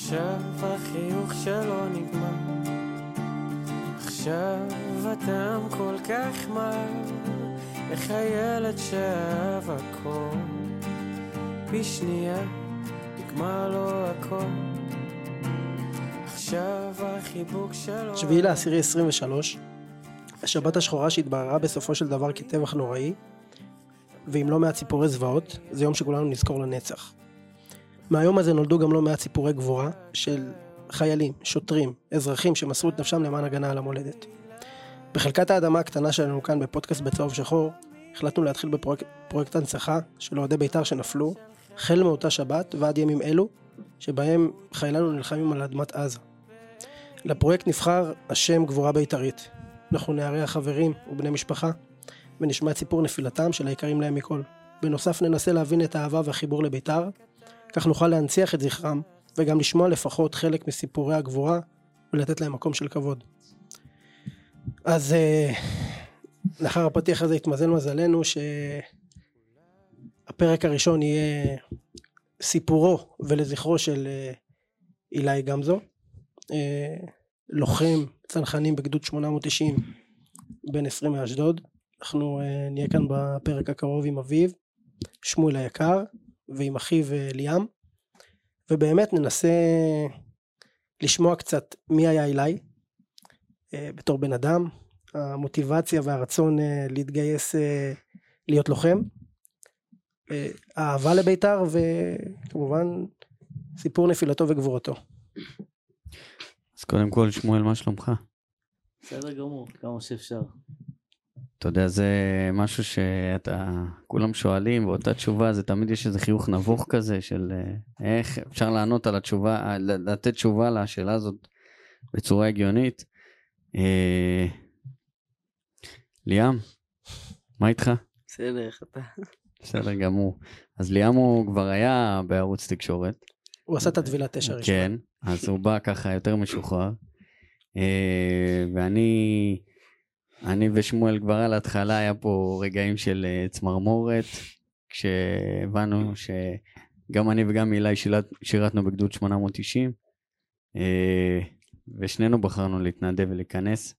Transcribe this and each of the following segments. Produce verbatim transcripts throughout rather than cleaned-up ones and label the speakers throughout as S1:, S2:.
S1: עכשיו החיוך שלו נגמר, עכשיו אדם כל כך מר, איך הילד שאהב הכל, בשנייה נגמר לו הכל. עכשיו החיבוק שלו...
S2: שביעי לעשירי עשרים ושלוש, השבת השחורה שהתבררה בסופו של דבר כטבח נוראי, ועם לא מעט סיפורי זוועות, זה יום שכולנו נזכור לנצח. מהיום הזה נולדו גם לא מעט סיפורי גבורה של חיילים, שוטרים, אזרחים שמסרו את נפשם למען הגנה על המולדת. בחלקת האדמה הקטנה שלנו כאן בפודקאסט בצהוב שחור, החלטנו להתחיל בפרויקט הנצחה של אוהדי בית"ר שנפלו, החל מאותה שבת ועד ימים אלו, שבהם חיילנו נלחמים על אדמת עזה. לפרויקט נבחר השם גבורה בית"רית. אנחנו נארח חברים ובני משפחה, ונשמע את סיפור נפילתם של היקרים להם מכל. בנוסף ננסה להבין את האהבה והחיבור לבית"ר, כך נוכל להנציח את זכרם, וגם לשמוע לפחות חלק מסיפורי הגבורה, ולתת להם מקום של כבוד. אז לאחר הפתיח הזה התמזל מזלנו, שהפרק הראשון יהיה סיפורו ולזכרו של אילי גמזו, לוחם צנחנים בגדוד שמונה מאות תשעים בן עשרים מאשדוד. אנחנו נהיה כאן בפרק הקרוב עם אביו, שמואל היקר, ועם אחיו ליאם, ובאמת ננסה לשמוע קצת מי היה אילי, בתור בן אדם, המוטיבציה והרצון להתגייס להיות לוחם, האהבה לבית"ר, וכמובן סיפור נפילתו וגבורתו.
S3: אז קודם כל, שמואל, מה שלומך?
S4: בסדר גמור, כמה שאפשר.
S3: אתה יודע, זה משהו שאתה, כולם שואלים, ואותה תשובה, זה תמיד יש איזה חיוך נבוך כזה, של איך אפשר לענות על התשובה, לתת תשובה לשאלה הזאת בצורה הגיונית. אה, ליאם, מה איתך?
S4: בסדר, איך אתה?
S3: בסדר גמור. אז ליאם הוא כבר היה בערוץ תקשורת.
S2: הוא עשה את הטבילת תשע ראשונה.
S3: כן, אז הוא בא ככה יותר משוחרר. אה, ואני... אני ושמואל כבר על ההתחלה היה פה רגעים של צמרמורת, כשהבנו שגם אני וגם אילי שירתנו בגדוד שמונה מאות תשעים, ושנינו בחרנו להתנדב ולהיכנס,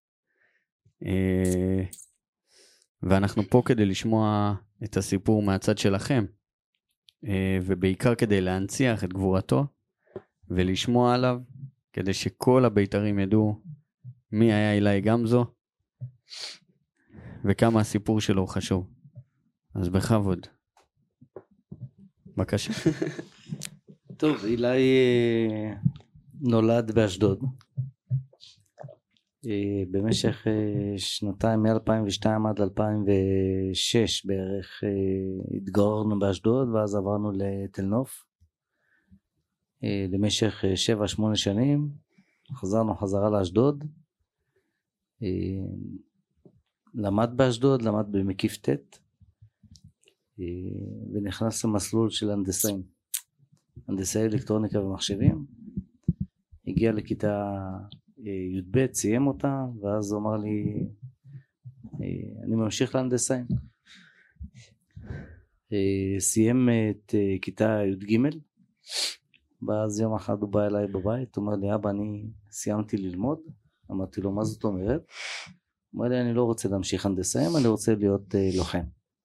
S3: ואנחנו פה כדי לשמוע את הסיפור מהצד שלכם, ובעיקר כדי להנציח את גבורתו, ולשמוע עליו, כדי שכל הבית"רים ידעו מי היה אילי גמזו, וכמה הסיפור שלו חשוב. אז בכבוד. בבקשה.
S4: טוב, אילי נולד באשדוד. במשך שנתיים, מ-אלפיים ושתיים עד אלפיים ושש בערך, התגוררנו באשדוד, ואז עברנו לתל נוף. למשך שבע שמונה שנים, חזרנו חזרה לאשדוד. למד באשדוד, למד במקיף ט', ונכנס למסלול של הנדסאים, הנדסאי אלקטרוניקה ומחשבים. הגיע לכיתה י' ב', סיים אותה, ואז הוא אמר לי, אני ממשיך להנדסאים. סיים את כיתה י' ג', ואז יום אחד הוא בא אליי בבית, הוא אומר לי, אבא, אני סיימתי ללמוד. אמרתי לו, מה זאת אומרת? הוא אומר לי, אני לא רוצה להמשיך הנדסאים, אני רוצה להיות uh, לוחם.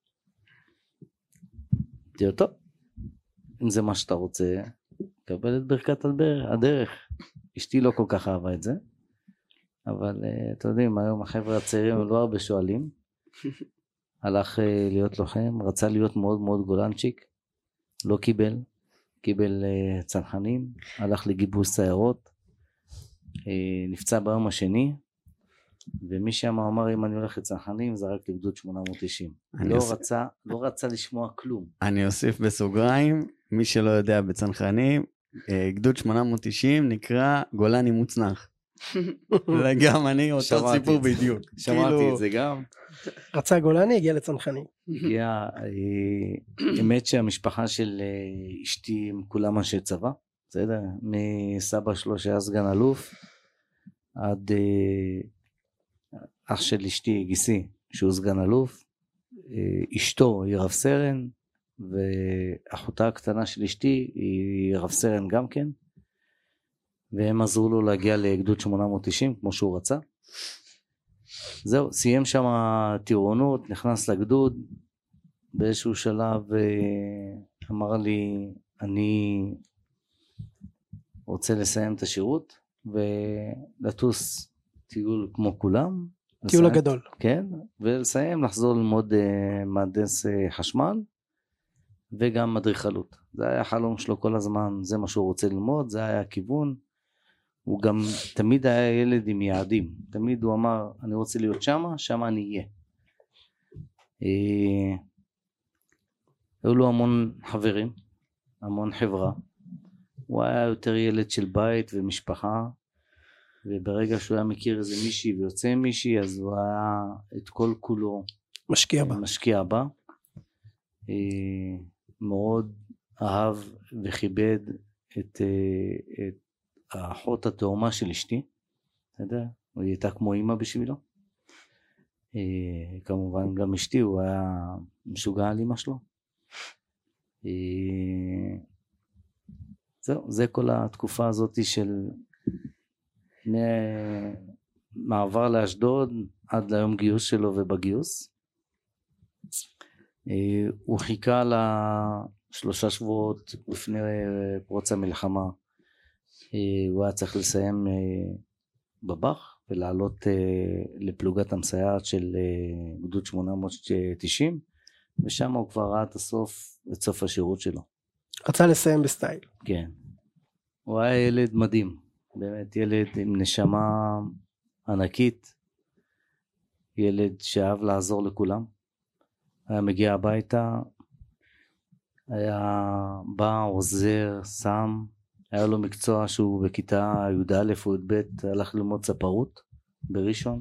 S4: אמרתי לו, טוב, אם זה מה שאתה רוצה, קבל את ברכת הדרך. אשתי לא כל כך אהבה את זה, אבל uh, אתם יודעים, היום החבר'ה הצעירים לא הרבה שואלים. הלך uh, להיות לוחם, רצה להיות מאוד מאוד גולנצ'יק, לא קיבל, קיבל uh, צנחנים, הלך לגיבוש סיירות, uh, נפצע ביום השני, ומי שם אמר, אם אני הולך לצנחנים, זה רק לגדוד שמונה מאות תשעים. לא
S3: אוסיף...
S4: רצה, לא רצה לשמוע כלום.
S3: אני אוסיף בסוגריים, מי שלא יודע בצנחנים, גדוד שמונה מאות תשעים נקרא גולני מוצנח. וגם אני אותו סיפור בדיוק.
S4: שמעתי את זה גם.
S2: רצה גולני, הגיע לצנחנים.
S4: הגיע, האמת שהמשפחה של אשתי, כולם אנשי צבא, בסדר? מסבא שלו שהיה סגן אלוף, עד אח של אשתי גיסי שהוא סגן אלוף, אשתו היא רב סרן, ואחותה הקטנה של אשתי היא רב סרן גם כן, והם עזרו לו להגיע לגדוד שמונה מאות תשעים כמו שהוא רצה. זהו, סיים שם טירונות, נכנס לגדוד, באיזשהו שלב אמר לי, אני רוצה לסיים את השירות ולטוס טיול כמו כולם.
S2: טיול
S4: לסיים,
S2: הגדול.
S4: כן, ולסיים, לחזור ללמוד uh, מהנדס uh, חשמל וגם מדריכלות. זה היה החלום שלו כל הזמן, זה מה שהוא רוצה ללמוד, זה היה הכיוון. הוא גם תמיד היה ילד עם יעדים, תמיד הוא אמר, אני רוצה להיות שמה, שמה אני אהיה. Uh, היו לו המון חברים, המון חברה. הוא היה יותר ילד של בית ומשפחה, וברגע שהוא היה מכיר איזה מישהי ויוצא עם מישהי, אז הוא היה את כל כולו
S2: משקיע בה.
S4: משקיע בה. מאוד אהב וכיבד את, את האחות התאומה של אשתי, אתה יודע, היא הייתה כמו אמא בשבילו. כמובן גם אשתי, הוא היה משוגע על אמא שלו. זהו, זה כל התקופה הזאת של מעבר לאשדוד עד ליום גיוס שלו ובגיוס. הוא חיכה לשלושה שבועות לפני פרוץ המלחמה, הוא היה צריך לסיים בבח ולעלות לפלוגת המסייעת של גדוד שמונה מאות תשעים, ושם הוא כבר ראה את הסוף, את סוף השירות שלו.
S2: רצה לסיים בסטייל.
S4: כן. הוא היה ילד מדהים, באמת ילד עם נשמה ענקית, ילד שאהב לעזור לכולם. היה מגיע הביתה, היה בא, עוזר, שם, היה לו מקצוע שהוא בכיתה י"א או י"ב, הלך ללמוד ספרות בראשון,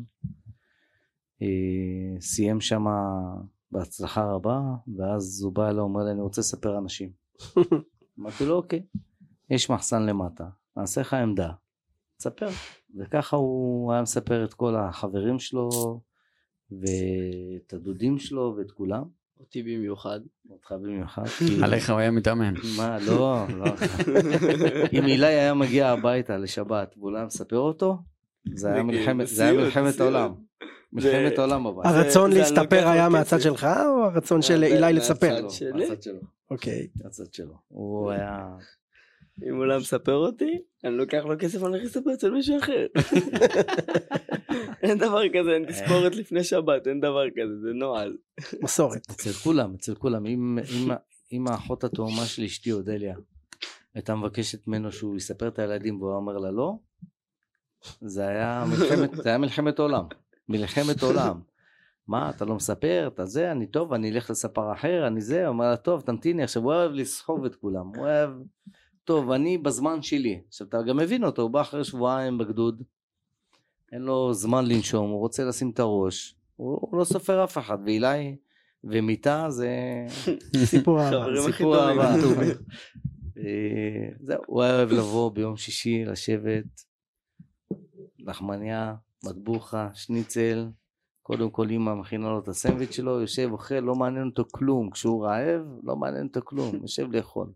S4: סיים שם בהצלחה רבה, ואז הוא בא אליו ואומר לי, אני רוצה לספר אנשים. אמרתי לו, אוקיי, יש מחסן למטה, נעשה לך עמדה, תספר. וככה הוא היה מספר את כל החברים שלו, ואת הדודים שלו ואת כולם.
S5: אותי במיוחד.
S4: אותך במיוחד.
S3: עליך הוא היה מתאמן.
S4: מה, לא, לא. אם אילי היה מגיע הביתה לשבת, והוא היה מספר אותו, זה היה מלחמת העולם. מלחמת העולם בבית.
S2: הרצון להסתפר היה מהצד שלך, או הרצון של אילי לספר?
S4: מהצד שלו.
S2: אוקיי.
S4: מהצד שלו. הוא היה...
S5: אם הוא לא מספר אותי, אני לוקח לו כסף, אני הולך לספר אצל מישהו אחר. אין דבר כזה, אין תספורת לפני שבת, אין דבר כזה, זה נועל.
S2: מסורת.
S4: אצל כולם, אצל כולם. אם האחות התאומה של אשתי אודליה הייתה מבקשת ממנו שהוא יספר את הילדים והוא אומר לה לא, זה היה מלחמת עולם. מלחמת עולם. מה, אתה לא מספר, אתה זה, אני טוב, אני אלך לספר אחר, אני זה, הוא אומר לה טוב, תמתיני. עכשיו הוא אוהב לסחוב את כולם, הוא אוהב... טוב, אני בזמן שלי. עכשיו, אתה גם מבין אותו, הוא בא אחרי שבועיים בגדוד, אין לו זמן לנשום, הוא רוצה לשים את הראש, הוא, הוא לא סופר אף אחד, ואילי ומיטה זה...
S2: סיפור אהבה.
S4: סיפור אהבה. זהו, הוא אוהב לבוא ביום שישי, לשבת, לחמניה, מטבוחה, שניצל, קודם כל אמא מכינה לו את הסנדוויץ' שלו, יושב אוכל, לא מעניין אותו כלום, כשהוא רעב, לא מעניין אותו כלום, יושב לאכול.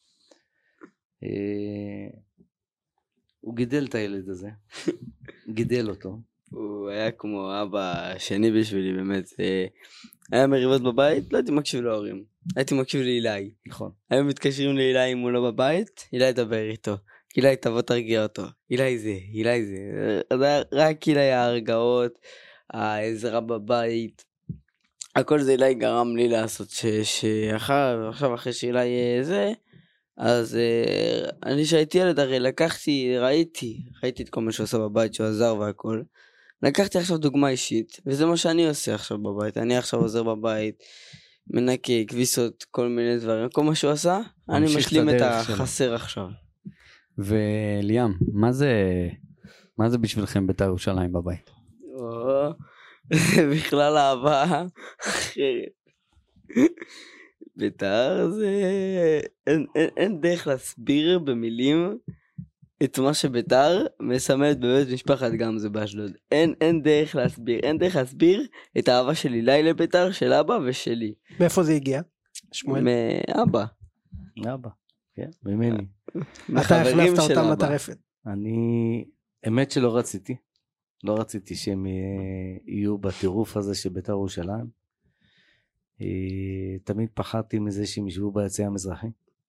S4: הוא גידל את הילד הזה, גידל אותו.
S5: הוא היה כמו אבא שני בשבילי, באמת. היה מריבות בבית, לא הייתי מקשיב להורים, הייתי מקשיב לאילי.
S4: נכון.
S5: היו מתקשרים לאילי אם הוא לא בבית, אילי ידבר איתו, אילי תבוא תרגיע אותו, אילי זה, אילי זה. רק אילי ההרגעות, העזרה בבית, הכל זה אילי גרם לי לעשות שאחר, עכשיו אחרי שאילי זה, אז uh, אני שהייתי ילד הרי לקחתי, ראיתי, ראיתי את כל מה שעושה בבית, שהוא עזר והכל. לקחתי עכשיו דוגמה אישית, וזה מה שאני עושה עכשיו בבית. אני עכשיו עוזר בבית, מנקה, כביסות, כל מיני דברים. כל מה שהוא עשה, אני משלים את החסר שלו. עכשיו.
S3: וליאם, מה זה, מה זה בשבילכם בית"ר ירושלים בבית?
S5: או, זה בכלל אהבה אחרת. בית"ר זה... אין, אין, אין דרך להסביר במילים את מה שבית"ר מסמלת בבית משפחת גמזו באשדוד. אין, אין דרך להסביר, אין דרך להסביר את האהבה של אילי לבית"ר, של אבא ושלי.
S2: מאיפה זה הגיע? שמואל?
S5: מאבא.
S4: מאבא, כן, ממני.
S2: אתה הכנסת אותם לטרפת.
S4: אני, אמת שלא רציתי, לא רציתי שהם יהיו בטירוף הזה של בית"ר ירושלים. תמיד פחדתי מזה שהם ישבו ביציע המזרחי.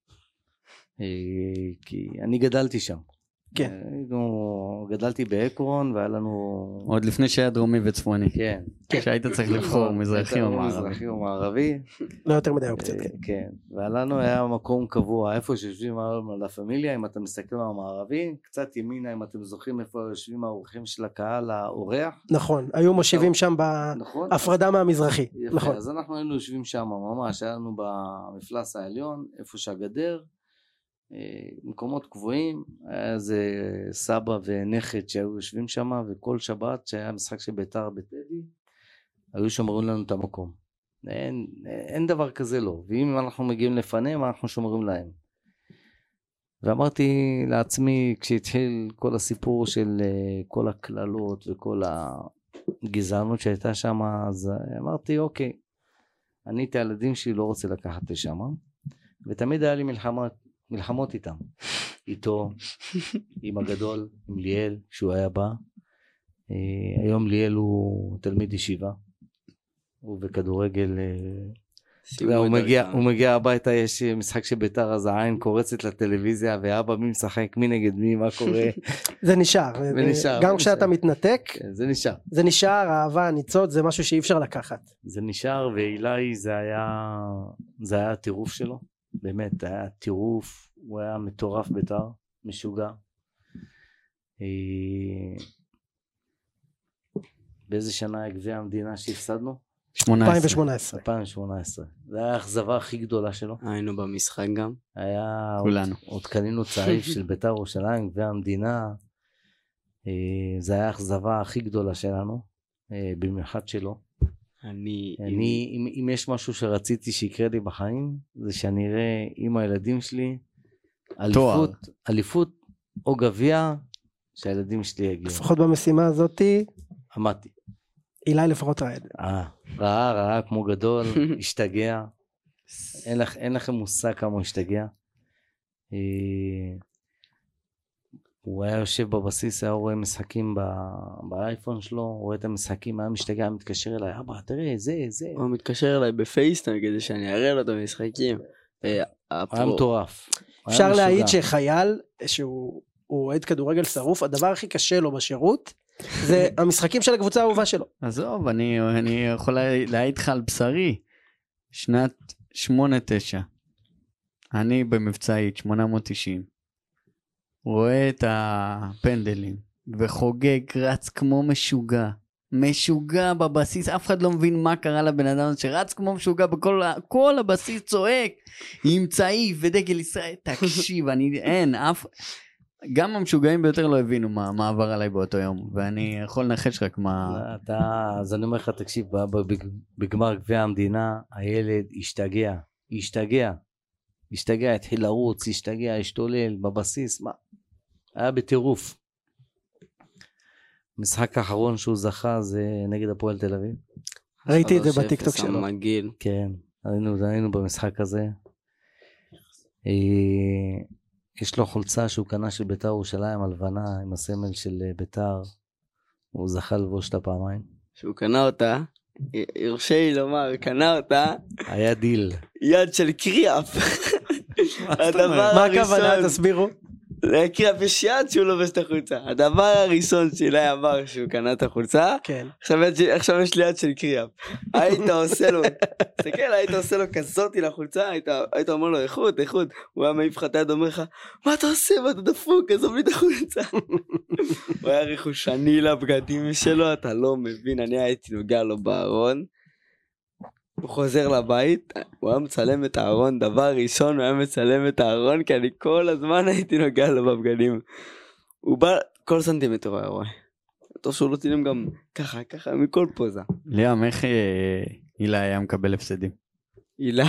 S4: כי אני גדלתי שם.
S2: כן.
S4: גדלתי בעקרון והיה לנו...
S3: עוד לפני שהיה דרומי וצפוני.
S4: כן.
S3: שהיית צריך לבחור מזרחי או מערבי.
S4: מזרחי או מערבי.
S2: לא יותר מדי אופציות.
S4: כן. ולנו היה מקום קבוע, איפה שיושבים על הפמיליה, אם אתם מסתכלים על המערבי, קצת ימינה, אם אתם זוכרים איפה יושבים האורחים של הקהל, האורח.
S2: נכון, היו מושיבים שם בהפרדה מהמזרחי. נכון.
S4: אז אנחנו היינו יושבים שם ממש, היה לנו במפלס העליון, איפה שהגדר, מקומות קבועים, היה איזה סבא ונכד שהיו יושבים שם, וכל שבת שהיה משחק של בית"ר בטדי, היו שומרים לנו את המקום. אין, אין דבר כזה לא, ואם אנחנו מגיעים לפניהם, אנחנו שומרים להם. ואמרתי לעצמי, כשהתחיל כל הסיפור של כל הכללות וכל הגזענות שהייתה שם, אז אמרתי, אוקיי, אני את הילדים שלי לא רוצה לקחת לשם, ותמיד היה לי מלחמה, מלחמות איתם, איתו, עם הגדול, עם ליאל, שהוא היה בא. היום ליאל הוא תלמיד ישיבה, הוא בכדורגל, הוא מגיע, הוא מגיע הביתה, יש משחק של בית"ר, אז העין קורצת לטלוויזיה, ואבא מי משחק, מי נגד מי, מה קורה.
S2: זה נשאר, גם כשאתה מתנתק,
S4: זה נשאר.
S2: זה נשאר, האהבה, הניצות, זה משהו שאי אפשר לקחת.
S4: זה נשאר, ואילי זה היה, זה היה הטירוף שלו. באמת, היה טירוף, הוא היה מטורף בית"ר, משוגע. באיזה שנה הגביע המדינה שהפסדנו?
S2: אלפיים ושמונה עשרה.
S4: אלפיים ושמונה עשרה. זה היה האכזבה הכי גדולה שלו.
S5: היינו במשחק גם.
S4: היה,
S3: כולנו.
S4: עוד, עוד קנינו צעיף של בית"ר ירושלים, גביע המדינה. זה היה האכזבה הכי גדולה שלנו, במיוחד שלו.
S5: אני,
S4: אני אם, אם יש משהו שרציתי שיקרה לי בחיים, זה שאני אראה עם הילדים שלי אליפות, אליפות או גביע שהילדים שלי יגיעו.
S2: לפחות במשימה הזאת
S4: עמדתי.
S2: אילי לפחות ראה את זה.
S4: אה, ראה, ראה כמו גדול, השתגע. אין, לכ, אין לכם מושג כמה הוא השתגע. הוא היה יושב בבסיס, היה רואה משחקים באייפון שלו, רואה את המשחקים, היה משתגע, מתקשר אליי, אבא, תראה, זה, זה.
S5: הוא מתקשר אליי בפייסטיים כדי שאני אראה לו את המשחקים.
S4: היה מטורף.
S2: אפשר להעיד שחייל, שהוא אוהד כדורגל שרוף, הדבר הכי קשה לו בשירות, זה המשחקים של הקבוצה האהובה שלו.
S3: עזוב, אני יכול להעיד לך על בשרי, שנת שמונה תשע, אני במבצעית, שמונה מאות תשעים, רואה את הפנדלים וחוגג, רץ כמו משוגע, משוגע בבסיס, אף אחד לא מבין מה קרה לבן אדם שרץ כמו משוגע בכל כל הבסיס, צועק עם צעיף ודגל ישראל. תקשיב, אני אין אף, גם המשוגעים ביותר לא הבינו מה, מה עבר עליי באותו יום, ואני יכול לנחש רק מה...
S4: אתה, אז אני אומר לך, תקשיב, בגמר גביע המדינה הילד השתגע, השתגע השתגע, התחיל לרוץ, השתגע, השתולל בבסיס, מה? היה בטירוף. המשחק האחרון שהוא זכה זה נגד הפועל תל אביב.
S2: ראיתי את זה בטיקטוק שלו.
S5: מגעיל.
S4: כן, היינו, היינו במשחק הזה. יש לו חולצה שהוא קנה של בית"ר ירושלים, הלבנה, עם הסמל של בית"ר. הוא זכה לבוש אותה פעמיים.
S5: שהוא קנה אותה, יורשה לי לומר, קנה אותה.
S4: היה דיל.
S5: יד של קריאף.
S2: מה הכוונה? תסבירו.
S5: לקריאף יש יד שהוא לובש את החולצה. הדבר הראשון שאילי אמר שהוא קנה את החולצה, עכשיו יש לי יד של קריאף. היית עושה לו, תסתכל, היית עושה לו כזאתי לחולצה, היית אומר לו איכות, איכות. הוא היה מעיף לך את היד, אומר לך, מה אתה עושה? מה אתה דפוק? עזוב לי את החולצה. הוא היה ריחושני לבגדים שלו, אתה לא מבין, אני הייתי נוגע לו בארון. הוא חוזר לבית, הוא היה מצלם את הארון, דבר ראשון הוא היה מצלם את הארון, כי אני כל הזמן הייתי נוגע לו בבגדים. הוא בא, כל סנטימטר הוא היה רואה. טוב שהוא לא צילם גם ככה, ככה, מכל פוזה.
S3: ליאם, איך אילה היה מקבל הפסדים?
S5: אילה,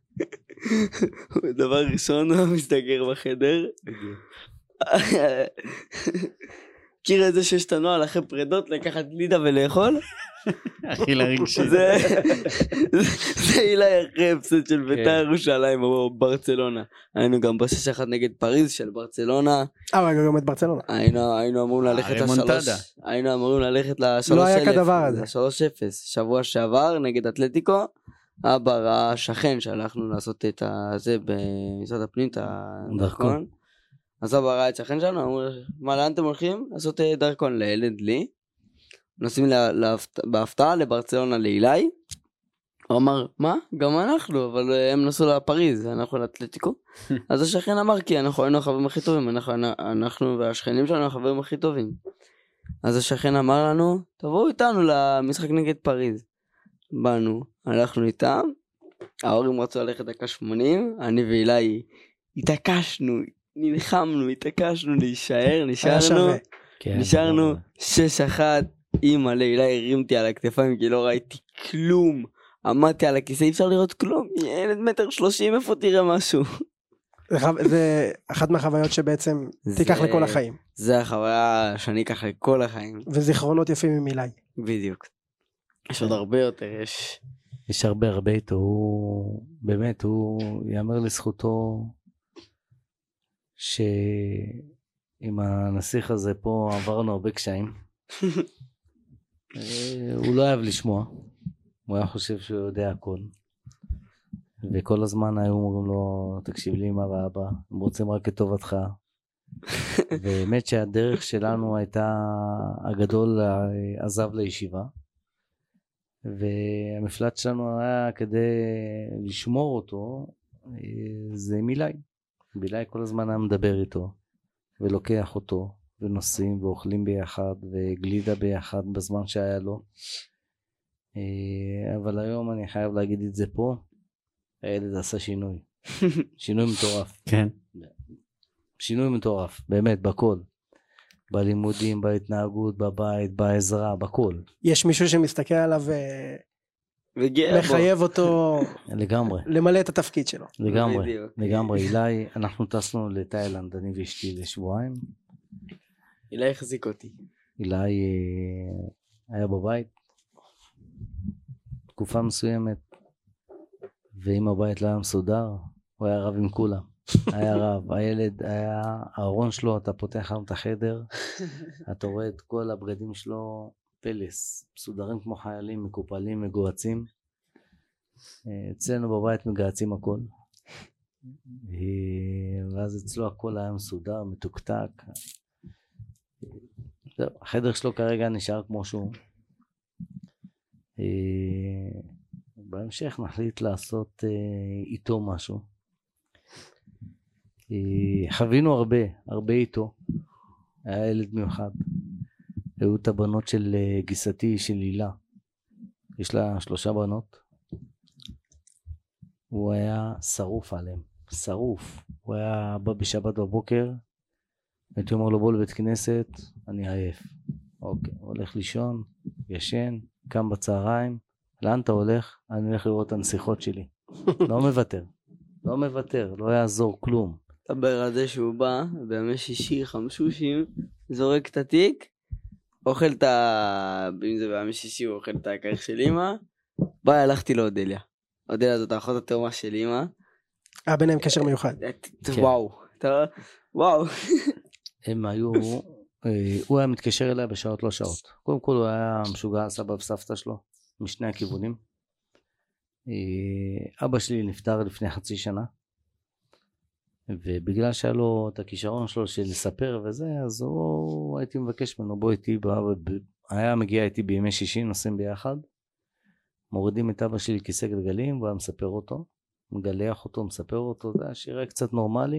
S5: דבר ראשון הוא מסתגר בחדר. מכיר את זה שיש את הנוהל אחרי פרדות לקחת לידה ולאכול?
S3: הכי לרגשי.
S5: זה זה אילי אחרי הפסד של בית"ר ירושלים או ברצלונה. היינו גם בשש אחת נגד פריז של ברצלונה.
S2: אה, רגע, גם את ברצלונה.
S5: היינו אמורים ללכת לשלוש. היינו אמורים ללכת לשלוש אלף.
S2: לא היה כדבר הזה.
S5: לשלוש אפס. שבוע שעבר נגד אתלטיקו. אבא ראה שכן שהלכנו לעשות את זה במשרד הפנים, את הדרכון. אז אבא ראה את שכן שלנו, אמרו, מה, לאן אתם הולכים? לעשות דרכון לילד לי. נוסעים בהפתעה לברצלונה לאילי. הוא אמר, מה? גם אנחנו, אבל הם נסעו לפריז, אנחנו לאתלטיקו. אז השכן אמר, כי אנחנו היינו החברים הכי טובים, אנחנו, אנחנו והשכנים שלנו החברים הכי טובים. אז השכן אמר לנו, תבואו איתנו למשחק נגד פריז. באנו, הלכנו איתם, ההורים רצו ללכת דקה שמונים, אני ואילי התעקשנו, נלחמנו, התעקשנו להישאר, נשארנו, נשארנו שש אחת, אימא לאילי הרימתי על הכתפיים כי לא ראיתי כלום, עמדתי על הכיסא, אי אפשר לראות כלום, ילד מטר שלושים, איפה תראה משהו?
S2: זה אחת מהחוויות שבעצם תיקח לכל החיים.
S5: זה החוויה שאני אקח לכל החיים.
S2: וזיכרונות יפים עם אילי.
S5: בדיוק. יש עוד הרבה יותר, יש...
S4: יש הרבה הרבה איתו, הוא באמת, הוא יאמר לזכותו שעם הנסיך הזה פה עברנו הרבה קשיים. הוא לא אוהב לשמוע, הוא היה חושב שהוא יודע הכל. וכל הזמן היו אומרים לו, תקשיב לי אמא ואבא, הם רוצים רק את טובתך. באמת שהדרך שלנו הייתה, הגדול עזב לישיבה. והמפלט שלנו היה כדי לשמור אותו, זה מילי. מילי כל הזמן היה מדבר איתו, ולוקח אותו, ונוסעים ואוכלים ביחד, וגלידה ביחד בזמן שהיה לו. אבל היום אני חייב להגיד את זה פה, הילד עשה שינוי. שינוי מטורף.
S3: כן.
S4: שינוי מטורף, באמת, בכל. בלימודים, בהתנהגות, בבית, בעזרה, בכל.
S2: יש מישהו שמסתכל עליו ומחייב אותו
S4: לגמרי.
S2: למלא את התפקיד שלו.
S4: לגמרי, לגמרי. אילי, אנחנו טסנו לתאילנד, אני ואשתי לשבועיים.
S5: אילי החזיק אותי.
S4: אילי היה בבית, תקופה מסוימת, ואם הבית לא היה מסודר, הוא היה רב עם כולם. היה רב, הילד היה, הארון שלו, אתה פותח לנו את החדר, אתה רואה את כל הבגדים שלו, פלס, מסודרים כמו חיילים, מקופלים, מגועצים. אצלנו בבית מגעצים הכל. ואז אצלו הכל היה מסודר, מתוקתק. החדר שלו כרגע נשאר כמו שהוא. בהמשך נחליט לעשות איתו משהו. חווינו הרבה, הרבה איתו. היה ילד מיוחד. היו את הבנות של גיסתי, של לילה. יש לה שלושה בנות. הוא היה שרוף עליהם. שרוף. הוא היה בא בשבת בבוקר. הייתי אומר לו בוא לבית כנסת, אני עייף. אוקיי, הולך לישון, ישן, קם בצהריים. לאן אתה הולך? אני הולך לראות את הנסיכות שלי. לא מוותר. לא מוותר, לא יעזור כלום.
S5: דבר על זה שהוא בא, בימי שישי חמשושים, זורק את התיק, אוכל את ה... אם זה בימי שישי הוא אוכל את הכרך של אמא, ביי, הלכתי לאודליה. אודליה זאת האחות התאומה של אמא.
S2: היה ביניהם קשר מיוחד.
S5: וואו, וואו.
S4: הם היו, הוא היה מתקשר אליה בשעות לא שעות. קודם כל הוא היה משוגע סבא וסבתא שלו, משני הכיוונים. אבא שלי נפטר לפני חצי שנה. ובגלל שהיה לו את הכישרון שלו של לספר וזה, אז הוא הייתי מבקש ממנו בוא איתי, היה מגיע איתי בימי שישי, נוסעים ביחד, מורידים את אבא שלי כיסא גלגלים, והוא היה מספר אותו, מגלח אותו, מספר אותו, זה היה שירה קצת נורמלי,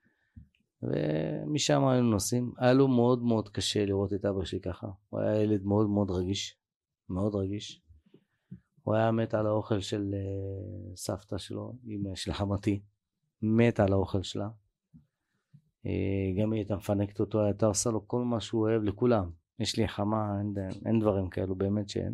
S4: ומשם היינו נוסעים. היה לו מאוד מאוד קשה לראות את אבא שלי ככה, הוא היה ילד מאוד מאוד רגיש, מאוד רגיש, הוא היה מת על האוכל של סבתא שלו, של חמתי, מת על האוכל שלה. גם היא הייתה מפנקת אותו, הייתה עושה לו כל מה שהוא אוהב לכולם. יש לי חמה, אין, אין דברים כאלו, באמת שאין.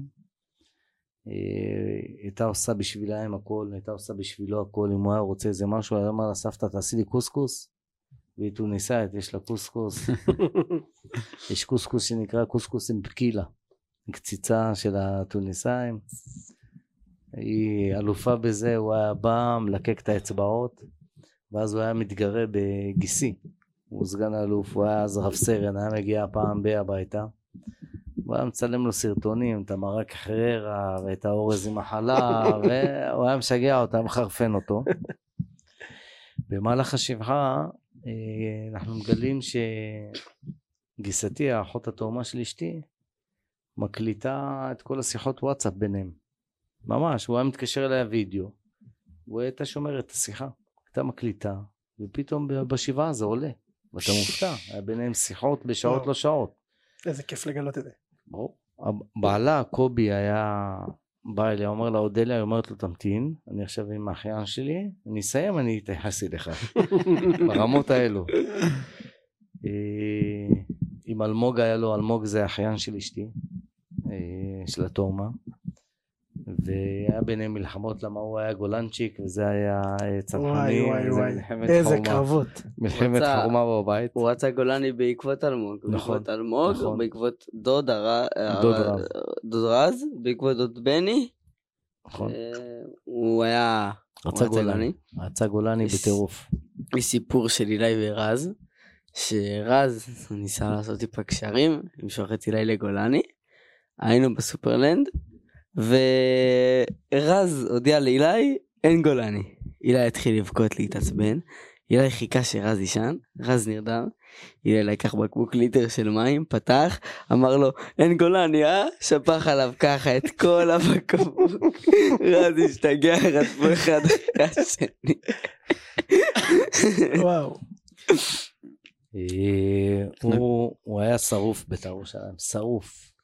S4: הייתה עושה בשבילה עם הכל, הייתה עושה בשבילו הכל. אם הוא היה רוצה איזה משהו, היה אומר לסבתא, תעשי לי קוסקוס, והיא טוניסאית, יש לה קוסקוס. יש קוסקוס שנקרא קוסקוס עם פקילה. קציצה של הטוניסאים. היא אלופה בזה, הוא היה בא, מלקק את האצבעות, ואז הוא היה מתגרה בגיסי. הוא סגן אלוף, הוא היה אז רב סרן, היה מגיע פעם בי הביתה. הוא היה מצלם לו סרטונים, את המרק חררה, ואת האורז עם החלה, והוא היה משגע אותה, מחרפן אותו. במהלך השבחה, אנחנו מגלים שגיסתי, האחות התאומה של אשתי, מקליטה את כל השיחות וואטסאפ ביניהם. ממש, הוא היה מתקשר אליה וידאו, הוא הייתה שומרת את השיחה, הייתה מקליטה, ופתאום בשבעה זה עולה, ואתה מופתע, היה ביניהם שיחות בשעות לא שעות.
S2: איזה כיף לגלות את זה.
S4: ברור. בעלה, קובי, היה בא אליה, אומר לה, אודליה, היא אומרת לו, תמתין, אני עכשיו עם האחיין שלי, אני אסיים, אני אתייחס אליך. ברמות האלו. עם אלמוג היה לו, אלמוג זה האחיין של אשתי, של התאומה, והיה ביניהם מלחמות, למה הוא היה גולנצ'יק, וזה היה צנחני,
S2: איזה קרבות.
S4: מלחמת חורמה בבית.
S5: הוא רצה גולני בעקבות אלמוג, בעקבות אלמוג, בעקבות דוד רז, בעקבות דוד בני, הוא היה
S4: רצה גולני. רצה גולני בטירוף.
S5: יש סיפור של אילי ורז, שרז ניסה לעשות טיפה קשרים, למשוך את אילי לגולני, היינו בסופרלנד, ורז הודיע לאילי, אין גולני. אילי התחיל לבכות להתעצבן, אילי חיכה שרז ישן, רז נרדם, אילי לקח בקבוק ליטר של מים, פתח, אמר לו, אין גולני, אה? שפך עליו ככה את כל הבקבוק. רז השתגע, רדפו אחד אחרי השני.
S2: וואו.
S4: הוא היה שרוף בית"ר ירושלים, שרוף.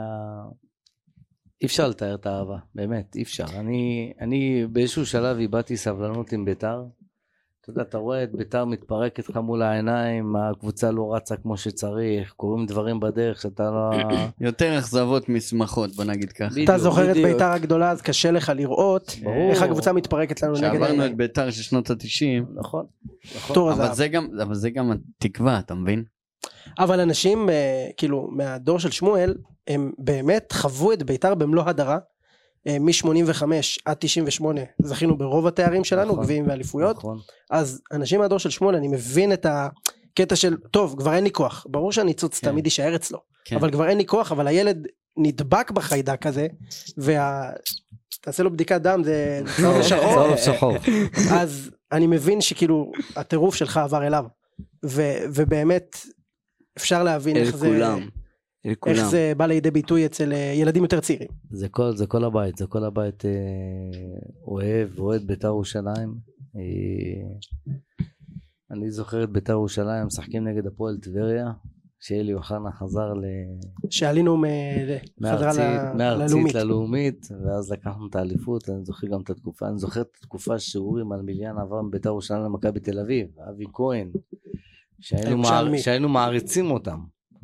S4: אי אפשר לתאר את האהבה, באמת, אי אפשר. אני, אני באיזשהו שלב איבדתי סבלנות עם בית"ר. אתה יודע, אתה רואה את בית"ר מתפרקת לך מול העיניים, הקבוצה לא רצה כמו שצריך, קוראים דברים בדרך שאתה לא...
S3: יותר אכזבות משמחות, בוא נגיד ככה.
S2: אתה זוכר את בית"ר הגדולה, אז קשה לך לראות איך הקבוצה מתפרקת לנו נגד...
S3: שעברנו את בית"ר של שנות ה-תשעים.
S4: נכון.
S3: אבל זה גם התקווה, אתה מבין?
S2: אבל אנשים, כאילו, מהדור של שמואל, הם באמת חוו את בית"ר במלוא הדרה, מ-שמונים וחמש עד תשעים ושמונה, זכינו ברוב התארים שלנו, גביעים ואליפויות, אז אנשים מהדור של שמואל, אני מבין את הקטע של, טוב, כבר אין לי כוח, ברור שהניצוץ תמיד יישאר אצלו, אבל כבר אין לי כוח, אבל הילד נדבק בחיידק הזה, תעשה לו בדיקת דם, זה צהוב שחור, אז אני מבין שכאילו, הטירוף שלך עבר אליו, ובאמת, אפשר להבין איך זה... איך זה בא לידי ביטוי אצל ילדים יותר צעירים.
S4: זה כל, זה כל הבית, זה כל הבית אה, אוהב, אוהד בית"ר ירושלים. אה, אני זוכר את בית"ר ירושלים, משחקים נגד הפועל טבריה, שאלי אוחנה חזר ל...
S2: שעלינו מ...
S4: מארצית, מארצית ללאומית, ואז לקחנו את האליפות, אני זוכר גם את התקופה, אני זוכר את התקופה שאורי מלמיליאן עבר מבית"ר ירושלים למכבי בתל אביב, אבי כהן, שהיינו, מער... שהיינו מעריצים אותם.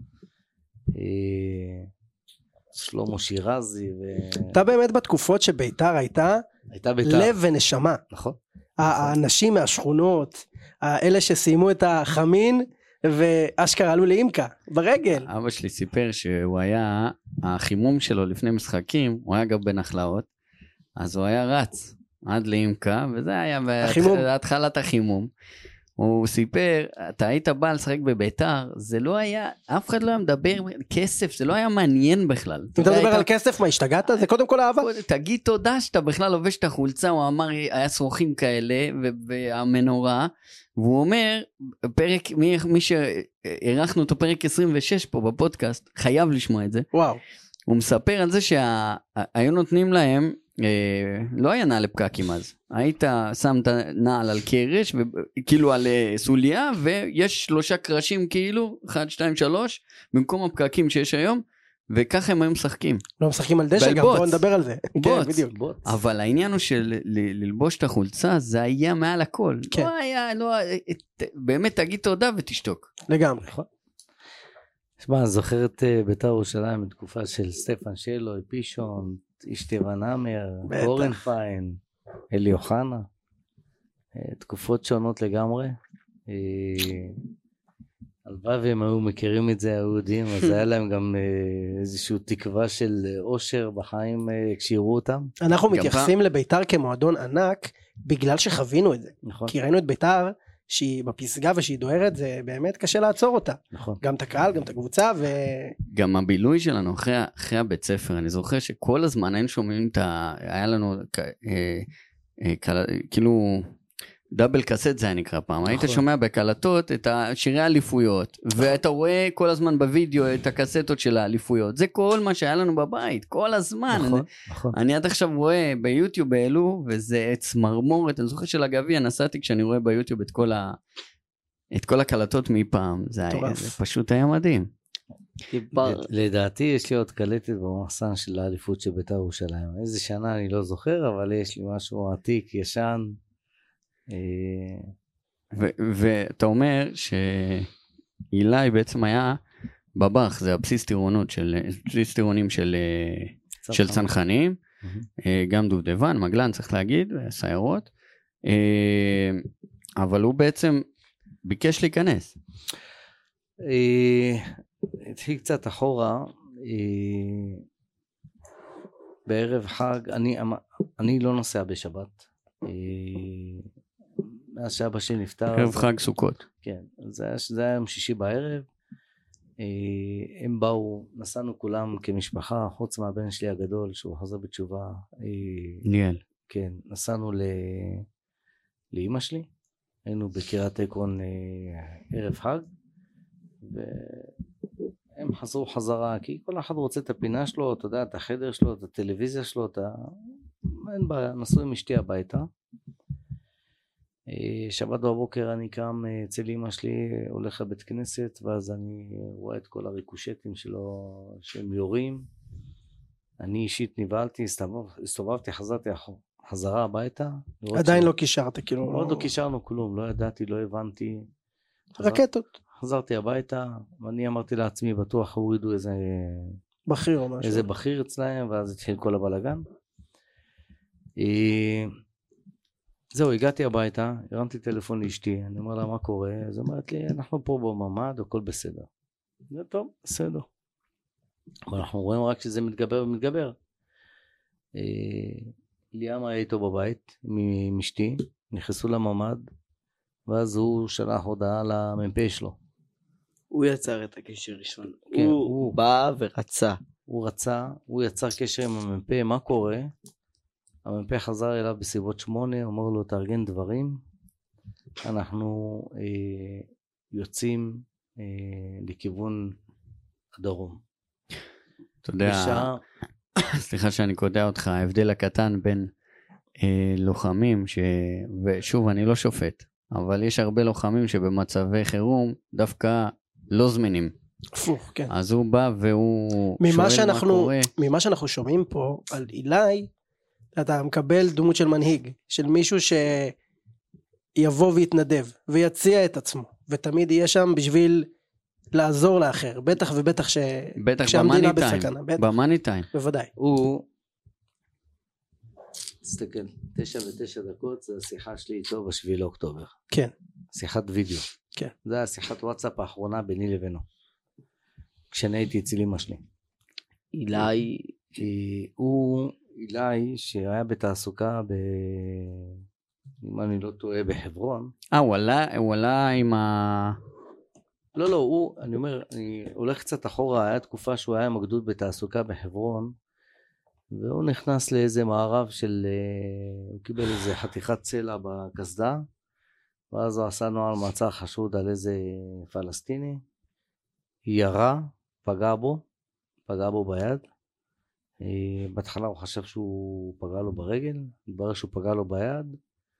S4: שלמה שירזי
S2: אתה באמת בתקופות שביתר הייתה לב ונשמה,
S4: נכון.
S2: האנשים מהשכונות, האלה שסיימו את החמין ואשכרה עלו לאימקה ברגל.
S3: אבא שלי סיפר שהוא היה, החימום שלו לפני משחקים, הוא היה גם בנחלאות, אז הוא היה רץ עד לאימקה, וזה היה בהתחלת החימום. הוא סיפר, אתה היית בא לשחק בביתר, זה לא היה, אף אחד לא היה מדבר כסף, זה לא היה מעניין בכלל.
S2: אם אתה מדבר על כסף, מה השתגעת? זה קודם כל אהבה.
S3: תגיד תודה שאתה בכלל לובש את החולצה, הוא אמר, היה שרוכים כאלה, והמנורה, והוא אומר, פרק, מי שערכנו אותו פרק עשרים ושש פה בפודקאסט, חייב לשמוע את זה.
S2: וואו.
S3: הוא מספר על זה שהיו נותנים להם, לא היה נעל לפקקים אז, היית שם את הנעל על קרש וכאילו על סוליה, ויש שלושה קרשים כאילו אחד, שתיים, שלוש במקום הפקקים שיש היום, וככה הם היו משחקים.
S2: לא משחקים על דשא גם, בואו נדבר על זה.
S3: בוץ, אבל העניין הוא של ללבוש את החולצה זה היה מעל הכל, לא היה, לא, באמת תגיד תודה ותשתוק.
S2: לגמרי.
S4: שמע, אני זוכר את בית"ר ירושלים בתקופה של סטפן שלו, פישון, אשתיבן אמר, אורן פיין, אלי אוחנה, תקופות שונות לגמרי. הלוואי והם היו מכירים את זה היהודים, אז היה להם גם איזושהי תקווה של אושר בחיים כשיראו אותם.
S2: אנחנו מתייחסים לביתר כמועדון ענק, בגלל שחווינו את זה.
S4: נכון.
S2: כי ראינו את ביתר, שהיא בפסגה ושהיא דוהרת, זה באמת קשה לעצור אותה.
S4: נכון.
S2: גם את הקהל, גם את הקבוצה, ו...
S3: גם הבילוי שלנו אחרי, אחרי הבית ספר, אני זוכר שכל הזמן היינו שומעים את ה... היה לנו אה, אה, קל... כאילו... דאבל קסט זה היה נקרא פעם, היית שומע בקלטות את השירי האליפויות, ואתה רואה כל הזמן בווידאו את הקסטות של האליפויות, זה כל מה שהיה לנו בבית, כל הזמן.
S4: נכון, נכון.
S3: אני עד עכשיו רואה ביוטיוב העלו, וזה צמרמורת, אני זוכר של הגביע, נסעתי כשאני רואה ביוטיוב את כל ה... את כל הקלטות מפעם, זה, היה, זה פשוט היה מדהים.
S4: לדעתי יש לי עוד קלטת במחסן של האליפות של בית"ר ירושלים, איזה שנה אני לא זוכר, אבל יש לי משהו עתיק, ישן.
S3: ואתה אומר שאילי בעצם היה בבח, זה הבסיס טירונות של בסיס טירונים של של צנחנים, גם דובדבן, מגלן צריך להגיד, סיירות, אבל הוא בעצם ביקש להיכנס.
S4: התחיל קצת אחורה, בערב חג, אני אני לא נוסע בשבת, מאז שאבא שלי נפטר.
S3: ערב חג סוכות.
S4: כן, זה היה, זה היה יום שישי בערב. הם באו, נסענו כולם כמשפחה, חוץ מהבן שלי הגדול, שהוא חזר בתשובה.
S3: ניאל.
S4: כן, נסענו ל... לאמא שלי. היינו בקריית עקרון ערב חג. והם חזרו חזרה, כי כל אחד רוצה את הפינה שלו, אתה יודע, את החדר שלו, את הטלוויזיה שלו, את ה... אין בעיה, נסעו עם אשתי הביתה. שבת בבוקר אני קם אצל אמא שלי, הולך לבית כנסת, ואז אני רואה את כל הריקושטים שלו שהם יורים. אני אישית נבהלתי, הסתובבתי, חזרתי חזרה הביתה.
S2: עדיין לא קישרת, כאילו.
S4: עוד לא קישרנו כלום, לא ידעתי, לא הבנתי.
S2: רקטות.
S4: חזרתי הביתה, ואני אמרתי לעצמי, בטוח הורידו איזה...
S2: בכיר או משהו.
S4: איזה בכיר אצלהם, ואז התחיל כל הבלגן. זהו, הגעתי הביתה, הרמתי טלפון לאשתי, אני אומר לה מה קורה, אז אמרת לי, אנחנו פה בממ"ד, הכל בסדר. זה טוב, בסדר. אבל אנחנו רואים רק שזה מתגבר ומתגבר. ליאם היה איתו בבית, עם אשתי, נכנסו לממ"ד, ואז הוא שלח הודעה למ"פ שלו.
S5: הוא יצר את הקשר ראשון.
S4: כן,
S5: הוא,
S4: הוא
S5: בא ורצה.
S4: הוא רצה, הוא יצר קשר עם המ"פ, מה קורה? המ"פ חזר אליו בסביבות שמונה, אומר לו תארגן דברים, אנחנו אה, יוצאים אה, לכיוון הדרום.
S3: אתה יודע, בשעה... סליחה שאני קודע אותך, ההבדל הקטן בין אה, לוחמים, ש... ושוב אני לא שופט, אבל יש הרבה לוחמים שבמצבי חירום דווקא לא זמינים.
S2: הפוך, כן.
S3: אז הוא בא והוא שואל
S2: שאנחנו,
S3: מה קורה.
S2: ממה שאנחנו שומעים פה על אילי, אתה מקבל דמות של מנהיג, של מישהו שיבוא ויתנדב, ויציע את עצמו, ותמיד יהיה שם בשביל לעזור לאחר, בטח ובטח ש...
S3: בטח במאני טיים, במאני טיים.
S2: בוודאי.
S4: הוא, תסתכל, תשע ותשע דקות, זה השיחה שלי איתו בשביעי לאוקטובר.
S2: כן.
S4: שיחת וידאו.
S2: כן.
S4: זה השיחת וואטסאפ האחרונה ביני לבינו. כשאני הייתי אצל אמא שלי.
S5: אילי...
S4: הוא... אילי שהיה בתעסוקה ב... אם אני לא טועה בחברון.
S3: אה, הוא עלה, הוא עלה עם ה...
S4: לא, לא, הוא, אני אומר, אני הולך קצת אחורה, היה תקופה שהוא היה עם הגדוד בתעסוקה בחברון, והוא נכנס לאיזה מערב של, הוא קיבל איזה חתיכת צלע בקסדה, ואז הוא עשה נוהל מעצר חשוד על איזה פלסטיני, ירה, פגע בו, פגע בו ביד, בהתחלה הוא חשב שהוא פגע לו ברגל, התברר שהוא פגע לו ביד,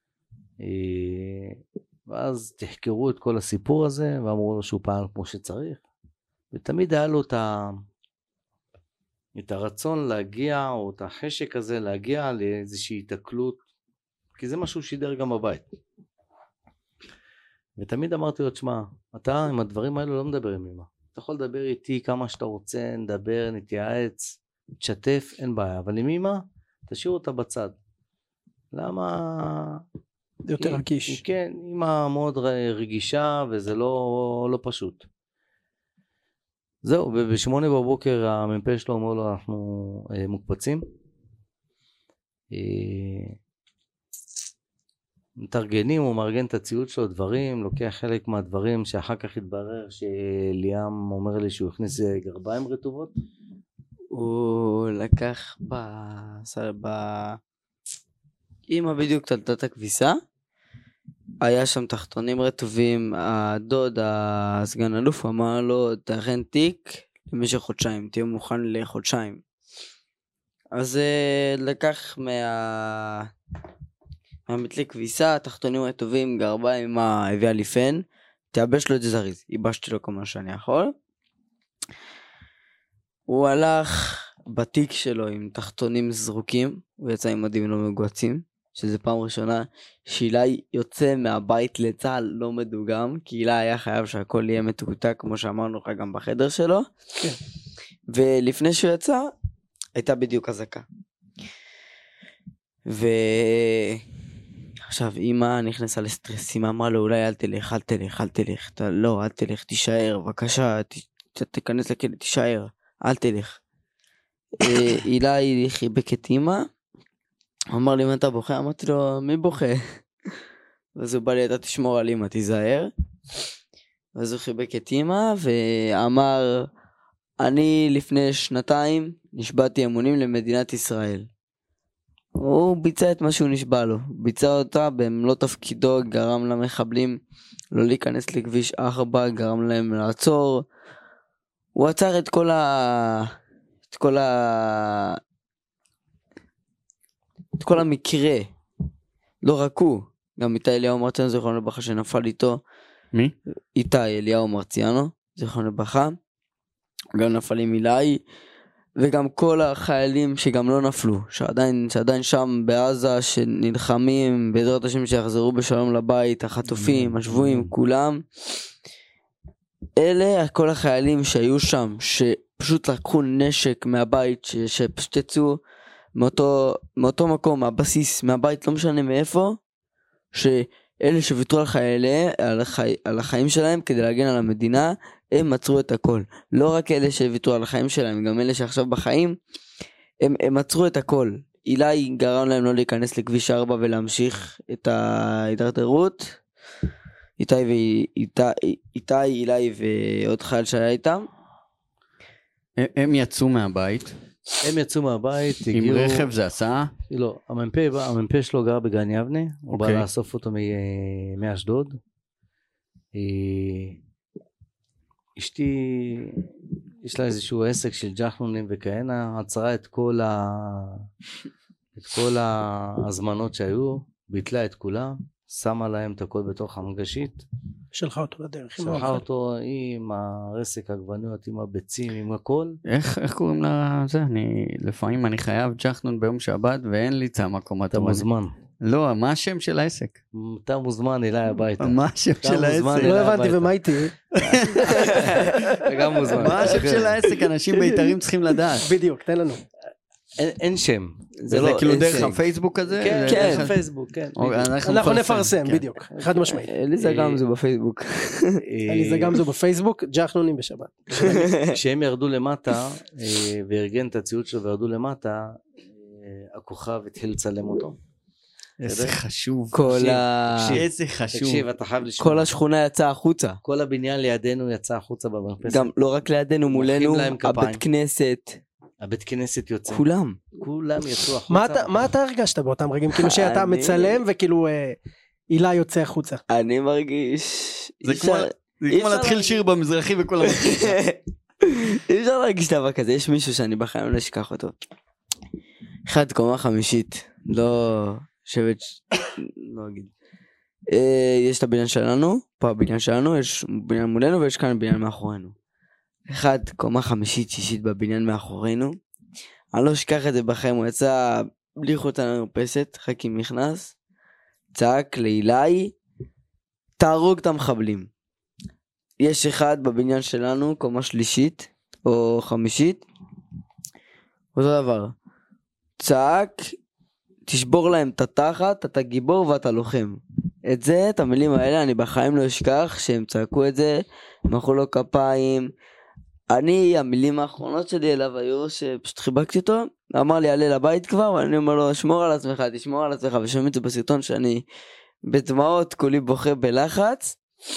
S4: ואז תחקרו את כל הסיפור הזה, ואמרו לו שהוא פעל כמו שצריך, ותמיד היה לו את, ה... את הרצון להגיע, או את החשק הזה להגיע לאיזושהי התקלות, כי זה משהו שידר גם בבית. ותמיד אמרתי לו, תשמע, אתה עם הדברים האלו לא מדבר עם אמא, אתה יכול לדבר איתי כמה שאתה רוצה, נדבר, נתייעץ, תשתף, אין בעיה, אבל עם אמא, תשאיר אותה בצד. למה,
S2: זה יותר
S4: היא-
S2: רגיש.
S4: היא כן, אימא מאוד ר- רגישה, וזה לא, לא פשוט. זהו, ובשמונה בבוקר המ"פ שלו אומר לו, אנחנו אה, מוקפצים. אה, מתארגנים, הוא מארגן את הציוד שלו, דברים, לוקח חלק מהדברים שאחר כך התברר שליאם אומר לי שהוא הכניס גרביים רטובות.
S5: הוא לקח ב... ב... אמא בדיוק תלתה את הכביסה, היה שם תחתונים רטובים, הדוד, הסגן אלוף, אמר לו, תכן תיק למשך חודשיים, תהיה מוכן לחודשיים. אז uh, לקח מה... מהמתלי כביסה, תחתונים רטובים, גרביים, אמא הביאה לי פן, תייבש לו את זה זריז, ייבשתי לו כמה שאני יכול. הוא הלך בתיק שלו עם תחתונים זרוקים, הוא יצא עם מדים לא מגועצים, שזה פעם ראשונה שאילי יוצא מהבית לצהל לא מדוגם, כי אילי היה חייב שהכל יהיה מתוקתק, כמו שאמרנו לך גם בחדר שלו.
S2: כן.
S5: ולפני שהוא יצא, הייתה בדיוק אזעקה. ועכשיו אמא נכנסה לסטרסים, אמרה לו אולי אל תלך, אל תלך, אל תלך, אתה... לא, אל תלך, תישאר, בבקשה, ת... ת... תיכנס לכלא, תישאר, אל תלך. אילי חיבק את אמא, אמר לי, מה אתה בוכה? אמרתי לו, מי בוכה? ואז הוא בא לי, אתה תשמור על אמא, תיזהר. ואז הוא חיבק את אמא ואמר, אני לפני שנתיים נשבעתי אמונים למדינת ישראל. הוא ביצע את מה שהוא נשבע לו, ביצע אותה במלוא תפקידו, גרם למחבלים לא להיכנס לכביש ארבע, גרם להם לעצור. הוא עצר את כל ה... את כל ה... את כל המקרה, לא רק הוא, גם איתי אליהו מרציאנו זיכרונו לברכה שנפל איתו.
S3: מי?
S5: איתי אליהו מרציאנו זיכרונו לברכה, גם נפל עם אילי, וגם כל החיילים שגם לא נפלו, שעדיין, שעדיין שם בעזה, שנלחמים בעזרת השם שיחזרו בשלום לבית, החטופים, השבויים, כולם. אלה כל החיילים שהיו שם, שפשוט לקחו נשק מהבית, ש, שפשוט יצאו מאותו, מאותו מקום, מהבסיס, מהבית, לא משנה מאיפה, שאלה שוויתרו על חיילי, על, החי, על החיים שלהם כדי להגן על המדינה, הם עצרו את הכל. לא רק אלה שוויתרו על החיים שלהם, גם אלה שעכשיו בחיים, הם, הם עצרו את הכל. אילי גרם להם לא להיכנס לכביש ארבע ולהמשיך את ההידרדרות. איתי ואיתי, איתי, אילי ועוד חייל שהיה איתם.
S3: הם יצאו מהבית.
S4: הם יצאו מהבית,
S3: עם
S4: הגיעו...
S3: רכב זה הסעה?
S4: לא, המ"פ, המ"פ שלו גר בגן יבנה, הוא בא
S3: אוקיי.
S4: לאסוף אותו מ- מאשדוד. אה, אשתי, יש לה איזשהו עסק של ג'חנונים וכהנה, עצרה את כל ה... את כל ההזמנות שהיו, ביטלה את כולם, שמה להם את הכל בתוך המגשית,
S2: שלחה אותו לדרך. עם
S4: שלחה
S2: האוכל.
S4: אותו עם הרסק העגבניות, עם הביצים, עם הכל.
S3: איך, איך קוראים לזה? אני, לפעמים אני חייב ג'חנון ביום שבת ואין לי צמא קומת.
S4: אתה מוזמן.
S3: לא, מה השם של העסק?
S4: אתה מוזמן אליי הביתה.
S3: מה השם
S4: אתה
S3: של
S4: מוזמן
S3: העסק?
S4: אליי.
S2: לא הבנתי
S4: הביתה.
S2: ומה איתי?
S4: אתה גם מוזמן.
S3: מה השם של העסק? אנשים בית"רים צריכים לדעת.
S2: בדיוק, תן לנו.
S4: אין, אין שם.
S3: זה
S4: לא
S3: כאילו דרך
S4: עסק.
S3: הפייסבוק הזה?
S4: כן,
S3: זה
S4: כן,
S3: דרך ה-
S4: פייסבוק, כן.
S3: או,
S2: אנחנו
S3: נפרסם,
S2: נפרסם,
S3: כן.
S2: בדיוק, חד משמעית.
S5: אליזה גם זה בפייסבוק.
S2: עליזה גמזו בפייסבוק, ג'חנונים בשבת.
S4: כשהם ירדו למטה, אה, וארגן את הציוד שלו וירדו למטה, אה, הכוכב התחיל לצלם אותו.
S3: איזה חשוב.
S5: כל
S4: תקשיב,
S5: ה...
S4: תקשיב.
S3: איזה חשוב.
S4: תקשיב, אתה חייב לשמוע.
S5: כל השכונה יצאה החוצה.
S4: כל הבניין לידינו יצא החוצה במרפסת.
S5: גם לא רק לידינו, מולנו,
S4: להם כפיים.
S5: הבית כנסת,
S4: הבית כנסת יוצא.
S5: כולם.
S4: כולם יצאו החוצה.
S2: מה אתה- מה אתה הרגשת באותם רגעים? כאילו שאתה
S5: אני-
S2: מצלם וכאילו אה, הילה יוצא החוצה.
S5: אני מרגיש...
S3: זה
S5: אי
S3: כמו-
S5: אפשר-
S3: זה
S5: אי
S3: כמו
S5: אפשר
S3: להתחיל
S5: להגיד.
S3: שיר במזרחי וכולם...
S5: אי אפשר להרגיש דבר כזה, יש מישהו שאני בחיים לא אשכח אותו. אחד קומה חמישית, לא שבט, ש- לא אגיד. אה, יש את הבניין שלנו, פה הבניין שלנו, יש בניין מולנו ויש כאן בניין מאחורינו. אחד קומה חמישית, שישית בבניין מאחורינו. אני לא אשכח את זה בחיים, הוא יצא בלי חוץ על המרפסת, חכים נכנס, צעק לאילי, תהרוג את המחבלים. יש אחד בבניין שלנו, קומה שלישית או חמישית, אותו דבר. צעק, תשבור להם את התחת, אתה גיבור ואתה לוחם. את זה, את המילים האלה, אני בחיים לא אשכח שהם צעקו את זה, מחאו לו כפיים. אני, המילים האחרונות שלי אליו היו שפשוט חיבקתי אותו, אמר לי עלה לבית כבר, ואני אומר לו שמור על עצמך, תשמור על עצמך, ושומעים את זה בסרטון שאני בדמעות, כולי בוכה בלחץ.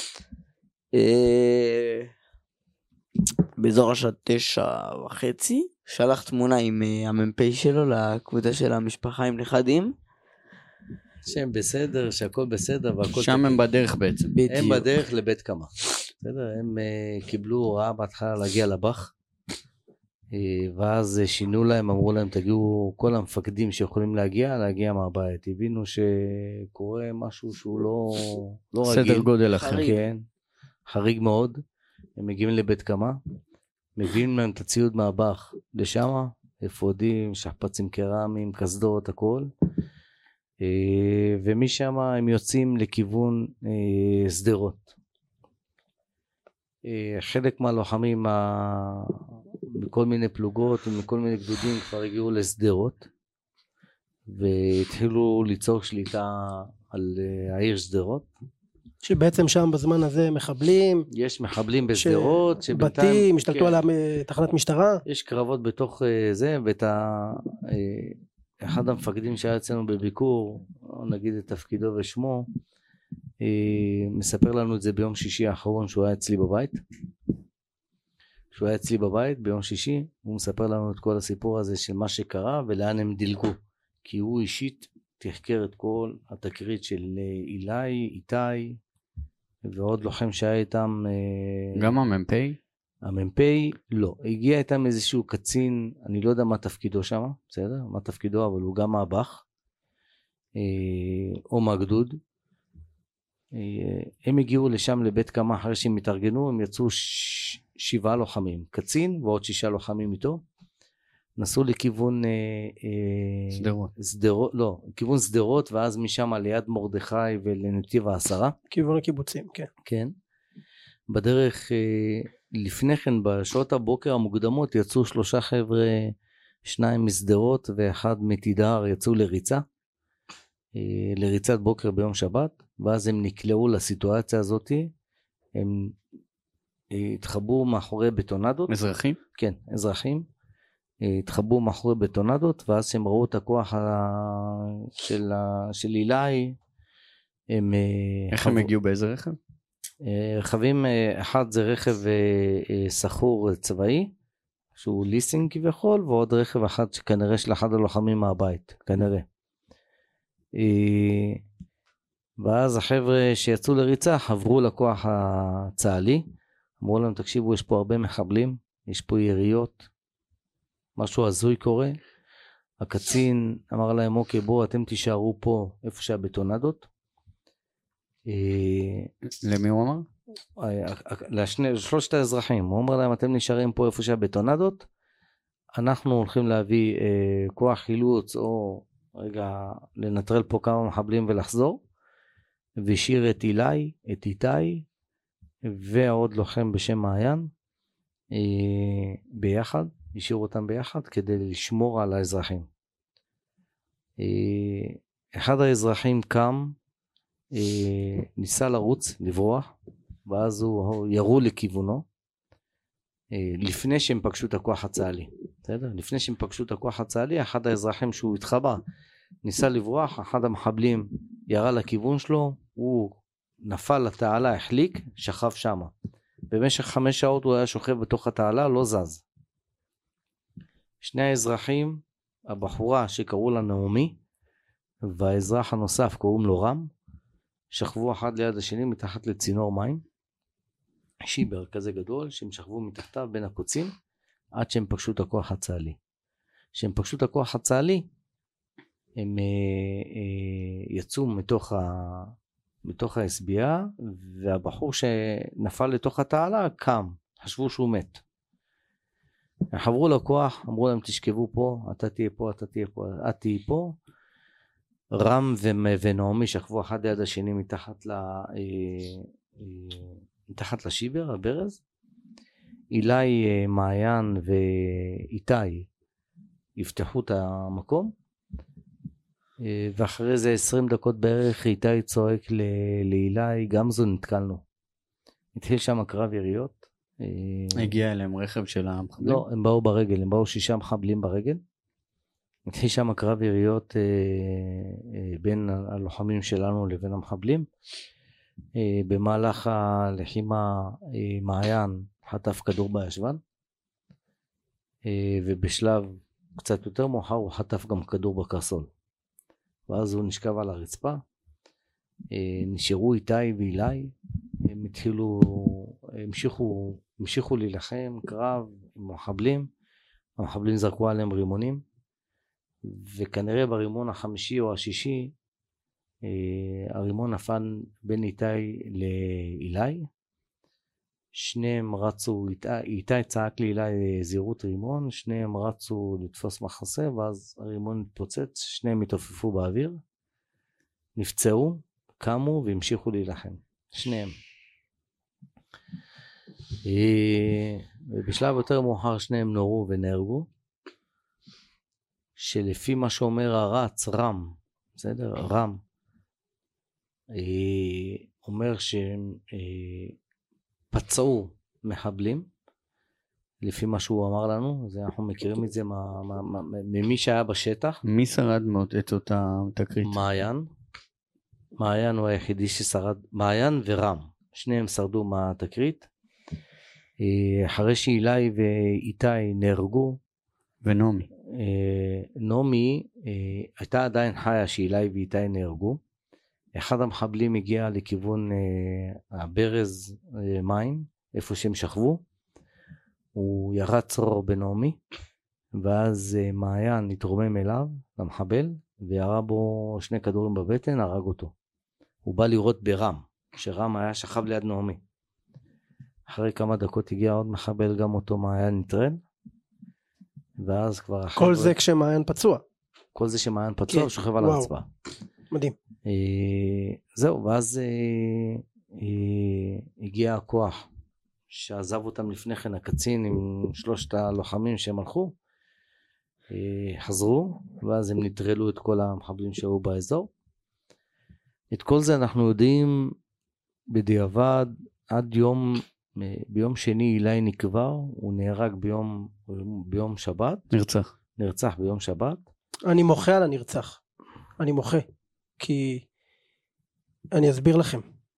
S5: באזור השעה תשע וחצי, שלח תמונה עם המ"פ שלו לקבוצה של המשפחה עם נכדים.
S4: שהם בסדר, שהכל בסדר והכל...
S3: שם הם בדרך בעצם.
S4: הם בדרך לבית קמה. בסדר, הם uh, קיבלו הוראה בהתחלה להגיע לבח, uh, ואז uh, שינו להם, אמרו להם תגיעו כל המפקדים שיכולים להגיע, להגיע מהבית. הבינו שקורה משהו שהוא לא, לא רגיל.
S3: סדר גודל אחר.
S4: כן, חריג מאוד. הם מגיעים לבית קמה, מביאים להם את הציוד מהבח לשם, אפודים, שכפ"צים קרמיים, קסדות, הכל. Uh, ומשם הם יוצאים לכיוון uh, סדרות. חלק מהלוחמים מכל מיני פלוגות ומכל מיני גדודים כבר הגיעו לסדרות והתחילו ליצור שליטה על העיר סדרות,
S2: שבעצם שם בזמן הזה מחבלים,
S4: יש מחבלים בסדרות,
S2: בתים, השתלטו
S4: כן.
S2: על תחנת משטרה,
S4: יש קרבות בתוך זה, ואת ה... אחד המפקדים שהיה אצלנו בביקור, נגיד את תפקידו ושמו, מספר לנו את זה ביום שישי האחרון שהוא היה אצלי בבית. שהוא היה אצלי בבית ביום שישי, הוא מספר לנו את כל הסיפור הזה של מה שקרה ולאן הם דילגו, כי הוא אישית תחקר את כל התקרית של אילי, איתי ועוד לוחם שהיה איתם.
S3: גם המ"פ?
S4: המ"פ לא, הגיע איתם איזשהו קצין, אני לא יודע מה תפקידו שם, בסדר? מה תפקידו, אבל הוא גם מהבח או מהגדוד. הם הגיעו לשם לבית קמה אחרי שהם התארגנו, הם יצאו ש... שבעה לוחמים, קצין ועוד שישה לוחמים איתו, נסעו לכיוון
S3: סדרות,
S4: סדרות, לא, כיוון סדרות, ואז משם ליד מרדכי ולנתיב העשרה,
S2: כיוון הקיבוצים, כן.
S4: כן. בדרך לפני כן בשעות הבוקר המוקדמות יצאו שלושה חבר'ה, שניים מסדרות ואחד מתידר, יצאו לריצה, לריצת בוקר ביום שבת, ואז הם נקלעו לסיטואציה הזאת, הם התחבאו מאחורי בטונדות.
S3: אזרחים?
S4: כן, אזרחים. התחבאו מאחורי בטונדות, ואז שהם ראו את הכוח של, של אילי, הם...
S3: איך
S4: חב...
S3: הם הגיעו באיזה רכב?
S4: רכבים, אחד זה רכב סחור צבאי, שהוא ליסינג כביכול, ועוד רכב אחד שכנראה של אחד הלוחמים מהבית, כנראה. ואז החבר'ה שיצאו לריצה חברו לכוח הצה"לי, אמרו להם תקשיבו, יש פה הרבה מחבלים, יש פה יריות, משהו הזוי קורה. הקצין אמר להם אוקיי בואו אתם תישארו פה איפה שהבטונדות.
S3: למי הוא אמר?
S4: לשני, שלושת האזרחים, הוא אומר להם אתם נשארים פה איפה שהבטונדות, אנחנו הולכים להביא אה, כוח חילוץ או רגע לנטרל פה כמה מחבלים ולחזור, והשאיר את אילי, את איתי ועוד לוחם בשם מעיין אה, ביחד, השאירו אותם ביחד כדי לשמור על האזרחים. אה, אחד האזרחים קם, אה, ניסה לרוץ, לברוח, ואז הוא ירו לכיוונו, אה, לפני שהם פגשו את הכוח הצה"לי. בסדר? לפני שהם פגשו את הכוח הצה"לי, אחד האזרחים שהוא התחבא, ניסה לברוח, אחד המחבלים ירה לכיוון שלו, הוא נפל לתעלה, החליק, שכב שמה. במשך חמש שעות הוא היה שוכב בתוך התעלה, לא זז. שני האזרחים, הבחורה שקראו לה נעמי, והאזרח הנוסף קוראים לו רם, שכבו אחד ליד השני מתחת לצינור מים, שיבר כזה גדול, שהם שכבו מתחתיו בין הקוצים, עד שהם פגשו את הכוח הצה"לי. כשהם פגשו את הכוח הצה"לי, הם אה, אה, יצאו מתוך, ה, מתוך ההסביעה, והבחור שנפל לתוך התעלה קם, חשבו שהוא מת. הם חברו לכוח, אמרו להם תשכבו פה, אתה תהיה פה, אתה תהיה פה, את תהיה פה. רם ונעמי שכבו אחד ליד השני מתחת, ל, אה, אה, מתחת לשיבר, הברז. אילי, אה, מעיין ואיתי יפתחו את המקום. ואחרי זה עשרים דקות בערך איתי צועק לאילי, גם זו נתקלנו. התחיל שם קרב יריות.
S3: הגיע אליהם רכב של המחבלים?
S4: לא, הם באו ברגל, הם באו שישה מחבלים ברגל. התחיל שם קרב יריות בין הלוחמים שלנו לבין המחבלים. במהלך הלחימה מעיין חטף כדור בישבן, ובשלב קצת יותר מאוחר הוא חטף גם כדור בקרסול. ואז הוא נשכב על הרצפה, נשארו איתי ואילי, הם התחילו, המשיכו, המשיכו להילחם, קרב עם המחבלים, המחבלים זרקו עליהם רימונים, וכנראה ברימון החמישי או השישי, הרימון נפל בין איתי לאילי, שניהם רצו, איתי צעק לאילי זהירות רימון, שניהם רצו לתפוס מחסה, ואז הרימון התפוצץ, שניהם התעופפו באוויר, נפצעו, קמו והמשיכו להילחם, שניהם. ובשלב יותר מאוחר שניהם נורו ונהרגו, שלפי מה שאומר הרץ, רם, בסדר? רם, אומר שהם פצעו מחבלים, לפי מה שהוא אמר לנו, זה אנחנו מכירים את זה ממי שהיה בשטח.
S3: מי שרד את אותה תקרית?
S4: מעיין, מעיין הוא היחידי ששרד, מעיין ורם, שניהם שרדו מהתקרית. אחרי שאילי ואיתי נהרגו,
S3: ונומי,
S4: נומי הייתה עדיין חיה שאילי ואיתי נהרגו. אחד המחבלים הגיע לכיוון הברז מים, איפה שהם שכבו, הוא ירד צרור בנומי, ואז מעיין התרומם אליו, למחבל, וירה בו שני כדורים בבטן, הרג אותו. הוא בא לראות ברם, שרם היה שכב ליד נעמי. אחרי כמה דקות הגיע עוד מחבל, גם אותו מעיין נטרל, ואז כבר...
S2: כל זה כשמעיין פצוע.
S4: כל זה שמעיין פצוע, הוא שוכב על הרצפה.
S2: מדהים.
S4: זהו, ואז הגיע הכוח שעזב אותם לפני כן, הקצין עם שלושת הלוחמים שהם הלכו, חזרו, ואז הם נטרלו את כל המחבלים שהיו באזור. את כל זה אנחנו יודעים בדיעבד, עד יום, ביום שני אילי נקבר, הוא נהרג ביום, ביום שבת.
S3: נרצח.
S4: נרצח ביום שבת.
S2: אני מוחה על הנרצח. אני מוחה. כי אני אסביר לכם.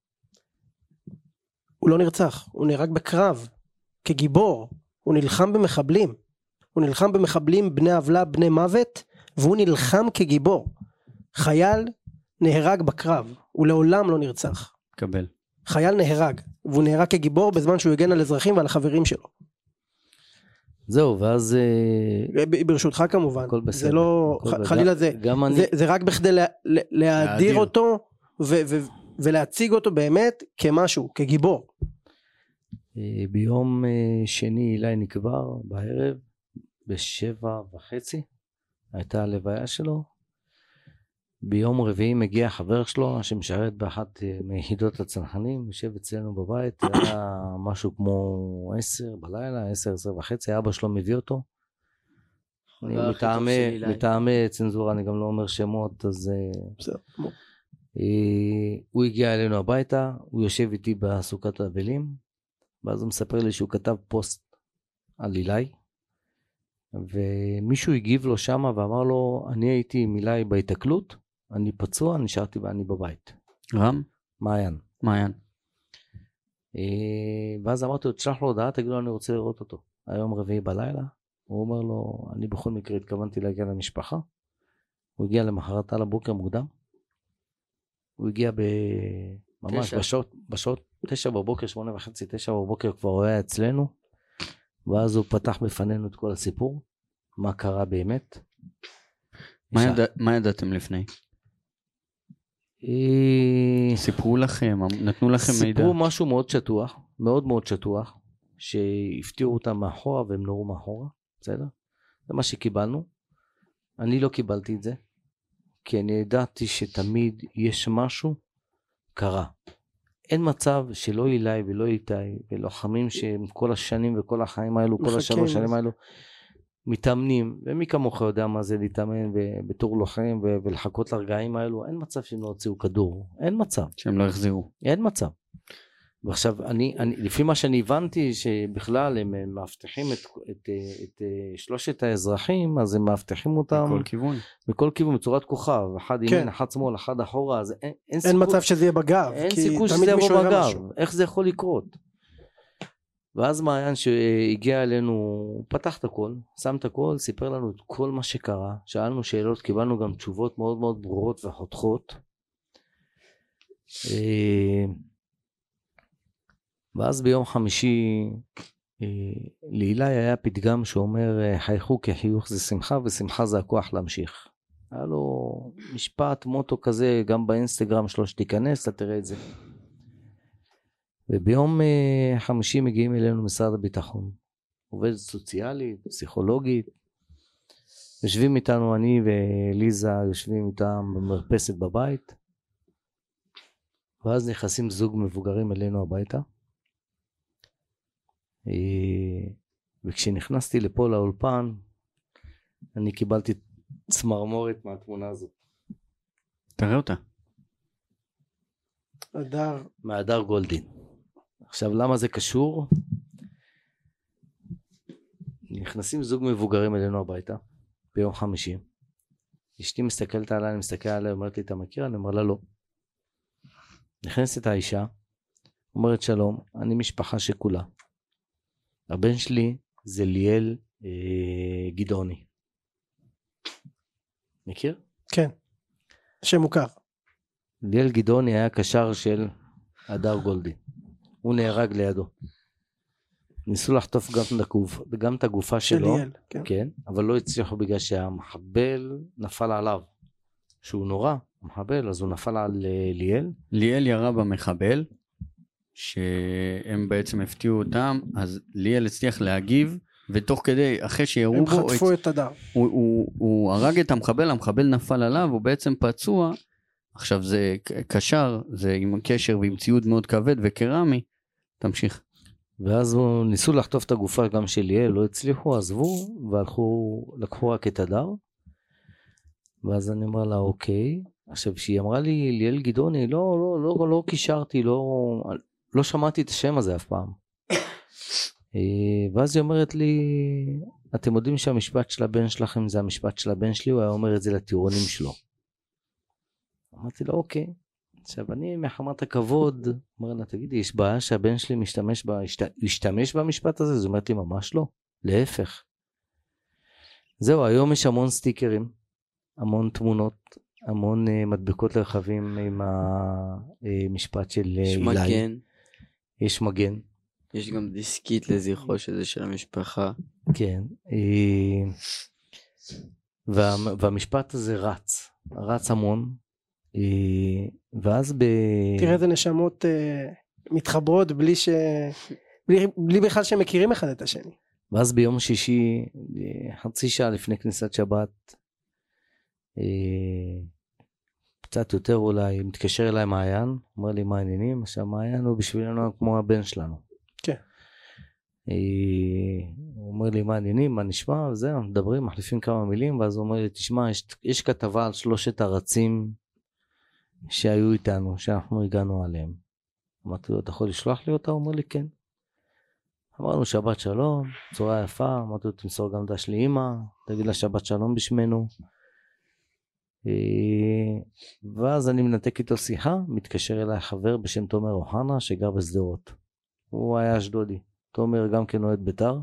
S2: הוא לא נרצח, הוא נהרג בקרב, כגיבור. הוא נלחם במחבלים. הוא נלחם במחבלים בני עוולה, בני מוות, והוא נלחם כגיבור. חייל נהרג בקרב, הוא לעולם לא נרצח.
S3: קבל.
S2: חייל נהרג, והוא נהרג כגיבור בזמן שהוא הגן על אזרחים ועל החברים שלו.
S4: זהו, ואז...
S2: ברשותך כמובן, זה לא,
S4: בסדר.
S2: חלילה זה,
S4: אני...
S2: זה, זה רק בכדי לה, לה, להאדיר אותו, ו, ו, ולהציג אותו באמת כמשהו, כגיבור.
S4: ביום שני אילי נקבר בערב, בשבע וחצי, הייתה הלוויה שלו. ביום רביעי מגיע חבר שלו שמשרת באחת מיחידות הצנחנים, יושב אצלנו בבית, היה משהו כמו עשר בלילה, עשר, עשר וחצי, אבא שלו מביא אותו. מטעמי, מטעמי צנזורה, אני גם לא אומר שמות, אז הוא הגיע אלינו הביתה, הוא יושב איתי בסוכת האבלים, ואז הוא מספר לי שהוא כתב פוסט על אילי, ומישהו הגיב לו שמה ואמר לו, אני הייתי עם אילי בהתקלות, אני פצוע, נשארתי ואני בבית.
S3: רם?
S4: מעיין.
S3: מעיין.
S4: ואז אמרתי לו, תשלח לו הודעה, תגיד לו, אני רוצה לראות אותו. היום רביעי בלילה, הוא אומר לו, אני בכל מקרה התכוונתי להגיע למשפחה. הוא הגיע למחרת על הבוקר מוקדם. הוא הגיע ממש בשעות, בשעות תשע בבוקר, שמונה וחצי, תשע בבוקר כבר הוא היה אצלנו. ואז הוא פתח בפנינו את כל הסיפור, מה קרה באמת.
S3: מה ידעתם לפני? סיפרו לכם, נתנו לכם מידע?
S4: סיפרו משהו מאוד שטוח, מאוד מאוד שטוח, שהפתיעו אותם מאחורה והם נורו מאחורה, בסדר? זה מה שקיבלנו. אני לא קיבלתי את זה, כי אני ידעתי שתמיד יש משהו קרה. אין מצב שלא אילי ולא איתי ולוחמים שהם כל השנים וכל החיים האלו, כל השלוש שנים האלו, מתאמנים, ומי כמוך יודע מה זה להתאמן בתור לוחם ולחכות לרגעים האלו, אין מצב שהם לא הוציאו כדור, אין מצב.
S3: שהם לא יחזירו.
S4: אין מצב. ועכשיו, אני, אני, לפי מה שאני הבנתי, שבכלל הם מאבטחים את, את, את, את שלושת האזרחים, אז הם מאבטחים אותם
S3: בכל כיוון.
S4: בכל כיוון, בצורת כוכב, אחד
S2: כן.
S4: ימין, אחד שמאל, אחד אחורה, אז אין, אין,
S2: אין
S4: סיכוי,
S2: מצב שזה יהיה בגב.
S4: אין
S2: כי
S4: סיכוי
S2: תמיד
S4: שזה יבוא
S2: מישהו יראה
S4: בגב,
S2: משהו.
S4: איך זה יכול לקרות? ואז מעיין שהגיע אלינו, הוא פתח את הכל, שם את הכל, סיפר לנו את כל מה שקרה, שאלנו שאלות, קיבלנו גם תשובות מאוד מאוד ברורות וחותכות. ואז ביום חמישי לאילי היה פתגם שאומר, חייכו כחיוך זה שמחה ושמחה זה הכוח להמשיך. היה לו משפט מוטו כזה גם באינסטגרם שלו, שתיכנס אתה תראה את זה. וביום חמישי מגיעים אלינו משרד הביטחון, עובדת סוציאלית, פסיכולוגית, יושבים איתנו, אני וליזה יושבים איתם במרפסת בבית, ואז נכנסים זוג מבוגרים אלינו הביתה, וכשנכנסתי לפה לאולפן, אני קיבלתי צמרמורת מהתמונה הזאת.
S3: תראה אותה.
S2: הדר.
S4: מהדר גולדין. עכשיו למה זה קשור? נכנסים זוג מבוגרים אלינו הביתה ביום חמישי, אשתי מסתכלת עליי, אני מסתכל עליה, אומרת לי אתה מכיר? אני אומר לה לא. נכנסת האישה, אומרת שלום, אני משפחה שכולה, הבן שלי זה ליאל אה, גדעוני. מכיר?
S2: כן, שם מוכר.
S4: ליאל גדעוני היה קשר של הדר גולדין, הוא נהרג לידו, ניסו לחטוף גם את, הגוף, גם את הגופה
S2: של
S4: שלו,
S2: ליאל, כן.
S4: כן, אבל לא הצליחו בגלל שהמחבל נפל עליו, שהוא נורא, המחבל, אז הוא נפל על ליאל.
S3: ליאל ירה במחבל, שהם בעצם הפתיעו אותם, אז ליאל הצליח להגיב, ותוך כדי, אחרי שירו
S2: הם
S3: בו,
S2: חטפו את הדר.
S3: הוא, הוא, הוא הרג את המחבל, המחבל נפל עליו, הוא בעצם פצוע, עכשיו זה קשר, זה עם קשר ועם ציוד מאוד כבד וקרמי, תמשיך.
S4: ואז ניסו לחטוף את הגופה גם של ליאל, לא הצליחו, עזבו, והלכו, לקחו רק את הדר, ואז אני אומר לה, אוקיי, עכשיו שהיא אמרה לי, ליאל גדעוני, לא, לא, לא, לא, לא קישרתי, לא, לא שמעתי את השם הזה אף פעם. ואז היא אומרת לי, אתם יודעים שהמשפט של הבן שלכם זה המשפט של הבן שלי, הוא היה אומר את זה לטירונים שלו. אמרתי לה, אוקיי. עכשיו אני מחמת הכבוד, אומר לה, תגידי, יש בעיה שהבן שלי משתמש, בה, משתמש במשפט הזה? זאת אומרת לי, ממש לא, להפך. זהו, היום יש המון סטיקרים, המון תמונות, המון uh, מדבקות לרכבים עם המשפט של אילי.
S5: יש מגן.
S4: יש מגן.
S5: יש גם דיסקית לזכרו שזה של המשפחה.
S4: כן. וה, והמשפט הזה רץ, רץ המון. ואז ב...
S2: תראה איזה נשמות uh, מתחברות בלי ש... בלי, בלי בכלל שהם מכירים אחד את השני.
S4: ואז ביום שישי, חצי שעה לפני כניסת שבת, קצת יותר אולי, מתקשר אליי מעיין, אומר לי מה העניינים, עכשיו מעיין הוא בשבילנו כמו הבן שלנו.
S2: כן.
S4: הוא אומר לי מה העניינים, מה נשמע, וזהו, מדברים, מחליפים כמה מילים, ואז הוא אומר לי, תשמע, יש, יש כתבה על שלושת הרצים שהיו איתנו, שאנחנו הגענו עליהם. אמרתי לו, אתה יכול לשלוח לי אותה? הוא אומר לי, כן. אמרנו שבת שלום, צורה יפה, אמרתי לו, תמסור גם דש לי אמא, תגיד לה שבת שלום בשמנו. ואז אני מנתק איתו שיחה, מתקשר אליי חבר בשם תומר אוחנה שגר בשדרות, הוא היה אשדודי, תומר גם כן אוהד בית"ר.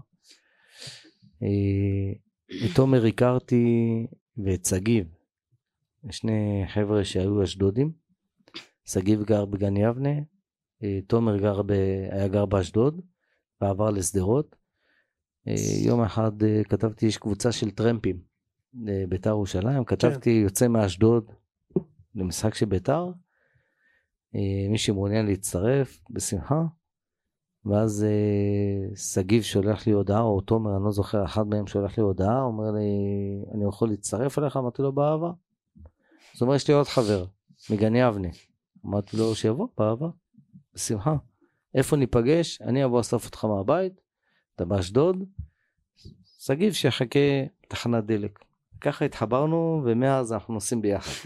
S4: את תומר הכרתי ואת סגיב, שני חבר'ה שהיו אשדודים, סגיב גר בגן יבנה, תומר גר ב... היה גר באשדוד ועבר לשדרות. יום אחד כתבתי, יש קבוצה של טרמפים בית"ר ירושלים, כתבתי יוצא מאשדוד למשחק של בית"ר, מי שמעוניין להצטרף בשמחה. ואז סגיב שולח לי הודעה, או תומר, אני לא זוכר, אחד מהם שולח לי הודעה, אומר לי, אני יכול להצטרף אליך? אמרתי לו, באהבה. זאת אומרת, יש לי עוד חבר מגן יבנה, אמרתי לו שיבוא, באהבה, בשמחה. איפה ניפגש? אני אבוא אסוף אותך מהבית, אתה באשדוד, סגיב שיחכה תחנת דלק. ככה התחברנו, ומאז אנחנו נוסעים ביחד.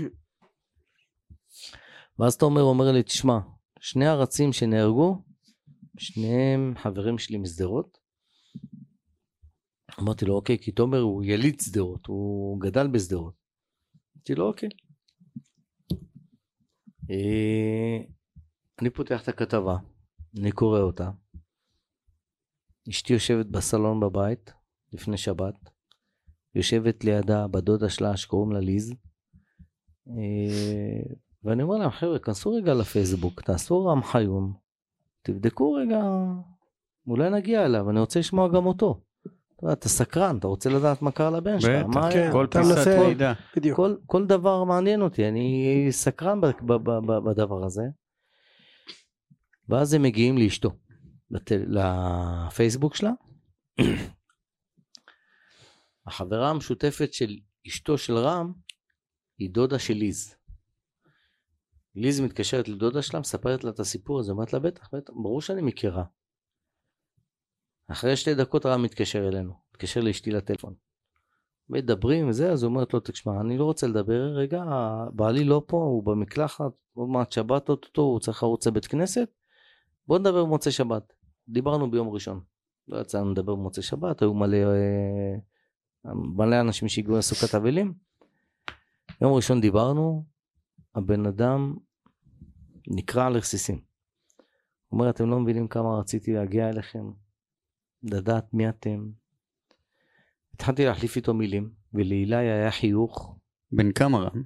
S4: ואז תומר אומר לי, תשמע, שני הרצים שנהרגו, שניהם חברים שלי מסדרות. אמרתי לו, אוקיי, כי תומר הוא יליד סדרות, הוא גדל בסדרות. אמרתי לו, אוקיי. אני פותח את הכתבה, אני קורא אותה. אשתי יושבת בסלון בבית, לפני שבת. יושבת לידה בדודה שלה שקוראים לה ליז. ואני אומר להם, חבר'ה, כנסו רגע לפייסבוק, תעשו רם חיון, תבדקו רגע, אולי נגיע אליו, אני רוצה לשמוע גם אותו. אתה סקרן, אתה רוצה לדעת מה קרה לבן שלך.
S3: כל פיסת מידע.
S4: כל דבר מעניין אותי, אני סקרן בדבר הזה. ואז הם מגיעים לאשתו, לפייסבוק שלה. החברה המשותפת של אשתו של רם, היא דודה של ליז. ליז מתקשרת לדודה שלה, מספרת לה את הסיפור הזה, אומרת לה, בטח, בטח, ברור שאני מכירה. אחרי שתי דקות רם מתקשר אלינו, מתקשר לאשתי לטלפון. מדברים וזה, אז הוא אומרת לו, תשמע, אני לא רוצה לדבר, רגע, בעלי לא פה, הוא במקלחת, עוד מעט שבת אותו, הוא צריך לרוץ לבית כנסת, בוא נדבר במוצאי שבת. דיברנו ביום ראשון, לא יצאנו לדבר במוצאי שבת, היו מלא, מלא אנשים שהגיעו לסוכת אבלים. יום ראשון דיברנו, הבן אדם נקרא על רסיסים. הוא אומר, אתם לא מבינים כמה רציתי להגיע אליכם, לדעת מי אתם. התחלתי להחליף איתו מילים, ולאילי היה חיוך.
S3: בן כמה רם?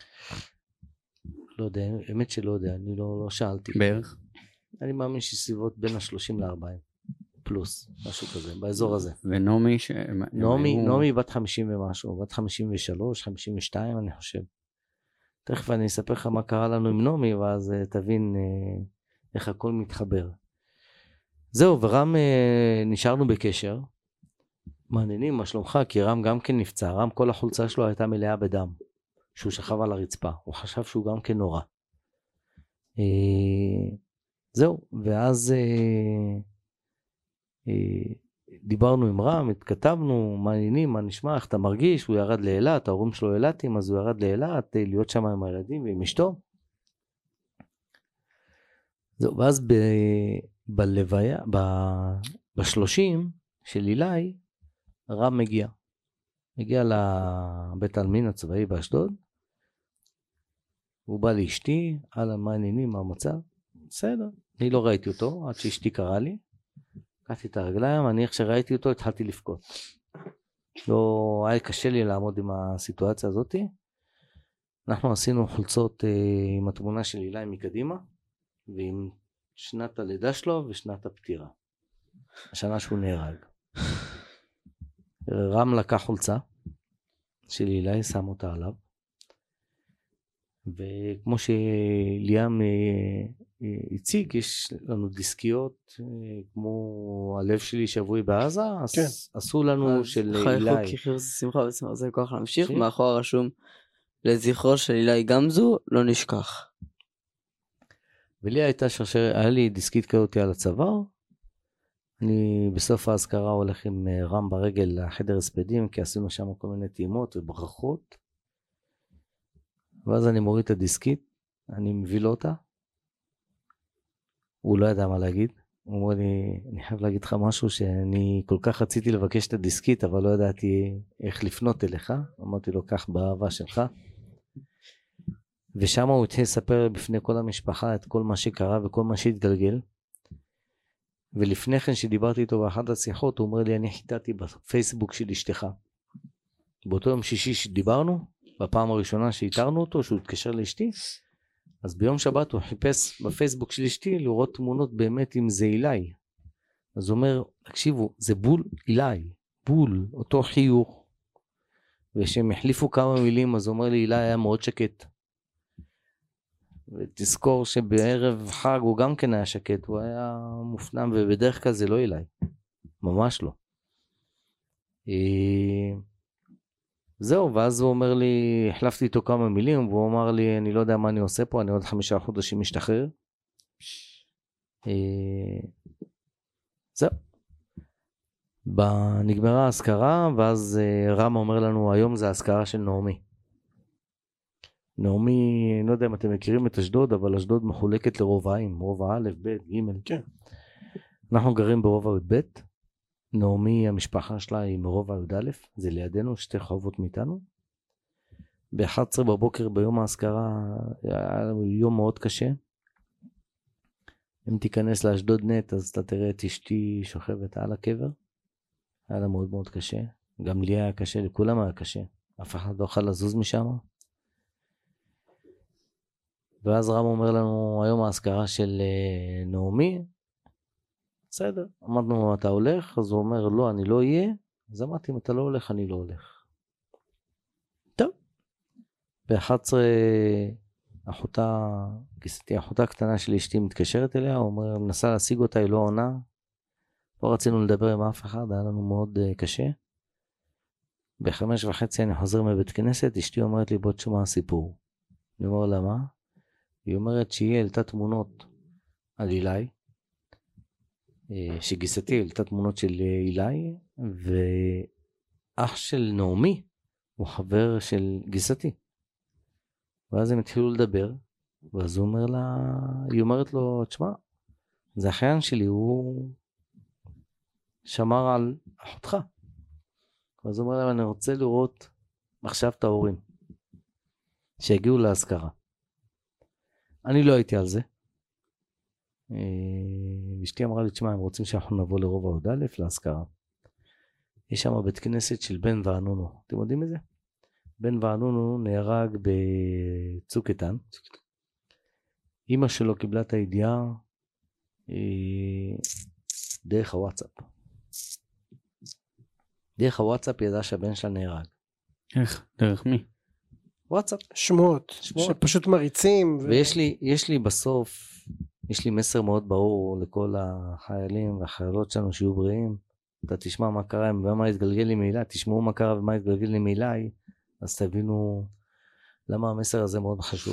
S4: לא יודע, האמת שלא יודע, אני לא, לא שאלתי.
S3: בערך?
S4: אני מאמין שסביבות בין השלושים לארבעים, פלוס, משהו כזה, באזור הזה.
S3: ונעמי ש...
S4: נעמי, הוא... נעמי בת חמישים ומשהו, בת חמישים ושלוש, חמישים ושתיים אני חושב. תכף אני אספר לך מה קרה לנו עם נעמי, ואז uh, תבין uh, איך הכל מתחבר. זהו, ורם uh, נשארנו בקשר. מעניינים, מה שלומך? כי רם גם כן נפצע. רם, כל החולצה שלו הייתה מלאה בדם, שהוא שכב על הרצפה. הוא חשב שהוא גם כן נורא. Uh, זהו, ואז uh, uh, דיברנו עם רם, התכתבנו, מה העניינים, מה נשמע, איך אתה מרגיש, הוא ירד לאילת, ההורים שלו אילתים, אז הוא ירד לאילת, להיות שם עם הילדים ועם אשתו. זהו, ואז ב, בלוויה, ב, בשלושים של אילי, רם מגיע. מגיע לבית העלמין הצבאי באשדוד, הוא בא לאשתי, על מה העניינים, מה המצב, בסדר, אני לא ראיתי אותו, עד שאשתי קרא לי, קעתי את הרגליים, אני איך שראיתי אותו התחלתי לפקוט. לא, היה קשה לי לעמוד עם הסיטואציה הזאת. אנחנו עשינו חולצות אה, עם התמונה של אילי מקדימה, ועם שנת הלידה שלו ושנת הפטירה. השנה שהוא נהרג. רם לקח חולצה של אילי, שם אותה עליו. וכמו שליאם הציג, יש לנו דיסקיות כמו הלב שלי שבוי בעזה, אז עשו לנו של אילי.
S5: חייכו כחיר שמחה ושמחה, זה כוח להמשיך, מאחור רשום לזכרו של אילי גמזו, לא נשכח.
S4: ולי הייתה שרשרת, היה לי דיסקית כזאת על הצוואר, אני בסוף ההזכרה הולך עם רם ברגל לחדר הספדים, כי עשינו שם כל מיני טעימות וברכות, ואז אני מוריד את הדיסקית, אני מביא לו אותה, הוא לא ידע מה להגיד, הוא אומר לי, אני חייב להגיד לך משהו שאני כל כך רציתי לבקש את הדיסקית, אבל לא ידעתי איך לפנות אליך, אמרתי לו, כך באהבה שלך, ושם הוא התחיל לספר בפני כל המשפחה את כל מה שקרה וכל מה שהתגלגל, ולפני כן שדיברתי איתו באחת השיחות, הוא אומר לי, אני חיתתי בפייסבוק של אשתך, באותו יום שישי שדיברנו, בפעם הראשונה שהתארנו אותו, שהוא התקשר לאשתי, אז ביום שבת הוא חיפש בפייסבוק של אשתי לראות תמונות באמת עם זה אילי. אז הוא אומר, תקשיבו, זה בול אילי, בול, אותו חיוך. ושהם החליפו כמה מילים, אז הוא אומר לי, אילי היה מאוד שקט. ותזכור שבערב חג הוא גם כן היה שקט, הוא היה מופנם, ובדרך כלל זה לא אילי. ממש לא. זהו, ואז הוא אומר לי, החלפתי איתו כמה מילים, והוא אמר לי, אני לא יודע מה אני עושה פה, אני עוד חמישה חודשים משתחרר. זהו. נגמרה ההזכרה, ואז רם אומר לנו, היום זה ההזכרה של נעמי. נעמי, אני לא יודע אם אתם מכירים את אשדוד, אבל אשדוד מחולקת לרובעים, רובע א', ב', ג'.
S2: כן.
S4: אנחנו גרים ברובע ב', נעמי המשפחה שלה היא מרובע י"א, זה לידינו, שתי חובות מאיתנו. ב-אחת עשרה בבוקר ביום ההזכרה, היה יום מאוד קשה. אם תיכנס לאשדוד נט, אז אתה תראה את אשתי שוכבת על הקבר. היה לה מאוד מאוד קשה. גם לי היה קשה, לכולם היה קשה. אף אחד לא יכול לזוז משם. ואז רם אומר לנו, היום ההזכרה של נעמי. בסדר, אמרנו, אתה הולך? אז הוא אומר, לא, אני לא אהיה. אז אמרתי, אם אתה לא הולך, אני לא הולך. טוב. ב-אחת עשרה, אחותה, גיסתי, אחותה הקטנה של אשתי מתקשרת אליה, הוא אומר, מנסה להשיג אותה, היא לא עונה. לא רצינו לדבר עם אף אחד, היה לנו מאוד uh, קשה. בחמש וחצי אני חוזר מבית כנסת, אשתי אומרת לי, בוא תשמע סיפור. אני אומר לה, מה? היא אומרת שהיא העלתה תמונות על אילי, שגיסתי העלתה תמונות של אילי, ואח של נעמי הוא חבר של גיסתי. ואז הם התחילו לדבר, ואז הוא אומר לה, היא אומרת לו, תשמע, זה אחיין שלי, הוא שמר על אחותך. ואז הוא אומר לה, אני רוצה לראות עכשיו את ההורים, שהגיעו להזכרה. אני לא הייתי על זה. אשתי אמרה לי, תשמע, הם רוצים שאנחנו נבוא לרובע י"א להזכרה. יש שם בית כנסת של בן וענונו. אתם יודעים את זה? בן וענונו נהרג בצוק איתן. אמא שלו קיבלה את הידיעה דרך הוואטסאפ. דרך הוואטסאפ ידעה שהבן שלה נהרג.
S3: איך? דרך מי?
S4: וואטסאפ.
S2: שמועות,
S4: שמועות.
S2: שפשוט מריצים. ו...
S4: ויש לי, יש לי בסוף, יש לי מסר מאוד ברור לכל החיילים והחיילות שלנו שיהיו בריאים. אתה תשמע מה קרה ומה התגלגל לי מאילי, תשמעו מה קרה ומה התגלגל לי מאילי, אז תבינו למה המסר הזה מאוד חשוב.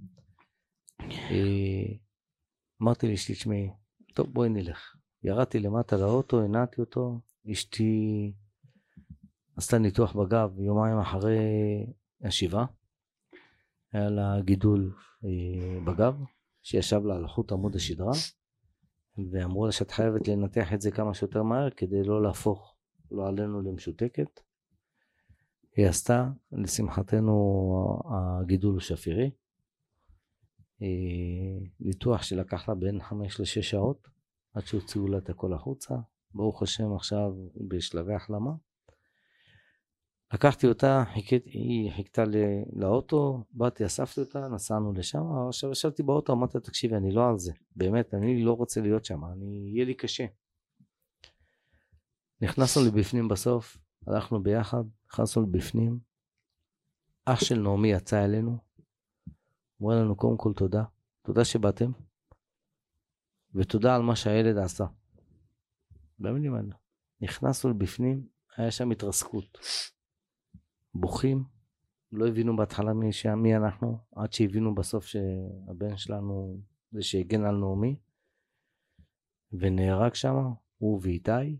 S4: אמרתי לאשתי, תשמעי, טוב בואי נלך. ירדתי למטה לאוטו, הנעתי אותו, אשתי עשתה ניתוח בגב יומיים אחרי השבעה, היה לה גידול בגב שישב לה על חוט עמוד השדרה, ואמרו לה שאת חייבת לנתח את זה כמה שיותר מהר כדי לא להפוך לא עלינו למשותקת. היא עשתה, לשמחתנו הגידול הוא שפירי, ניתוח שלקח לה בין חמש לשש שעות עד שהוציאו לה את הכל החוצה. ברוך השם עכשיו בשלבי החלמה. לקחתי אותה, חיכית, היא חיכתה לאוטו, באתי, אספתי אותה, נסענו לשם. עכשיו ישבתי באוטו, אמרתי, תקשיבי, אני לא על זה, באמת, אני לא רוצה להיות שם, אני, יהיה לי קשה. נכנסנו לבפנים בסוף, הלכנו ביחד, נכנסנו לבפנים, אח של נעמי יצא אלינו, אומר לנו קודם כל תודה, תודה שבאתם, ותודה על מה שהילד עשה. במילים האלה. נכנסנו לבפנים, היה שם התרסקות. בוכים, לא הבינו בהתחלה מי, מי אנחנו, עד שהבינו בסוף שהבן שלנו זה שהגן על נעמי, ונהרג שם, הוא ואיתי.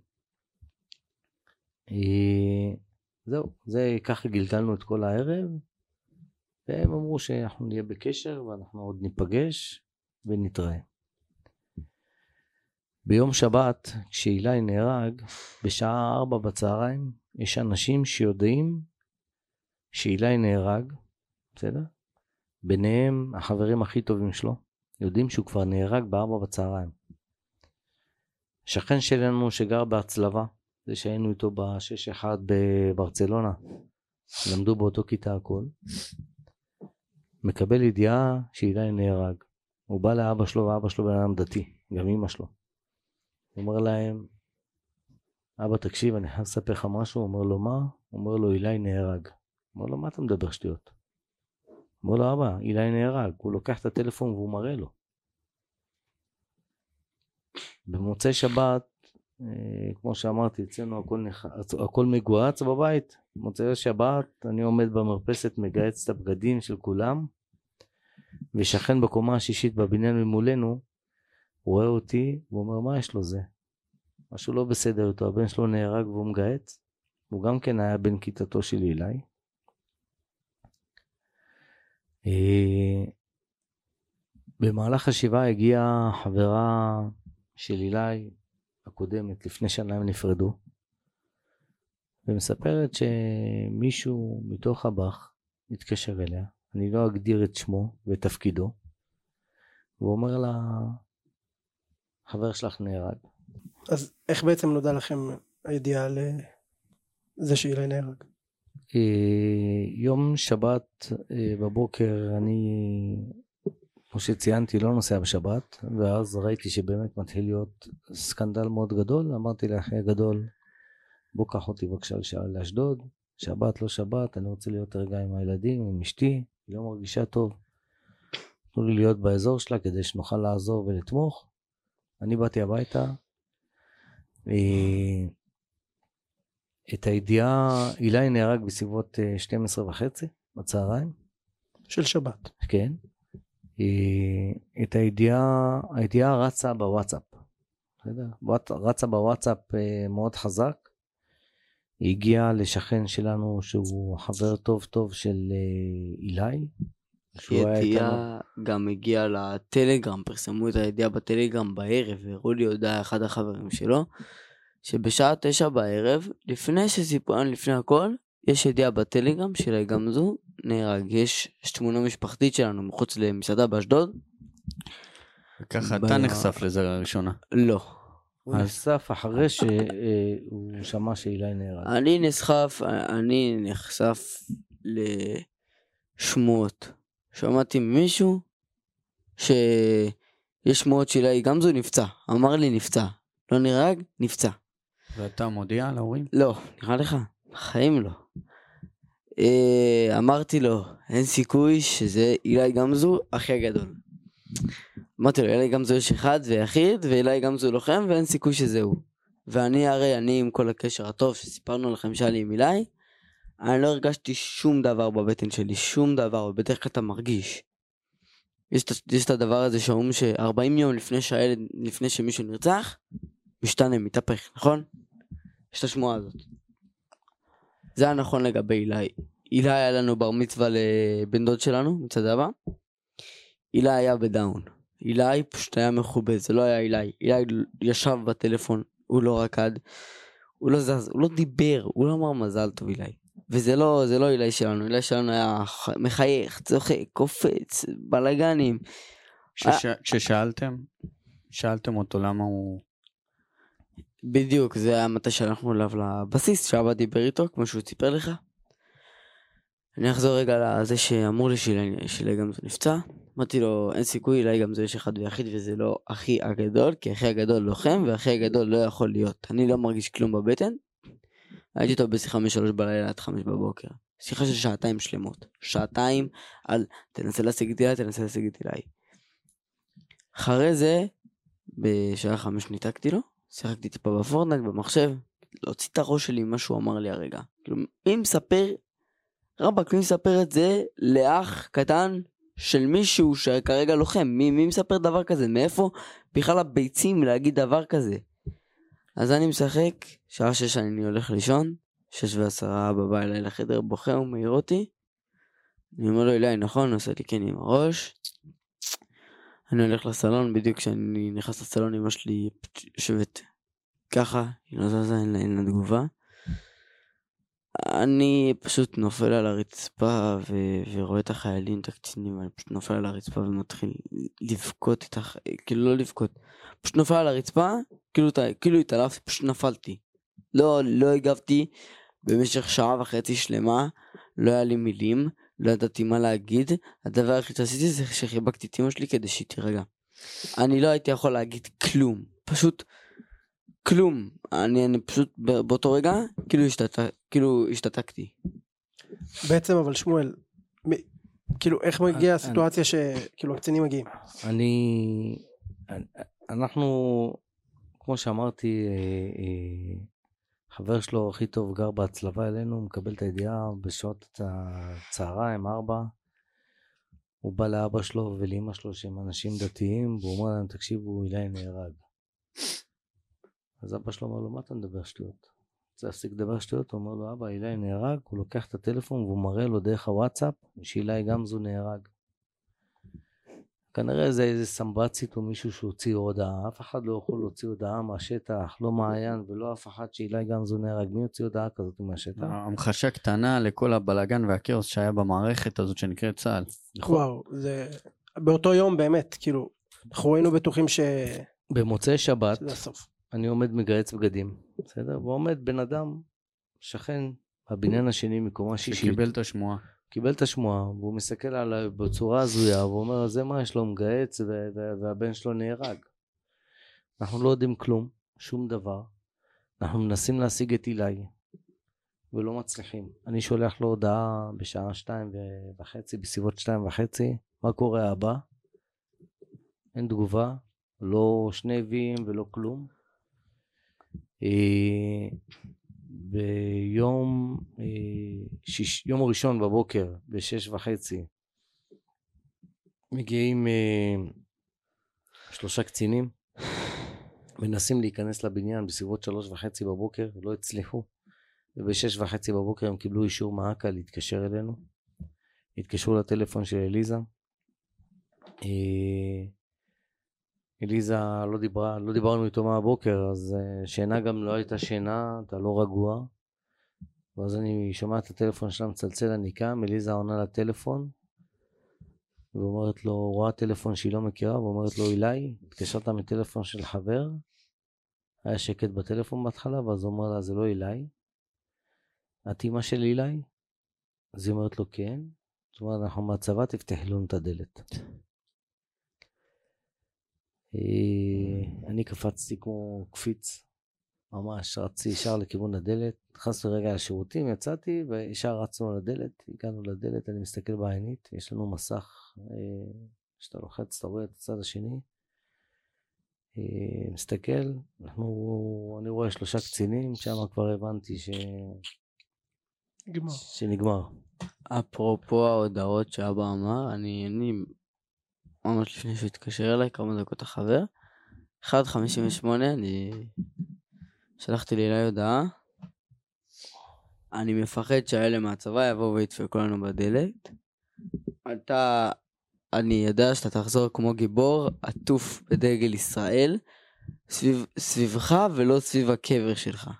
S4: זהו, זה ככה גלגלנו את כל הערב, והם אמרו שאנחנו נהיה בקשר, ואנחנו עוד ניפגש ונתראה. ביום שבת, כשאילי נהרג, בשעה ארבע בצהריים, יש אנשים שיודעים שאילי נהרג, בסדר? ביניהם החברים הכי טובים שלו, יודעים שהוא כבר נהרג בארבע בצהריים. שכן שלנו שגר בהצלבה, זה שהיינו איתו בשש אחד בברצלונה, למדו באותו כיתה הכל, מקבל ידיעה שאילי נהרג. הוא בא לאבא שלו, ואבא שלו בן אדם דתי, גם אמא שלו. הוא אומר להם, אבא תקשיב, אני חייב לספר לך משהו. הוא אומר לו, מה? הוא אומר לו, אילי נהרג. הוא אומר לו, מה אתה מדבר שטויות? הוא אומר לו, אבא, אילי נהרג. הוא לוקח את הטלפון והוא מראה לו. במוצאי שבת, כמו שאמרתי, אצלנו הכל, נח... הכל מגועץ בבית. במוצאי שבת אני עומד במרפסת, מגעץ את הבגדים של כולם, ושכן בקומה השישית בבניין ממולנו, הוא רואה אותי, הוא אומר, מה יש לו זה? משהו לא בסדר איתו, הבן שלו נהרג והוא מגהץ, הוא גם כן היה בן כיתתו של אילי. במהלך השבעה הגיעה חברה של אילי הקודמת, לפני שנה הם נפרדו, ומספרת שמישהו מתוך הבח התקשר אליה, אני לא אגדיר את שמו ואת תפקידו, והוא אומר לה, חבר שלך נהרג.
S2: אז איך בעצם נודע לכם הידיעה לזה שאילי נהרג?
S4: יום שבת בבוקר, אני, כמו שציינתי, לא נוסע בשבת, ואז ראיתי שבאמת מתחיל להיות סקנדל מאוד גדול, אמרתי לאחי הגדול, בוא קח אותי בבקשה לאשדוד, שבת לא שבת, אני רוצה להיות רגע עם הילדים, עם אשתי, היא לא מרגישה טוב, תנו לי להיות באזור שלה כדי שנוכל לעזור ולתמוך. אני באתי הביתה, את הידיעה, אילי נהרג בסביבות שתים עשרה וחצי בצהריים.
S2: של שבת.
S4: כן. את הידיעה, הידיעה רצה בוואטסאפ. רצה בוואטסאפ מאוד חזק. היא הגיעה לשכן שלנו שהוא חבר טוב טוב של אילי.
S5: הידיעה גם הגיעה לטלגרם, פרסמו את הידיעה בטלגרם בערב, והראו לי הודעה אחד החברים שלו, שבשעה תשע בערב, לפני שסיפרנו, לפני הכל, יש ידיעה בטלגרם של גמזו נהרג. יש תמונה משפחתית שלנו מחוץ למסעדה באשדוד.
S3: וככה אתה נחשף לזה לראשונה?
S5: לא.
S4: הוא נחשף אחרי שהוא שמע שאילי נהרג.
S5: אני נחשף, אני נחשף לשמועות. שמעתי ממישהו שיש שמועות שאילי גמזו נפצע. אמר לי נפצע. לא נהרג, נפצע.
S3: ואתה מודיע להורים?
S5: לא, נראה לך, בחיים לא. אמרתי לו, אין סיכוי שזה אילי גמזו הכי הגדול. אמרתי לו, אילי גמזו יש אחד ויחיד, ואילי גמזו לוחם, ואין סיכוי שזהו. ואני הרי, אני עם כל הקשר הטוב שסיפרנו לכם שלי עם אילי, אני לא הרגשתי שום דבר בבטן שלי, שום דבר, ובדרך כלל אתה מרגיש. יש, יש את הדבר הזה שאומרים ש-ארבעים יום לפני שהילד, לפני שמישהו נרצח, משתנה, מתהפך, נכון? יש את השמועה הזאת. זה היה נכון לגבי אילי. אילי היה לנו בר מצווה לבן דוד שלנו, מצד הבא. אילי היה בדאון. אילי פשוט היה מכובד, זה לא היה אילי. אילי ישב בטלפון, הוא לא רקד, הוא לא זז, הוא לא דיבר, הוא לא אמר מזל טוב אילי. וזה לא, זה לא אילי שלנו, אילי שלנו היה מחייך, צוחק, קופץ, בלגנים.
S3: כשש... כששאלתם, שאלתם אותו למה הוא...
S5: בדיוק, זה היה מתי שהלכנו אליו לבסיס, שאבא דיבר איתו, כמו שהוא ציפר לך. אני אחזור רגע לזה שאמור לי שאילי גמזו נפצע. אמרתי לו, אין סיכוי, אילי גמזו יש אחד ויחיד, וזה לא הכי הגדול, כי הכי הגדול לוחם, והכי הגדול לא יכול להיות. אני לא מרגיש כלום בבטן. הייתי איתו בשיחה משלוש בלילה עד חמש בבוקר. שיחה של שעתיים שלמות. שעתיים על תנסה להשיג את אילי, תנסה להשיג את אילי. אחרי זה, בשעה חמש ניתקתי לו, שיחקתי טיפה בפורטנייט במחשב, להוציא את הראש שלי מה שהוא אמר לי הרגע. כאילו, מי מספר, רבק, מי מספר את זה לאח קטן של מישהו שכרגע לוחם? מי, מי מספר דבר כזה? מאיפה בכלל הביצים להגיד דבר כזה? אז אני משחק, שעה שש אני הולך לישון, שש ועשרה בבא אליי לחדר, בוכה ומעיר אותי. אני אומר לו, אילי, נכון, עושה לי כן עם הראש. אני הולך לסלון, בדיוק כשאני נכנס לסלון, אמא שלי יושבת ככה, היא לא זזה, אין לה, אין לה תגובה. אני פשוט נופל על הרצפה ו- ורואה את החיילים, את הקצינים, אני פשוט נופל על הרצפה ומתחיל לבכות את הח... כאילו לא לבכות, פשוט נופל על הרצפה, כאילו, כאילו התעלפתי, פשוט נפלתי. לא, לא הגבתי במשך שעה וחצי שלמה, לא היה לי מילים, לא ידעתי מה להגיד. הדבר הכי שעשיתי זה שחיבקתי את אמא שלי כדי שהיא תירגע. אני לא הייתי יכול להגיד כלום, פשוט כלום. אני, אני פשוט באותו רגע כאילו, השתת, כאילו השתתקתי.
S2: בעצם אבל שמואל, מ, כאילו איך מגיעה הסיטואציה שכאילו הקצינים מגיעים?
S4: אני, אנחנו, כמו שאמרתי, חבר שלו הכי טוב גר בהצלבה אלינו, הוא מקבל את הידיעה בשעות הצהריים, ארבע. הוא בא לאבא שלו ולאמא שלו שהם אנשים דתיים, והוא אומר להם, תקשיבו, אילי נהרג. אז אבא שלו אומר לו, מה אתה מדבר שטויות? רוצה להפסיק לדבר שטויות? הוא אומר לו, אבא, אילי נהרג, הוא לוקח את הטלפון והוא מראה לו דרך הוואטסאפ, שאילי גמזו נהרג. כנראה זה איזה סמבצית או מישהו שהוציא הודעה, אף אחד לא יכול להוציא הודעה מהשטח, לא מעיין ולא אף אחד שאילי גמזו נהרג, מי הוציא הודעה כזאת מהשטח?
S3: המחשה קטנה לכל הבלגן והכאוס שהיה במערכת הזאת שנקראת צה"ל.
S2: וואו, זה באותו יום באמת, כאילו, אנחנו היינו בטוחים ש...
S4: במוצאי שבת,
S2: שזה הסוף.
S4: אני עומד מגייץ בגדים, בסדר? ועומד בן אדם, שכן, הבניין השני מקומה שישית.
S3: שקיבל את השמועה.
S4: קיבל את השמועה, והוא מסתכל עליי בצורה הזויה, והוא אומר, זה מה יש לו מגייץ, ו- ו- והבן שלו נהרג. אנחנו לא יודעים כלום, שום דבר. אנחנו מנסים להשיג את אילי, ולא מצליחים. אני שולח לו הודעה בשעה שתיים וחצי, בסביבות שתיים וחצי, מה קורה הבא? אין תגובה, לא שני ויים ולא כלום. ביום שיש, יום ראשון בבוקר בשש וחצי מגיעים שלושה קצינים, מנסים להיכנס לבניין בסביבות שלוש וחצי בבוקר, לא הצליחו, ובשש וחצי בבוקר הם קיבלו אישור מהאקה להתקשר אלינו, התקשרו לטלפון של אליזה. אליזה לא דיברה, לא דיברנו איתו מהבוקר, אז שינה גם לא הייתה שינה, אתה לא רגוע. ואז אני שומע את הטלפון שלה מצלצל, אני קם, אליזה עונה לטלפון, ואומרת לו, רואה טלפון שהיא לא מכירה, ואומרת לו, אילי, התקשרת מטלפון של חבר, היה שקט בטלפון בהתחלה, ואז הוא אומר לה, זה לא אילי, את אמא של אילי? אז היא אומרת לו, כן. זאת אומרת, אנחנו מהצבא, תפתחי לנו את הדלת. אני קפצתי כמו קפיץ, ממש רצתי ישר לכיוון הדלת, נכנסנו רגע לשירותים, יצאתי וישר רצנו לדלת, הגענו לדלת, אני מסתכל בעינית, יש לנו מסך שאתה לוחץ, אתה רואה את הצד השני, מסתכל, אנחנו, אני רואה שלושה קצינים, שם כבר הבנתי ש...
S2: נגמר.
S4: שנגמר.
S5: אפרופו ההודעות שאבא אמר, אני, אני ממש לפני שהוא התקשר אליי, כמה דקות החבר, אחת חמישים ושמונה, אני שלחתי לי אליי הודעה, אני מפחד שהאלה מהצבא יבואו וידפקו לנו בדלת, אתה, אני יודע שאתה תחזור כמו גיבור, עטוף בדגל ישראל, סביב, סביבך ולא סביב הקבר שלך.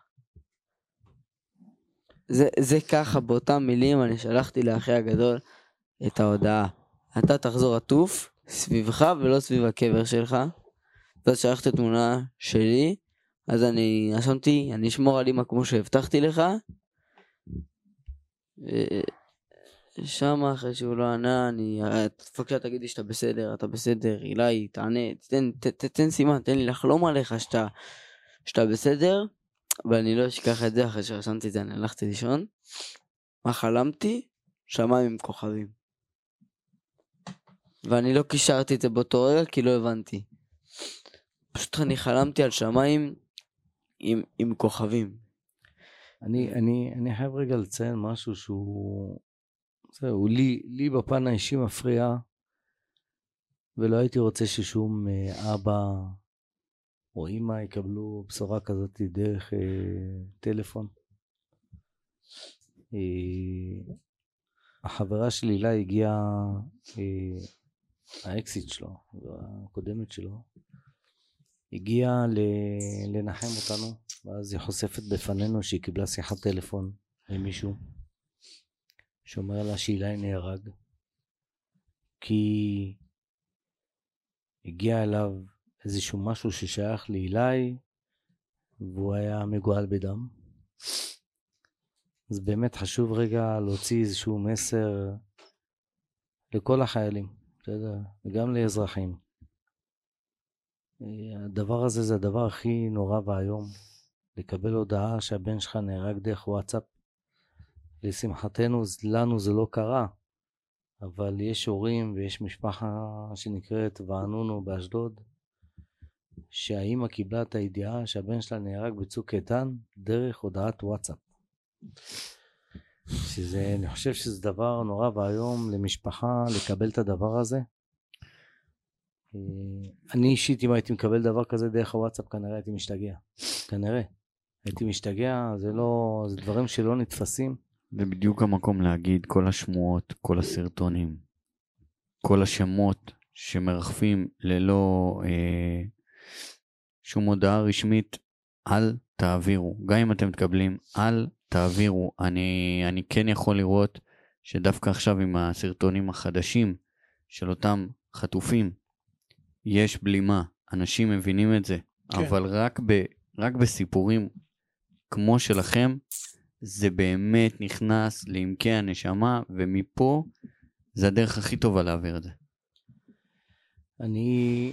S5: זה, זה ככה, באותם מילים אני שלחתי לאחי הגדול את ההודעה. אתה תחזור עטוף, סביבך ולא סביב הקבר שלך. ואז שלחתי תמונה שלי, אז אני אשמתי, אני אשמור על אמא כמו שהבטחתי לך. שם אחרי שהוא לא ענה, אני, תפקשה תגידי שאתה בסדר, אתה בסדר, אילי, תענה, תתן, תתן, תתן סימן, תן לי לחלום עליך שאתה, שאתה בסדר. ואני לא אשכח את זה, אחרי שרשמתי את זה אני הלכתי לישון. מה חלמתי? שמיים עם כוכבים. ואני לא קישרתי את זה באותו רגע כי לא הבנתי. פשוט אני חלמתי על שמיים עם, עם כוכבים.
S4: אני, אני, אני חייב רגע לציין משהו שהוא, זהו, לי, לי בפן האישי מפריע, ולא הייתי רוצה ששום אבא או אמא יקבלו בשורה כזאת דרך אה, טלפון. אה, החברה שלי הילה הגיעה, אה, האקסיט שלו, הקודמת שלו, הגיעה לנחם אותנו, ואז היא חושפת בפנינו שהיא קיבלה שיחת טלפון ממישהו, שאומר לה שאילי נהרג, כי הגיע אליו איזשהו משהו ששייך לאילי, והוא היה מגואל בדם. אז באמת חשוב רגע להוציא איזשהו מסר לכל החיילים, בסדר? וגם לאזרחים. הדבר הזה זה הדבר הכי נורא והיום, לקבל הודעה שהבן שלך נהרג דרך וואטסאפ. לשמחתנו, לנו זה לא קרה, אבל יש הורים ויש משפחה שנקראת וענונו באשדוד, שהאימא קיבלה את הידיעה שהבן שלה נהרג בצוק איתן דרך הודעת וואטסאפ. שזה, אני חושב שזה דבר נורא והיום למשפחה לקבל את הדבר הזה. אני אישית, אם הייתי מקבל דבר כזה דרך הוואטסאפ, כנראה הייתי משתגע. כנראה. הייתי משתגע, זה לא, זה דברים שלא נתפסים.
S3: זה בדיוק המקום להגיד כל השמועות, כל הסרטונים, כל השמות שמרחפים ללא אה, שום הודעה רשמית, אל תעבירו. גם אם אתם תקבלים, אל תעבירו. אני, אני כן יכול לראות שדווקא עכשיו עם הסרטונים החדשים של אותם חטופים, יש בלימה. אנשים מבינים את זה. כן. אבל רק, ב, רק בסיפורים כמו שלכם, זה באמת נכנס לעמקי הנשמה, ומפה זה הדרך הכי טובה להעביר את זה.
S4: אני...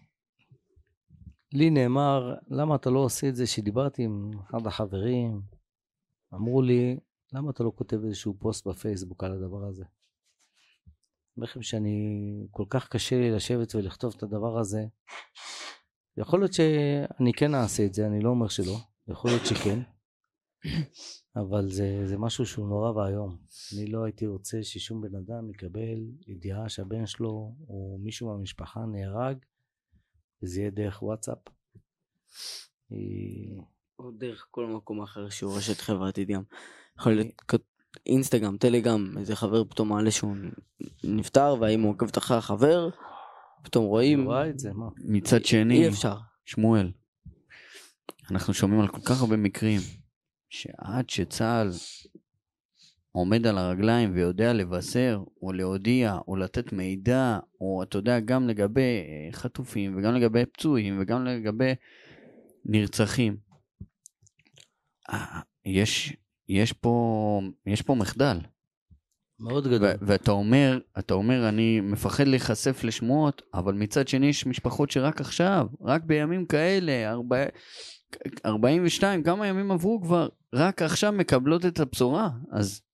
S4: לי נאמר, למה אתה לא עושה את זה? שדיברתי עם אחד החברים, אמרו לי, למה אתה לא כותב איזשהו פוסט בפייסבוק על הדבר הזה? אני חושב שאני, כל כך קשה לי לשבת ולכתוב את הדבר הזה. יכול להיות שאני כן אעשה את זה, אני לא אומר שלא, יכול להיות שכן. אבל זה, זה משהו שהוא נורא והיום. אני לא הייתי רוצה ששום בן אדם יקבל ידיעה שהבן שלו או מישהו מהמשפחה נהרג, וזה יהיה דרך וואטסאפ.
S5: או דרך כל מקום אחר שהוא רשת חברתית גם. יכול להיות אינסטגרם, טלגרם, איזה חבר פתאום מעלה שהוא נפטר, והאם הוא עוקבת אחרי החבר, פתאום רואים.
S4: רואה את זה, מה?
S3: מצד שני,
S5: אי אפשר.
S3: שמואל, אנחנו שומעים על כל כך הרבה מקרים, שעד שצה"ל עומד על הרגליים ויודע לבשר, או להודיע, או לתת מידע, או אתה יודע, גם לגבי חטופים, וגם לגבי פצועים, וגם לגבי נרצחים, יש, יש פה, יש פה מחדל.
S4: מאוד גדול.
S3: ו- ואתה אומר, אתה אומר, אני מפחד להיחשף לשמועות, אבל מצד שני יש משפחות שרק עכשיו, רק בימים כאלה, ארבע... ארבעים ושתיים, כמה ימים עברו כבר, רק עכשיו מקבלות את הבשורה. אז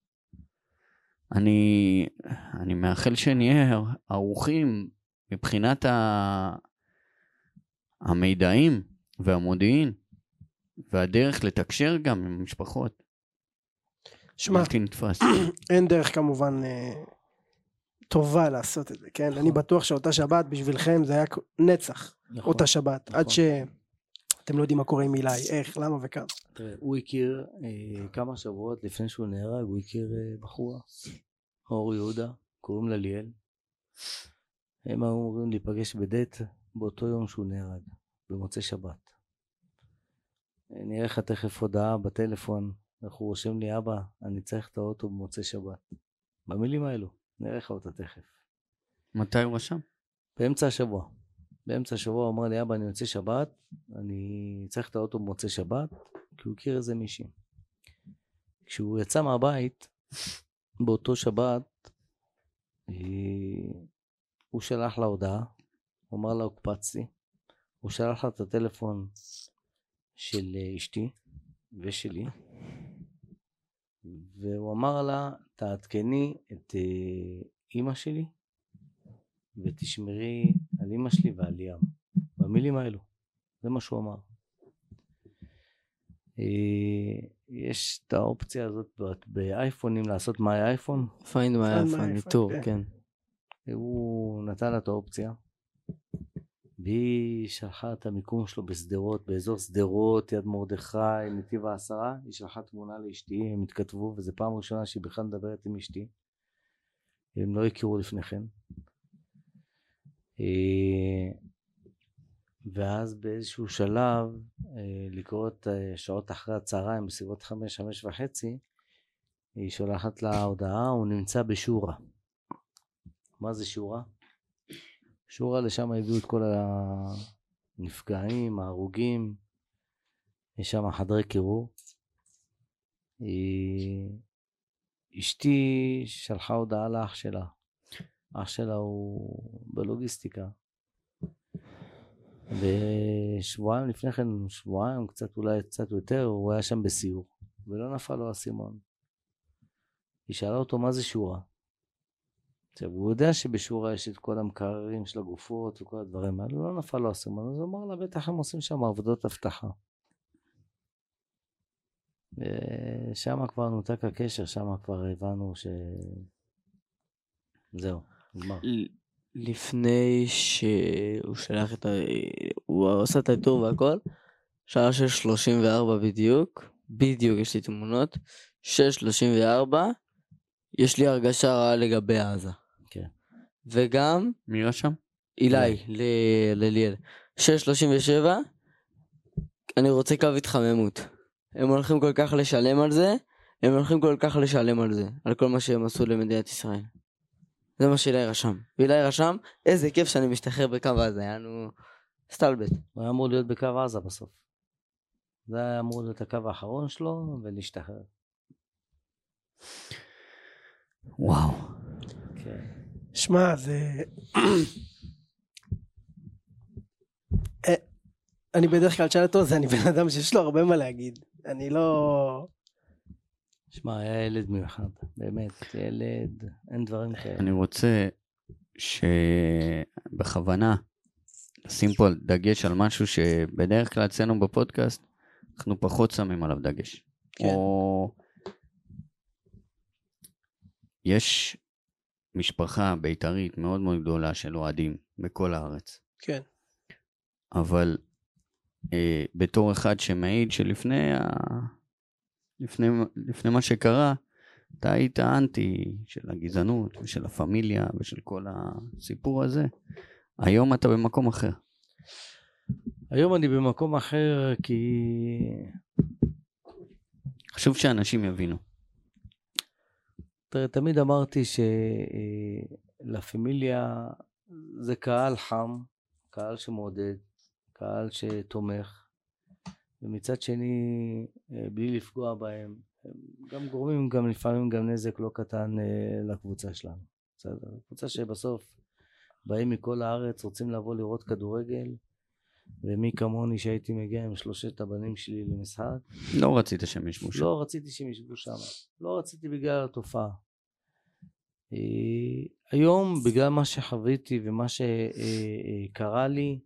S3: אני, אני מאחל שנהיה ערוכים מבחינת ה... המידעים והמודיעין, והדרך לתקשר גם עם המשפחות.
S2: שמע,
S3: נתפס.
S2: אין דרך כמובן אה, טובה לעשות את זה, כן? נכון. אני בטוח שאותה שבת בשבילכם זה היה נצח, נכון, אותה שבת, נכון. עד שאתם לא יודעים מה קורה עם אילי, איך, למה וכמה.
S4: תראה, הוא הכיר אה, כמה שבועות לפני שהוא נהרג, הוא הכיר אה, בחורה, אור יהודה, קוראים לה ליאל. הם אמורים להיפגש בדייט באותו יום שהוא נהרג, במוצאי שבת. נראה לך תכף הודעה בטלפון, איך הוא רושם לי, אבא, אני צריך את האוטו במוצאי שבת. במילים האלו, נראה לך אותה תכף.
S3: מתי הוא רשם?
S4: באמצע השבוע. באמצע השבוע הוא אמר לי, אבא, אני יוצא שבת, אני צריך את האוטו במוצאי שבת, כי הוא הכיר איזה מישהי. כשהוא יצא מהבית, באותו שבת, הוא שלח לה הודעה, הוא אמר לה, הוקפצתי, הוא שלח לה את הטלפון של אשתי ושלי, והוא אמר לה, תעדכני את אמא שלי, ותשמרי על אמא שלי ועל ליאם. במילים האלו, זה מה שהוא אמר. יש את האופציה הזאת באייפונים לעשות מה אייפון?
S5: find my iPhone, ניטור, כן.
S4: הוא נתן לה את האופציה, והיא שלחה את המיקום שלו בסדרות, באזור סדרות, יד מרדכי, נתיב העשרה, היא שלחה תמונה לאשתי, הם התכתבו, וזו פעם ראשונה שהיא בכלל מדברת עם אשתי. הם לא הכירו לפני כן. ואז באיזשהו שלב, לקראת שעות אחרי הצהריים, בסביבות חמש, חמש וחצי, היא שולחת לה הודעה, הוא נמצא בשורה. מה זה שורה? שורה, לשם הביאו את כל הנפגעים, ההרוגים, יש שם חדרי קירור. אשתי שלחה הודעה לאח שלה. אח שלה הוא בלוגיסטיקה. ושבועיים לפני כן, שבועיים, קצת אולי קצת יותר, הוא היה שם בסיור, ולא נפל לו הסימון. היא שאלה אותו מה זה שורה. עכשיו, הוא יודע שבשורה יש את כל המקררים של הגופות וכל הדברים האלה, לא נפל לו הסימון, אז הוא אמר לה, בטח הם עושים שם עבודות אבטחה. ושם כבר נותק הקשר, שם כבר הבנו ש... זהו, נגמר.
S5: לפני שהוא שלח את ה... הוא עושה את הטור והכל, שעה שש שלושים וארבע בדיוק, בדיוק יש לי תמונות, שש שלושים וארבע, יש לי הרגשה רעה לגבי עזה.
S4: כן.
S5: וגם...
S3: מי רשם?
S5: אילי, לליאל. שש שלושים ושבע, אני רוצה קו התחממות. הם הולכים כל כך לשלם על זה, הם הולכים כל כך לשלם על זה, על כל מה שהם עשו למדינת ישראל. זה מה שאילי רשם. ואילי רשם, איזה כיף שאני משתחרר בקו עזה, יענו סטלבט.
S4: הוא היה אמור להיות בקו עזה בסוף. זה היה אמור להיות הקו האחרון שלו, ולהשתחרר.
S3: וואו.
S4: כן.
S2: שמע, זה... אני בדרך כלל שאל אותו, זה אני בן אדם שיש לו הרבה מה להגיד. אני לא...
S4: שמע, היה ילד מיוחד, באמת, ילד, אין דברים כאלה.
S3: אני רוצה שבכוונה נשים פה דגש על משהו שבדרך כלל אצלנו בפודקאסט, אנחנו פחות שמים עליו דגש.
S2: כן.
S3: או... יש משפחה בית"רית מאוד מאוד גדולה של אוהדים בכל הארץ.
S2: כן.
S3: אבל אה, בתור אחד שמעיד שלפני ה... לפני, לפני מה שקרה, אתה היית אנטי של הגזענות ושל הפמיליה ושל כל הסיפור הזה. היום אתה במקום אחר.
S4: היום אני במקום אחר כי...
S3: חשוב שאנשים יבינו.
S4: תראה, תמיד אמרתי שלפמיליה זה קהל חם, קהל שמעודד, קהל שתומך, ומצד שני, בלי לפגוע בהם, הם גם גורמים גם לפעמים גם נזק לא קטן לקבוצה שלנו. בסדר? קבוצה שבסוף באים מכל הארץ, רוצים לבוא לראות כדורגל, ומי כמוני שהייתי מגיע עם שלושת הבנים שלי למשחק.
S3: לא רצית שהם ישבו שם.
S4: לא רציתי שהם ישבו שם. לא רציתי בגלל התופעה. היום בגלל מה שחוויתי ומה שקרה לי,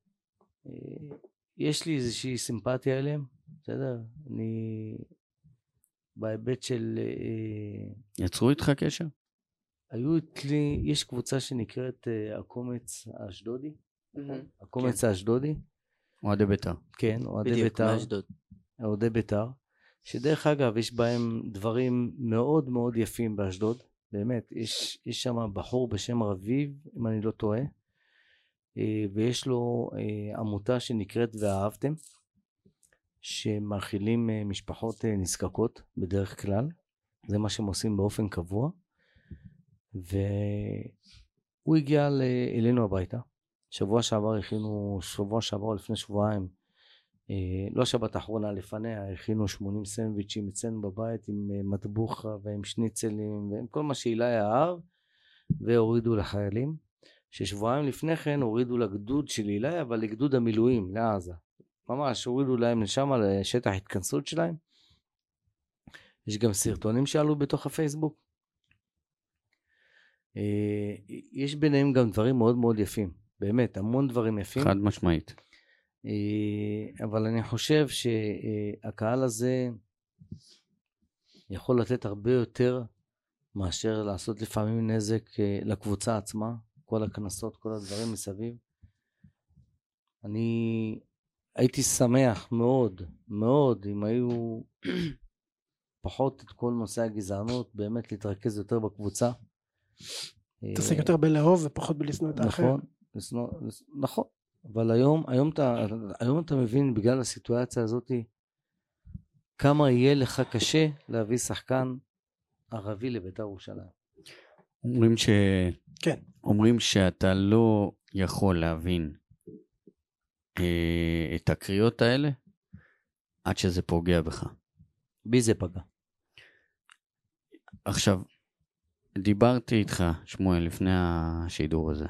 S4: יש לי איזושהי סימפתיה אליהם, בסדר? אני בהיבט של...
S3: יצרו איתך קשר?
S4: היו אצלי, יש קבוצה שנקראת הקומץ האשדודי. הקומץ האשדודי.
S3: אוהדי בית"ר.
S4: כן, אוהדי בית"ר.
S5: בדיוק, מאשדוד.
S4: אוהדי בית"ר. שדרך אגב, יש בהם דברים מאוד מאוד יפים באשדוד. באמת, יש, יש שם בחור בשם רביב, אם אני לא טועה. ויש לו עמותה שנקראת ואהבתם, שמאכילים משפחות נזקקות בדרך כלל. זה מה שהם עושים באופן קבוע. והוא הגיע אלינו הביתה. שבוע שעבר הכינו, שבוע שעבר לפני שבועיים, לא השבת האחרונה לפניה, הכינו שמונים סנדוויצ'ים אצלנו בבית עם מטבוחה ועם שניצלים ועם כל מה שאילי אהב, והורידו לחיילים. ששבועיים לפני כן הורידו לגדוד של אילי, אבל לגדוד המילואים, לעזה. ממש הורידו להם לשם לשטח התכנסות שלהם. יש גם סרטונים שעלו בתוך הפייסבוק. יש ביניהם גם דברים מאוד מאוד יפים. באמת, המון דברים יפים.
S3: חד משמעית.
S4: אבל אני חושב שהקהל הזה יכול לתת הרבה יותר מאשר לעשות לפעמים נזק לקבוצה עצמה. כל הכנסות, כל הדברים מסביב. אני הייתי שמח מאוד, מאוד, אם היו פחות את כל נושא הגזענות, באמת להתרכז יותר בקבוצה.
S2: תעסק יותר בלאהוב ופחות בלשנוא את האחר.
S4: נכון, לשנוא, נכון. אבל היום, היום אתה, היום אתה מבין בגלל הסיטואציה הזאת, כמה יהיה לך קשה להביא שחקן ערבי לבית"ר ירושלים.
S3: אומרים ש...
S2: כן.
S3: אומרים שאתה לא יכול להבין אה, את הקריאות האלה עד שזה פוגע בך.
S4: בי זה פגע.
S3: עכשיו, דיברתי איתך, שמואל, לפני השידור הזה.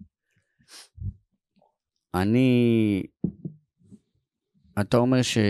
S3: אני... אתה אומר ש...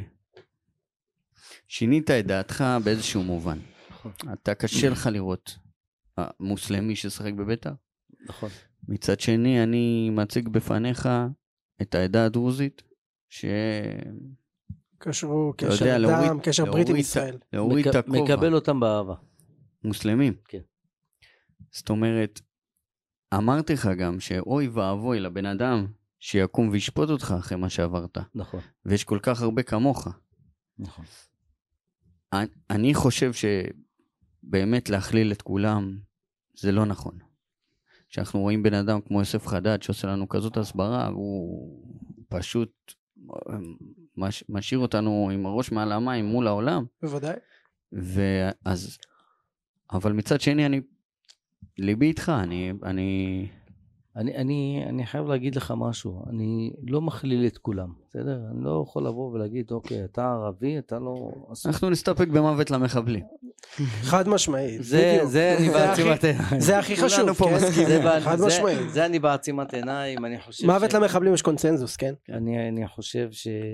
S3: שינית את דעתך באיזשהו מובן. אתה קשה לך לראות המוסלמי ששחק בבית"ר.
S4: נכון.
S3: מצד שני, אני מציג בפניך את העדה הדרוזית, ש...
S2: קשרו, קשר דם, קשר ברית עם ישראל.
S3: להוריד את הכובע.
S4: מקבל אותם באהבה.
S3: מוסלמים.
S4: כן.
S3: זאת אומרת, אמרתי לך גם שאוי ואבוי לבן אדם שיקום וישפוט אותך אחרי מה שעברת.
S4: נכון.
S3: ויש כל כך הרבה כמוך.
S4: נכון.
S3: אני, אני חושב שבאמת להכליל את כולם זה לא נכון. כשאנחנו רואים בן אדם כמו יוסף חדד שעושה לנו כזאת הסברה, הוא פשוט מש, משאיר אותנו עם הראש מעל המים מול העולם.
S2: בוודאי.
S3: ואז, אבל מצד שני אני, ליבי איתך, אני, אני...
S4: אני, אני, אני חייב להגיד לך משהו, אני לא מכליל את כולם, בסדר? אני לא יכול לבוא ולהגיד, אוקיי, אתה ערבי, אתה לא...
S3: אנחנו נסתפק במוות למחבלים.
S2: חד משמעית,
S4: זה,
S2: בדיוק.
S4: זה אני בעצימת עיניים.
S2: זה הכי חשוב,
S3: פה
S2: כן?
S3: מסכימים.
S4: זה ב-
S2: חד
S4: זה-
S2: משמעית.
S4: זה אני בעצימת עיניים, אני חושב...
S2: מוות
S4: ש-
S2: למחבלים יש קונצנזוס, כן?
S4: אני, אני חושב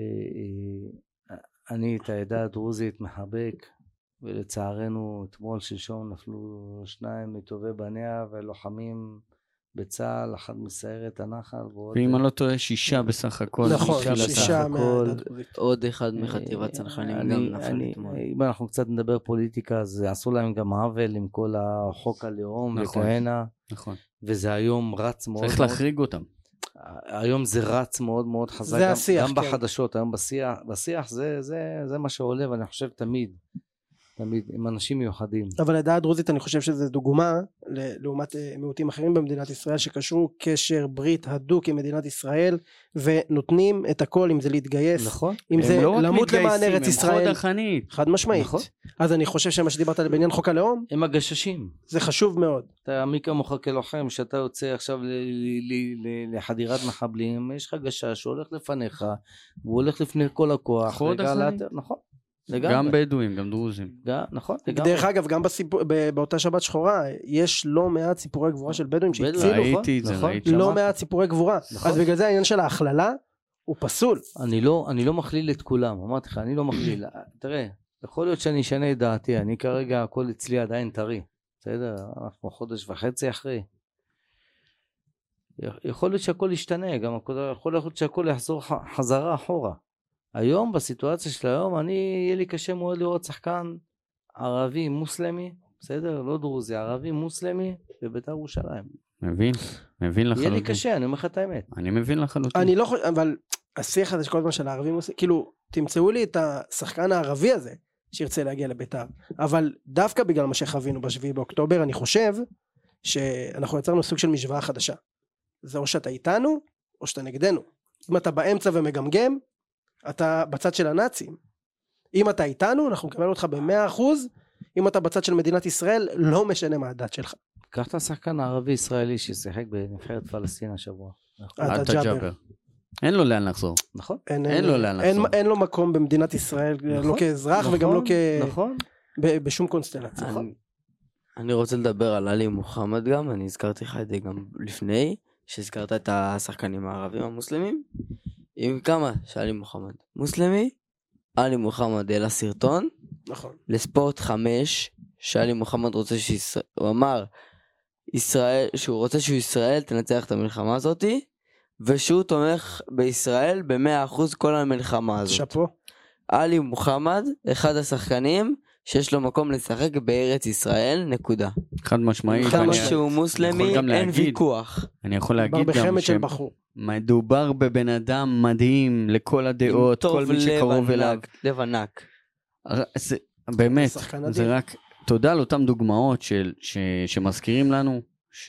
S4: שאני את העדה הדרוזית מחבק, ולצערנו אתמול שלשום נפלו שניים מטובי בניה ולוחמים בצה"ל, אחד מסיירת הנחל ועוד...
S3: ואם אני לא טועה, שישה בסך הכל.
S2: נכון,
S4: שישה בסך
S2: שישה
S4: הכל.
S2: מהעדה הדרוזית.
S5: עוד אחד מחטיבת צנחנים
S4: אני-
S5: גם נפל
S4: אני-
S5: אתמול.
S4: אם אנחנו קצת נדבר פוליטיקה, אז עשו להם גם עוול עם כל החוק הלאום
S3: נכון.
S4: וכהנה,
S3: נכון.
S4: וזה היום רץ מאוד
S3: צריך
S4: מאוד.
S3: להחריג אותם.
S4: היום זה רץ מאוד מאוד חזק.
S2: זה
S4: גם-
S2: השיח,
S4: גם
S2: כן.
S4: בחדשות, היום בשיח, בשיח זה, זה, זה מה שעולה, ואני חושב תמיד, תמיד, עם אנשים מיוחדים.
S2: אבל העדה הדרוזית אני חושב שזה דוגמה ל- לעומת אה, מיעוטים אחרים במדינת ישראל שקשרו קשר ברית הדוק עם מדינת ישראל ונותנים את הכל, אם זה להתגייס,
S4: נכון?
S2: אם
S3: הם
S2: זה
S3: לא רק
S2: למות למען
S3: מתגייסים,
S2: ארץ
S3: הם
S2: ישראל,
S3: חוד החנית.
S2: חד משמעית.
S4: נכון.
S2: אז אני חושב שמה שדיברת בעניין חוק הלאום
S4: הם הגששים.
S2: זה חשוב מאוד.
S4: אתה מי כמוך כלוחם, שאתה יוצא עכשיו ל- ל- ל- ל- לחדירת מחבלים, יש לך גשש שהולך לפניך, והוא הולך לפני כל הכוח.
S3: חוד
S4: רגע,
S3: החנית.
S4: לאט- נכון. לגמרי.
S3: גם בדואים, גם דרוזים.
S4: גם, נכון. לגמרי.
S2: דרך אגב גם בסיפור, ב- באותה שבת שחורה יש לא מעט סיפורי גבורה של בדואים
S4: בדואים.
S2: שהצילו,
S3: ראיתי את זה,
S4: נכון.
S3: ראיתי.
S2: לא
S4: שמעתי.
S2: מעט סיפורי גבורה,
S4: נכון.
S2: אז בגלל זה העניין של ההכללה הוא פסול.
S4: אני לא, אני לא מכליל את כולם, אמרתי לך, אני לא מכליל. תראה, יכול להיות שאני אשנה את דעתי, אני כרגע הכל אצלי עדיין טרי, בסדר? אנחנו חודש וחצי אחרי. יכול להיות שהכל ישתנה, גם הכל- יכול להיות שהכל יחזור ח- חזרה אחורה. היום, בסיטואציה של היום, אני, יהיה לי קשה מאוד לראות שחקן ערבי מוסלמי, בסדר? לא דרוזי, ערבי מוסלמי בבית"ר ירושלים.
S3: מבין, מבין
S4: יהיה לי
S3: לחלוטין.
S4: קשה, אני אומר לך את האמת.
S3: אני מבין לחלוטין.
S2: אני לא חושב, אבל השיח הזה שכל הזמן של הערבים עושה, כאילו תמצאו לי את השחקן הערבי הזה שירצה להגיע לבית"ר, אבל דווקא בגלל מה שחווינו בשביעי באוקטובר אני חושב שאנחנו יצרנו סוג של משוואה חדשה, זה או שאתה איתנו או שאתה נגדנו. אם אתה באמצע ומגמגם אתה בצד של הנאצים, אם אתה איתנו אנחנו נקבל אותך במאה אחוז, אם אתה בצד של מדינת ישראל לא משנה מה הדת שלך.
S4: קח את השחקן הערבי ישראלי ששיחק בנבחרת פלסטין השבוע.
S2: עטה
S3: עטה
S2: ג'אבר.
S3: ג'אבר. אין לו לאן לחזור.
S4: נכון?
S2: אין,
S3: אין לו לאן
S2: אין,
S3: לחזור.
S2: אין לו מקום במדינת ישראל,
S4: נכון,
S2: לא כאזרח
S4: נכון,
S2: וגם לא כ...
S4: נכון.
S2: ב- בשום קונסטלציה.
S5: אני- אני רוצה לדבר על עלי מוחמד גם, אני הזכרתי לך את זה גם לפני, שהזכרת את השחקנים הערבים המוסלמים. עם כמה שעלי מוחמד מוסלמי, עלי מוחמד העלה סרטון
S2: נכון.
S5: לספורט חמש, שעלי מוחמד רוצה שישראל, הוא אמר ישראל, שהוא רוצה שישראל תנצח את המלחמה הזאתי, ושהוא תומך בישראל במאה אחוז כל המלחמה הזאת.
S2: שאפו.
S5: עלי מוחמד, אחד השחקנים שיש לו מקום לשחק בארץ ישראל, נקודה.
S3: חד משמעית.
S2: חד
S3: אני-
S5: כמה
S2: משמעית.
S5: שהוא
S3: יכול
S5: מוסלמי,
S3: גם
S5: אין
S3: להגיד-
S5: ויכוח.
S3: אני יכול
S2: בר
S3: להגיד גם
S2: בחמד של בחור.
S3: שמדובר בבן אדם מדהים לכל הדעות,
S5: עם
S3: כל
S5: טוב
S3: מי שקרוב
S5: לב
S3: אליו.
S5: ענק, לב ענק.
S3: זה, באמת,
S2: שחקן אדיר.
S3: זה רק תודה על אותם דוגמאות של, ש, שמזכירים לנו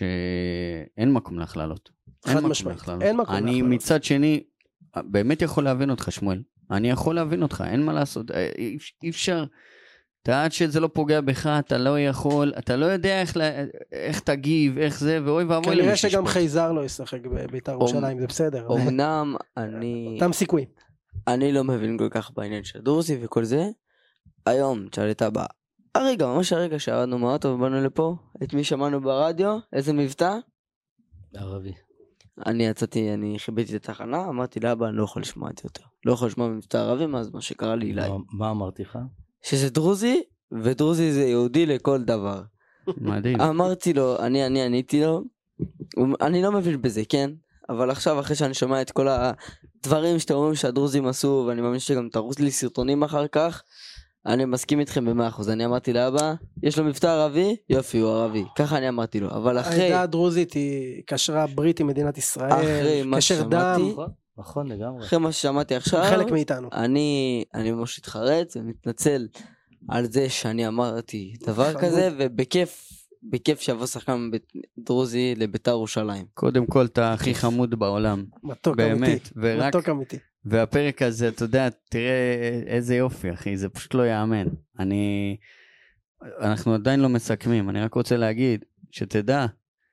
S3: שאין מקום להכללות. אין
S2: חד
S3: מקום
S2: משמעית.
S3: להכללות.
S2: אין מקום
S3: אני
S2: להכללות.
S3: מצד שני, באמת יכול להבין אותך שמואל. אני יכול להבין אותך, אין מה לעשות. אי, אי אפשר, אתה עד שזה לא פוגע בך, אתה לא יכול, אתה לא יודע איך, לה, איך תגיב, איך זה, ואוי ואבוי
S2: כנראה
S3: למי
S2: שגם
S3: שישפוט.
S2: חייזר לא ישחק בבית"ר ירושלים, זה בסדר.
S5: אמנם אני...
S2: אותם סיכויים.
S5: אני לא מבין כל כך בעניין של דרוזי וכל זה. היום, תשאל את הבא. הרגע, ממש הרגע שעבדנו מהאוטו ובאנו לפה, את מי שמענו ברדיו, איזה מבטא?
S4: ערבי.
S5: אני יצאתי, אני חיביתי את התחנה, אמרתי לאבא, אני לא יכול לשמוע את זה יותר. לא יכול לשמוע מבטא ערבי, מאז מה שקרה לי אליי.
S4: מה- מה אמרתי לך?
S5: שזה דרוזי, ודרוזי זה יהודי לכל דבר.
S3: מדהים.
S5: אמרתי לו, אני, אני עניתי לו, הוא- אני לא מבין בזה, כן? אבל עכשיו, אחרי שאני שומע את כל הדברים שאתם אומרים שהדרוזים עשו, ואני מאמין שגם תרוץ לי סרטונים אחר כך, אני מסכים איתכם במאה אחוז, אני אמרתי לאבא, יש לו מבטא ערבי, יופי, הוא ערבי, ככה אני אמרתי לו, אבל אחרי...
S2: העדה הדרוזית היא קשרה ברית עם מדינת ישראל,
S5: אחרי מה
S2: קשר דם,
S5: ששמעתי,
S4: נכון, נכון לגמרי.
S5: אחרי מה ששמעתי עכשיו,
S2: חלק מאיתנו.
S5: אני, אני ממש התחרט ומתנצל על זה שאני אמרתי דבר
S2: חמוד.
S5: כזה, ובכיף, בכיף שיבוא שחקן דרוזי לבית"ר ירושלים.
S3: קודם כל, אתה הכי חמוד בעולם.
S2: מתוק
S3: באמת,
S2: אמיתי,
S3: ורק-
S2: מתוק אמיתי.
S3: והפרק הזה, אתה יודע, תראה איזה יופי, אחי, זה פשוט לא יאמן. אני... אנחנו עדיין לא מסכמים, אני רק רוצה להגיד, שתדע,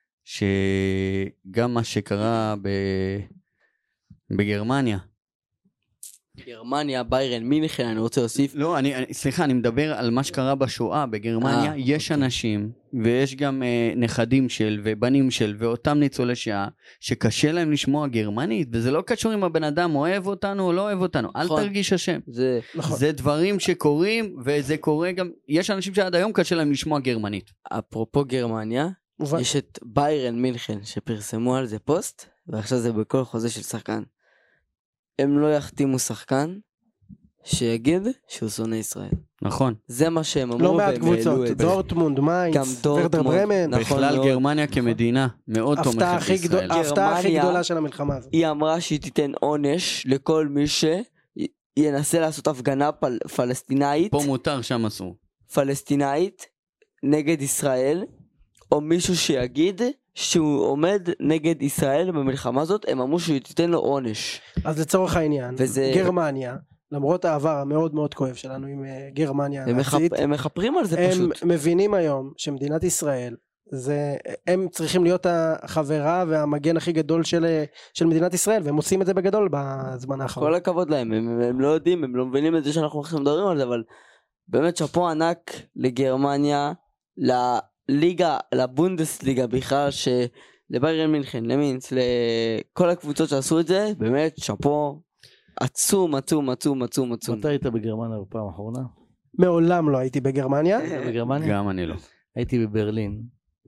S3: שגם מה שקרה ב... בגרמניה,
S5: גרמניה, ביירן, מינכן, אני רוצה להוסיף.
S3: לא, אני, אני, סליחה, אני מדבר על מה שקרה בשואה בגרמניה.
S5: אה,
S3: יש
S5: אוקיי.
S3: אנשים, ויש גם אה, נכדים של, ובנים של, ואותם ניצולי שואה, שקשה להם לשמוע גרמנית, וזה לא קשור אם הבן אדם אוהב אותנו או לא אוהב אותנו. אל
S5: נכון.
S3: תרגיש אשם.
S5: זה,
S2: נכון.
S3: זה דברים שקורים, וזה קורה גם, יש אנשים שעד היום קשה להם לשמוע גרמנית.
S5: אפרופו גרמניה,
S2: מובן.
S5: יש את ביירן מינכן שפרסמו על זה פוסט, ועכשיו זה בכל חוזה של שחקן. הם לא יחתימו שחקן שיגיד שהוא שונא ישראל.
S3: נכון.
S5: זה מה שהם אמרו
S2: לא מעט
S5: והם העלו
S2: קבוצות,
S5: את זה.
S2: דורטמונד, מיינץ,
S5: גם דורטמונד,
S2: ורדר ברמן,
S5: נכון
S3: בכלל
S5: מאוד.
S3: גרמניה כמדינה מאוד תומכת
S2: ההפתעה הכי גדול-
S3: בישראל.
S2: ההפתעה הכי
S5: גרמניה-
S2: גדולה של המלחמה הזאת.
S5: היא אמרה שהיא תיתן עונש לכל מי שינסה לעשות הפגנה פל... פלסטינאית,
S3: פה מותר, שם אסור.
S5: פלסטינאית נגד ישראל, או מישהו שיגיד שהוא עומד נגד ישראל במלחמה הזאת, הם אמרו שהיא תיתן לו עונש.
S2: אז לצורך העניין,
S5: וזה-
S2: גרמניה, למרות העבר המאוד מאוד כואב שלנו עם אה, גרמניה
S5: הם, מחפ...
S2: הנאצית,
S5: הם מחפרים על זה
S2: הם
S5: פשוט.
S2: מבינים היום שמדינת ישראל, זה, הם צריכים להיות החברה והמגן הכי גדול של, של מדינת ישראל, והם עושים את זה בגדול בזמן האחרון.
S5: כל הכבוד להם, הם, הם לא יודעים, הם לא מבינים את זה שאנחנו עכשיו מדברים על זה, אבל באמת שאפו ענק לגרמניה, לליגה, לבונדסליגה בכלל, לביירן מינכן, למינץ, לכל הקבוצות שעשו את זה, באמת שאפו עצום, עצום, עצום, עצום, עצום.
S4: מתי היית בגרמניה בפעם האחרונה?
S2: מעולם לא הייתי בגרמניה,
S4: היית בגרמניה?
S3: גם אני לא.
S4: הייתי בברלין,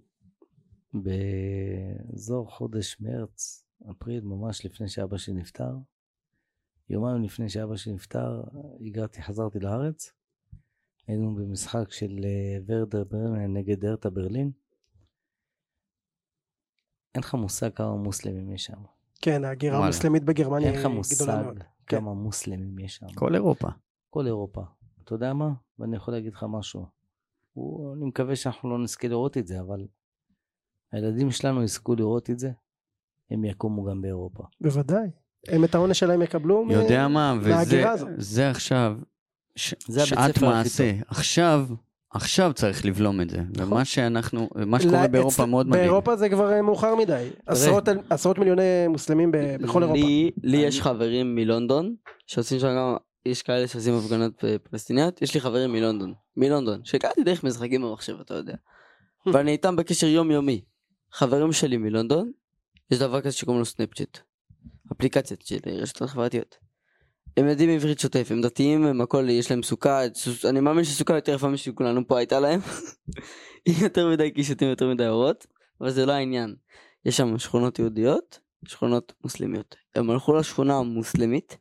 S4: באזור חודש מרץ, אפריל, ממש לפני שאבא שלי נפטר. יומיים לפני שאבא שלי נפטר, הגעתי, חזרתי לארץ. היינו במשחק של ורדר ברמן נגד הרטה ברלין. אין לך מושג כמה מוסלמים יש שם.
S2: כן, ההגירה
S3: וואלה.
S2: המוסלמית בגרמניה
S4: אין לך
S2: היא גדולה
S4: מושג
S2: מאוד. כן.
S4: כמה מוסלמים יש שם.
S3: כל אירופה.
S4: כל אירופה. אתה יודע מה? ואני יכול להגיד לך משהו. הוא, אני מקווה שאנחנו לא נזכה לראות את זה, אבל הילדים שלנו יזכו לראות את זה, הם יקומו גם באירופה.
S2: בוודאי. הם את העונש שלהם יקבלו מ-
S3: יודע מה, וזה
S2: מההגירה הזאת.
S3: זה עכשיו, ש,
S4: זה הבית
S3: שעת
S4: ספר הכי
S3: מעשה. עכשיו, עכשיו צריך לבלום את זה. ומה שאנחנו, מה שקורה
S2: לא,
S3: באירופה
S2: אצל-
S3: מאוד מדהים.
S2: באירופה זה כבר אה, מאוחר מדי. עשרות אל- עשרות מיליוני מוסלמים ב- בכל אירופה.
S5: לי, לי יש חברים מלונדון, שעושים שם גם, יש כאלה שעושים הפגנות פלסטיניות, יש לי חברים מלונדון, מלונדון, שהגעתי דרך משחקים במחשב, אתה יודע. ואני איתם בקשר יומיומי. חברים שלי מלונדון, יש דבר כזה שקוראים לו סנאפצ'אט. אפליקציות של רשתות חברתיות. הם יודעים עברית שוטף, הם דתיים, הם הכל, יש להם סוכה, סוס- אני מאמין שסוכה יותר יפה משכולנו פה הייתה להם. היא יותר מדי קישוטים, יותר מדי אורות, אבל זה לא העניין. יש שם שכונות יהודיות, שכונות מוסלמיות. הם הלכו לשכונה המוסלמית,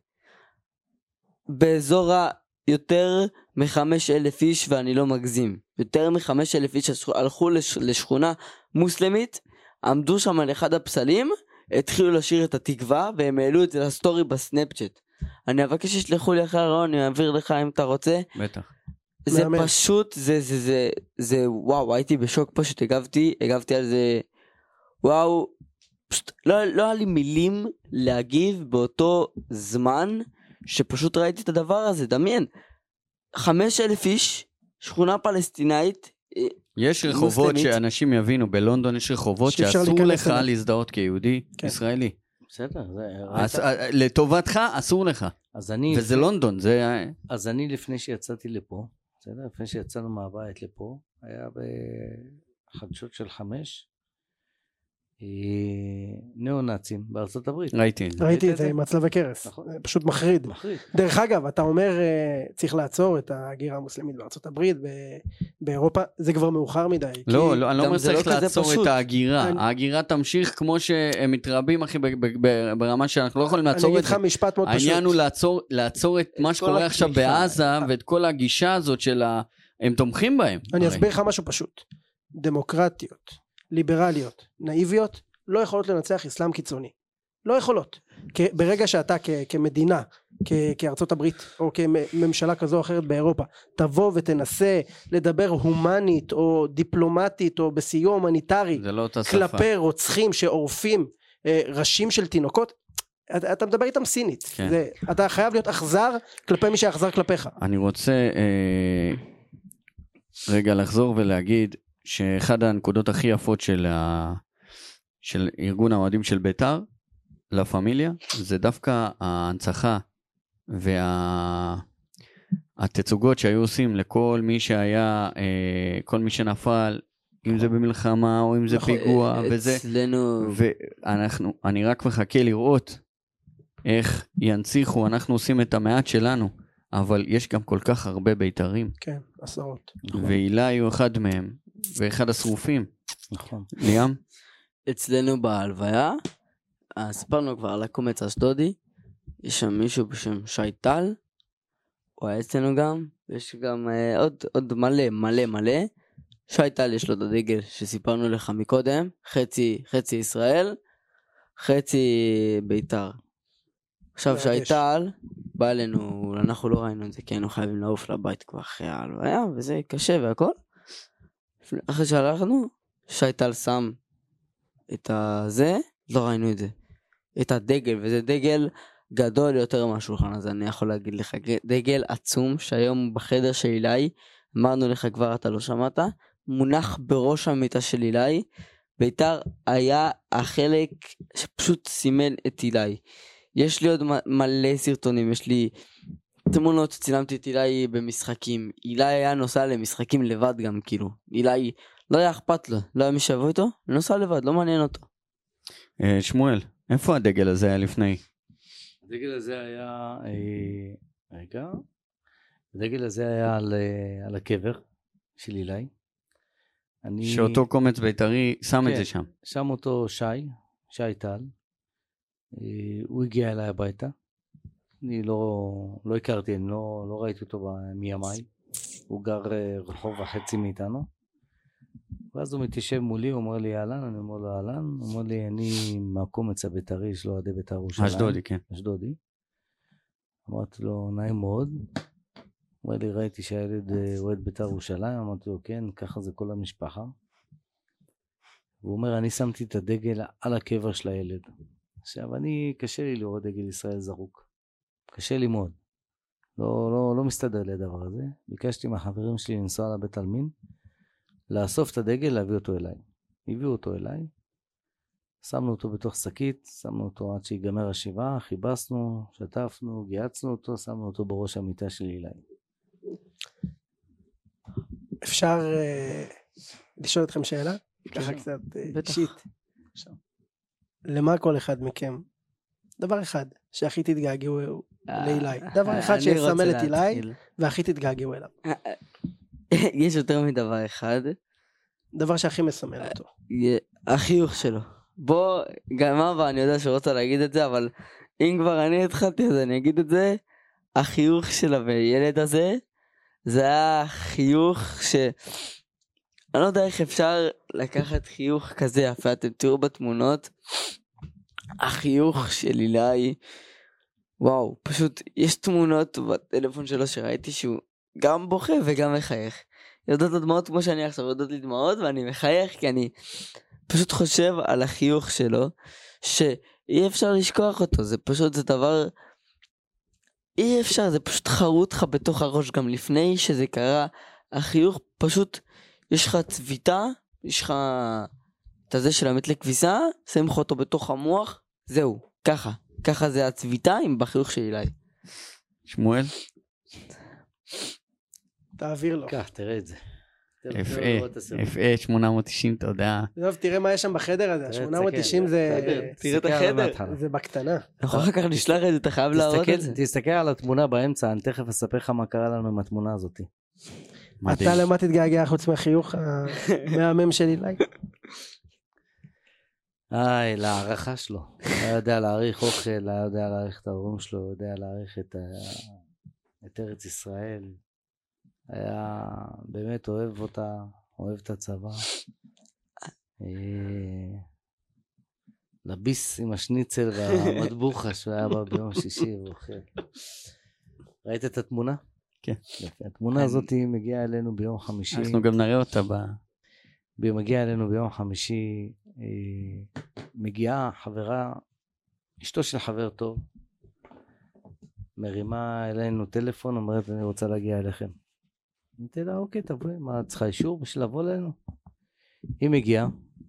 S5: באזור היותר מחמש אלף איש, ואני לא מגזים. יותר מחמש אלף איש הלכו לש, לשכונה מוסלמית, עמדו שם על אחד הפסלים, התחילו לשיר את התקווה, והם העלו את זה לסטורי בסנאפצ'אט. אני אבקש שישלחו לי אחרי הרעיון, אני אעביר לך אם אתה רוצה.
S3: בטח.
S5: זה
S2: מאמן.
S5: פשוט, זה, זה, זה, זה, וואו, הייתי בשוק פשוט, הגבתי, הגבתי על זה, וואו, פשוט, לא, לא היה לי מילים להגיב באותו זמן, שפשוט ראיתי את הדבר הזה, דמיין, חמש אלף איש, שכונה פלסטינאית, אה,
S3: יש רחובות
S5: מוסלמית.
S3: שאנשים יבינו, בלונדון יש רחובות
S2: שאפשר
S3: שאסור
S2: להיכנס
S3: לך
S2: אליו.
S3: להזדהות כיהודי
S2: כן.
S3: ישראלי.
S4: בסדר, זה...
S3: אז,
S4: ראית?
S3: אה, לטובתך אסור לך.
S4: אז אני...
S3: וזה לונדון, זה...
S4: אז אני לפני שיצאתי לפה, בסדר? לפני שיצאנו מהבית לפה, היה בחדשות של חמש, ניאו-נאצים בארצות הברית.
S3: ראיתי את זה.
S2: ראיתי את זה עם הצלב וקרס, פשוט מחריד. דרך אגב, אתה אומר צריך לעצור את ההגירה המוסלמית בארצות הברית, באירופה, זה כבר מאוחר מדי.
S3: לא, אני לא אומר צריך לעצור את ההגירה, ההגירה תמשיך כמו שהם מתרבים אחי ברמה שאנחנו לא יכולים לעצור את זה. העניין הוא לעצור את מה שקורה עכשיו בעזה ואת כל הגישה הזאת של הם תומכים בהם.
S2: אני אסביר לך משהו פשוט, דמוקרטיות, ליברליות, נאיביות, לא יכולות לנצח אסלאם קיצוני. לא יכולות. ברגע שאתה כמדינה, כארצות הברית, או כממשלה כזו או אחרת באירופה, תבוא ותנסה לדבר הומנית, או דיפלומטית, או בסיוע הומניטרי, כלפי רוצחים שעורפים ראשים של תינוקות, אתה מדבר איתם סינית. אתה חייב להיות אכזר כלפי מי שאכזר כלפיך.
S3: אני רוצה רגע לחזור ולהגיד, שאחד הנקודות הכי יפות של, ה... של ארגון האוהדים של בית"ר, לה פמיליה, זה דווקא ההנצחה והתצוגות וה... שהיו עושים לכל מי שהיה, כל מי שנפל, אם זה במלחמה או אם זה פיגוע, וזה, ואנחנו, אני רק מחכה לראות איך ינציחו, אנחנו עושים את המעט שלנו, אבל יש גם כל כך הרבה בית"רים.
S2: כן, עשרות.
S3: ואילי הוא אחד מהם. ואחד השרופים.
S4: נכון.
S3: ליאם?
S5: אצלנו בהלוויה, ספרנו כבר על הקומץ אשדודי, יש שם מישהו בשם שי טל, הוא היה אצלנו גם, ויש גם אה, עוד, עוד מלא, מלא, מלא. שי טל יש לו את הדגל שסיפרנו לך מקודם, חצי, חצי ישראל, חצי בית"ר. עכשיו שי טל, בא אלינו, אנחנו לא ראינו את זה, כי היינו חייבים לעוף לבית כבר אחרי ההלוויה, וזה קשה והכל. אחרי שהלכנו, שי טל שם את הזה, לא ראינו את זה, את הדגל, וזה דגל גדול יותר מהשולחן הזה, אני יכול להגיד לך, דגל עצום, שהיום בחדר של אילי, אמרנו לך כבר, אתה לא שמעת, מונח בראש המיטה של אילי, בית"ר היה החלק שפשוט סימל את אילי. יש לי עוד מלא סרטונים, יש לי תמונות, צילמתי את אילי במשחקים, אילי היה נוסע למשחקים לבד גם כאילו, אילי לא היה אכפת לו, לא היה מי שבוא איתו, נוסע לבד, לא מעניין אותו.
S3: שמואל, איפה הדגל הזה היה לפני?
S4: הדגל הזה היה, רגע, הדגל הזה היה על, על הקבר של אילי. אני...
S3: שאותו קומץ בית"רי שם
S4: כן,
S3: את זה שם.
S4: שם אותו שי, שי טל, הוא הגיע אליי הביתה, אני לא, לא הכרתי, אני לא, לא ראיתי אותו מימיי, הוא גר רחוב וחצי מאיתנו, ואז הוא מתיישב מולי, הוא אומר לי אהלן, אני אומר לו אהלן, הוא אומר לי אני מהקומץ הבית"רי, יש לו עדי בית"ר ירושלים.
S3: אשדודי, כן.
S4: אשדודי. אמרתי לו נעים מאוד, הוא אומר לי ראיתי שהילד אוהד בית"ר ירושלים, אמרתי לו כן, ככה זה כל המשפחה. והוא אומר אני שמתי את הדגל על הקבר של הילד. עכשיו אני, קשה לי לראות דגל ישראל זרוק, קשה לי מאוד, לא, לא, לא מסתדר לי הדבר הזה. ביקשתי מהחברים שלי לנסוע לבית עלמין, לאסוף את הדגל, להביא אותו אליי. הביאו אותו אליי, שמנו אותו בתוך שקית, שמנו אותו עד שיגמר השבעה, חיבסנו, שטפנו, גייצנו אותו, שמנו אותו בראש המיטה של אילי.
S2: אפשר uh, לשאול אתכם שאלה? ככה קצת uh, אישית. למה כל אחד מכם? דבר אחד שהכי תתגעגעו לאילי. דבר אחד שיסמל את אילי והכי תתגעגעו אליו.
S5: יש יותר מדבר אחד.
S2: דבר שהכי מסמל אותו.
S5: החיוך שלו. בוא, גם אבא, אני יודע שרוצה להגיד את זה, אבל אם כבר אני התחלתי אז אני אגיד את זה. החיוך של הילד הזה, זה היה חיוך ש... אני לא יודע איך אפשר לקחת חיוך כזה יפה, אתם תראו בתמונות, החיוך של אילי, וואו, פשוט יש תמונות בטלפון שלו שראיתי שהוא גם בוכה וגם מחייך. יודעות לדמעות כמו שאני עכשיו, יודעות לדמעות ואני מחייך כי אני פשוט חושב על החיוך שלו, שאי אפשר לשכוח אותו, זה פשוט, זה דבר, אי אפשר, זה פשוט חרוט לך בתוך הראש גם לפני שזה קרה, החיוך פשוט, יש לך צביטה, יש לך את הזה של המתלה כביסה, שים לך אותו בתוך המוח, זהו, ככה, ככה זה הצביטה עם בחיוך של אילי.
S3: שמואל?
S2: תעביר לו.
S4: כך, תראה את זה.
S3: אף איי שמונה מאות תשעים, תודה.
S2: טוב, תראה מה יש שם בחדר הזה, שמונה מאות תשעים זה...
S5: תראה את החדר.
S2: זה בקטנה.
S5: אנחנו אחר כך נשלח את זה, אתה חייב להראות את זה.
S4: תסתכל על התמונה באמצע, אני תכף אספר לך מה קרה לנו עם התמונה הזאת.
S2: אתה למה תתגעגע חוץ מהחיוך המהמם של אילי?
S4: איי, להערכה שלו. היה יודע להעריך אוכל, היה יודע להעריך את ההורים שלו, יודע להעריך את ארץ ישראל. היה באמת אוהב אותה, אוהב את הצבא. לביס עם השניצל והמטבוחה שהוא היה בה ביום שישי ואוכל. ראית את התמונה?
S3: כן.
S4: התמונה הזאת מגיעה אלינו ביום חמישי.
S3: אנחנו גם נראה אותה ב...
S4: מגיעה אלינו ביום חמישי, מגיעה חברה, אשתו של חבר טוב, מרימה אלינו טלפון, אומרת אני רוצה להגיע אליכם. אמרתי לה, אוקיי, תבואי, מה, צריכה אישור בשביל לבוא אלינו? היא מגיעה,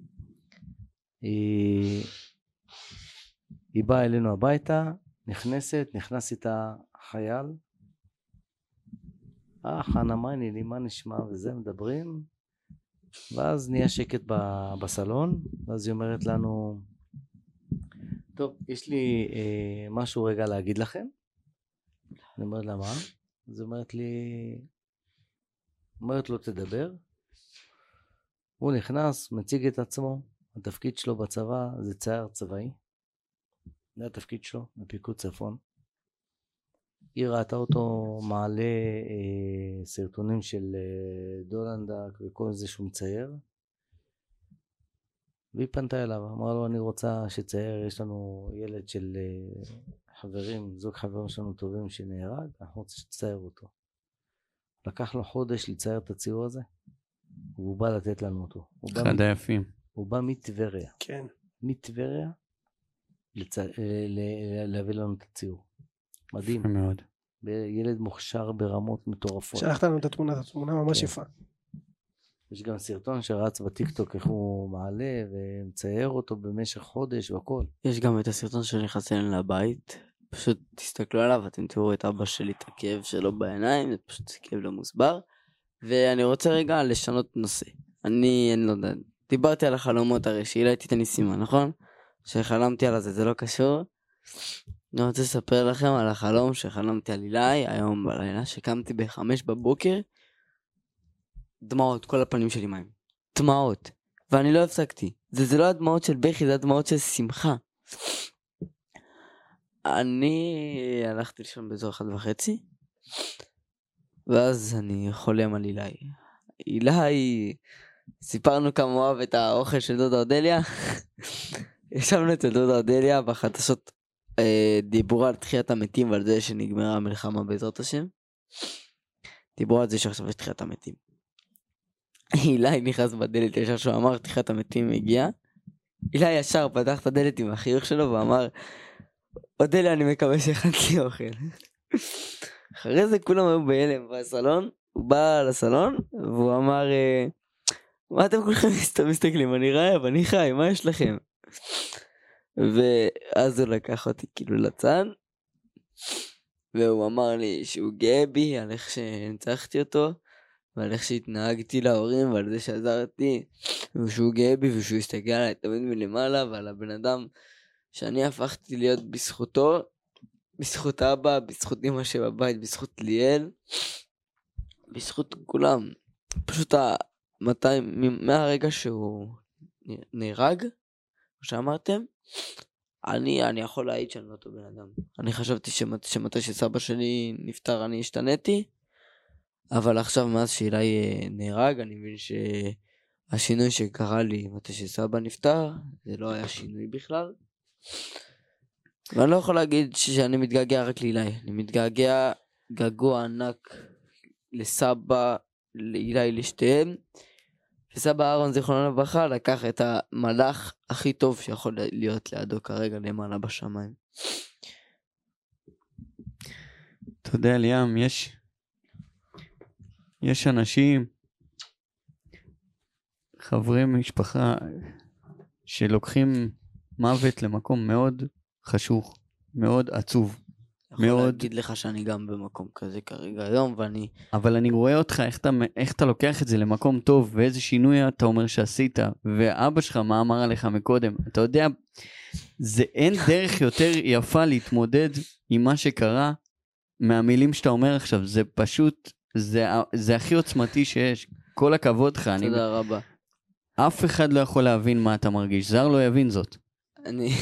S4: היא, היא באה אלינו הביתה, נכנסת, נכנס איתה חייל, אה, חנה מייני, מה נשמע וזה, מדברים, ואז נהיה שקט ב, בסלון, ואז היא אומרת לנו, טוב, יש לי אה, משהו רגע להגיד לכם. אני אומרת לה, מה? אז היא אומרת לי, אומרת לו תדבר. הוא נכנס, מציג את עצמו, התפקיד שלו בצבא זה צייר צבאי. זה התפקיד שלו, בפיקוד צפון. היא ראתה אותו מעלה אה, סרטונים של אה, דולנדק וכל זה שהוא מצייר. והיא פנתה אליו, אמרה לו אני רוצה שצייר, יש לנו ילד של אה, חברים, זוג חברים שלנו טובים שנהרג, אנחנו רוצים שתצייר אותו. לקח לו חודש לצייר את הציור הזה, והוא בא לתת לנו אותו.
S3: אחד היפים.
S4: הוא בא מטבריה.
S2: כן.
S4: מטבריה לצ... להביא לנו את הציור. מדהים.
S3: מאוד.
S4: ילד מוכשר ברמות מטורפות.
S2: שלחת לנו את התמונה, את התמונה ממש יפה.
S4: יש גם סרטון שרץ בטיקטוק איך הוא מעלה ומצייר אותו במשך חודש והכל.
S5: יש גם את הסרטון שנכנס אלינו לבית, פשוט תסתכלו עליו, אתם תראו את אבא שלי, את הכאב שלו בעיניים, זה פשוט כאב לא מוסבר. ואני רוצה רגע לשנות נושא. אני, אני לא יודע, דיברתי על החלומות הרי, שהעליתי את הניסימה, נכון? שחלמתי על זה, זה לא קשור. אני רוצה לספר לכם על החלום שחלמתי על אילי היום בלילה, שקמתי בחמש בבוקר, דמעות, כל הפנים שלי מים. דמעות. ואני לא הפסקתי. זה, זה לא הדמעות של בכי, זה הדמעות של שמחה. אני הלכתי לישון באזור אחד וחצי, ואז אני חולם על אילי. אילי, סיפרנו כמה אוהב את האוכל של דודה אודליה. ישבנו אצל דודה אודליה בחדשות, אה, דיברו על תחיית המתים ועל זה שנגמרה המלחמה בעזרת השם. דיברו על זה שעכשיו יש תחיית המתים. אילי נכנס בדלת ישר שהוא אמר תחיית המתים הגיעה. אילי ישר פתח את הדלת עם החיוך שלו ואמר אודליה אני מקווה שהכנת לי אוכל. אחרי זה כולם היו בהלם בסלון, הוא בא לסלון והוא אמר מה אתם כולכם מסתכלים, אני רעב, אני חי, מה יש לכם? ואז הוא לקח אותי כאילו לצד והוא אמר לי שהוא גאה בי על איך שהנצחתי אותו ועל איך שהתנהגתי להורים ועל זה שעזרתי, ושהוא גאה בי ושהוא הסתכל עליי תמיד מלמעלה ועל הבן אדם שאני הפכתי להיות בזכותו, בזכות אבא, בזכות אמא שבבית, בזכות ליאל, בזכות כולם. פשוט מאתיים, מהרגע שהוא נהרג, כמו שאמרתם, אני, אני יכול להעיד שאני לא אותו בן אדם. אני חשבתי שמת, שמתי שסבא שלי נפטר אני השתניתי, אבל עכשיו מאז שאילי נהרג, אני מבין שהשינוי שקרה לי מתי שסבא נפטר, זה לא היה שינוי בכלל. ואני לא יכול להגיד שאני מתגעגע רק לאילי, אני מתגעגע געגוע ענק לסבא, לאילי, לשתיהם. וסבא אהרון זיכרונו לברכה לקח את המלאך הכי טוב שיכול להיות לידו כרגע למעלה בשמיים.
S3: אתה יודע ליאם, יש יש אנשים, חברי משפחה, שלוקחים מוות למקום מאוד חשוך, מאוד עצוב.
S5: יכול
S3: מאוד.
S5: להגיד לך שאני גם במקום כזה כרגע היום, ואני...
S3: אבל אני רואה אותך, איך אתה, איך אתה לוקח את זה למקום טוב, ואיזה שינוי אתה אומר שעשית, ואבא שלך מה אמר עליך מקודם. אתה יודע, זה אין דרך יותר יפה להתמודד עם מה שקרה, מהמילים שאתה אומר עכשיו, זה פשוט, זה, זה הכי עוצמתי שיש. כל הכבוד לך.
S5: תודה
S3: אני,
S5: רבה.
S3: אף אחד לא יכול להבין מה אתה מרגיש, זר לא יבין זאת.
S5: אני...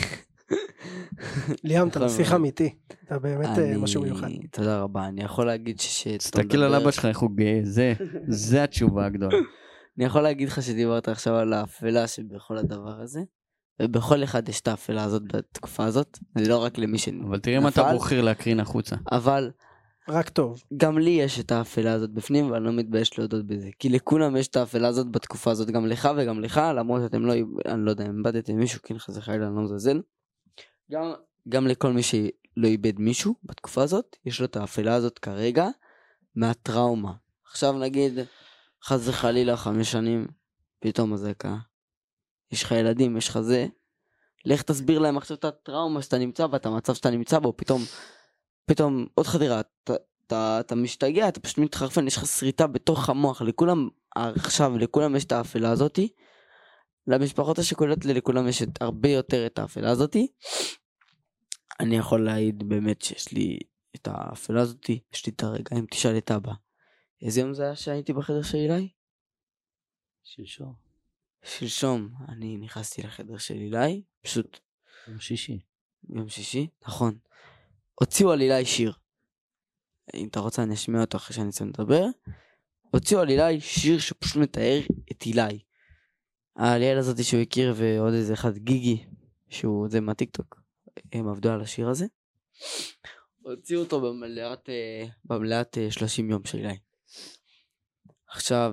S2: ליאם, אתה נסיך
S5: נכון.
S2: אמיתי. אתה באמת
S5: אני-
S2: משהו מיוחד.
S5: תודה רבה, אני יכול להגיד ש...
S3: תסתכל על אבא שלך איך הוא גאה, זה, זה התשובה הגדולה.
S5: אני יכול להגיד לך שדיברת עכשיו על האפלה שבכל הדבר הזה, ובכל אחד יש את האפלה הזאת בתקופה הזאת, זה לא רק למי שנפל,
S3: אבל תראה מה אתה בוחר להקרין החוצה.
S5: אבל
S2: רק טוב.
S5: גם לי יש את האפלה הזאת בפנים, ואני לא מתבייש להודות בזה, כי לכולם יש את האפלה הזאת בתקופה הזאת, גם לך וגם לך, למרות שאתם לא, אני לא יודע, אם איבדתם מישהו, כן חס וחלילה, אני לא מזלזל, גם, גם לכל מי שלא איבד מישהו בתקופה הזאת, יש לו את האפלה הזאת כרגע, מהטראומה. עכשיו נגיד, חס וחלילה חמש שנים, פתאום הזקה, יש לך ילדים, יש לך זה, לך תסביר להם עכשיו את הטראומה שאתה נמצא בה, את המצב שאתה נמצא בו, פתאום, פתאום עוד חדירה, אתה, אתה, אתה משתגע, אתה פשוט מתחרפן, יש לך שריטה בתוך המוח, לכולם, עכשיו, לכולם יש את האפלה הזאתי, למשפחות השכולות, לכולם יש את, הרבה יותר את האפלה הזאתי, אני יכול להעיד באמת שיש לי את האפלה הזאתי, יש לי את הרגעים, תשאל את אבא, איזה יום זה היה שהייתי בחדר של אילי?
S4: שלשום.
S5: שלשום אני נכנסתי לחדר של אילי, פשוט
S4: יום שישי.
S5: יום שישי, נכון. הוציאו על אילי שיר. אם אתה רוצה אני אשמיע אותו אחרי שאני אצא לדבר. הוציאו על אילי שיר שפשוט מתאר את אילי. הליל הזאת שהוא הכיר ועוד איזה אחד גיגי, שהוא זה מהטיקטוק, הם עבדו על השיר הזה. הוציאו אותו במלאת, במלאת שלושים יום של אילי. עכשיו,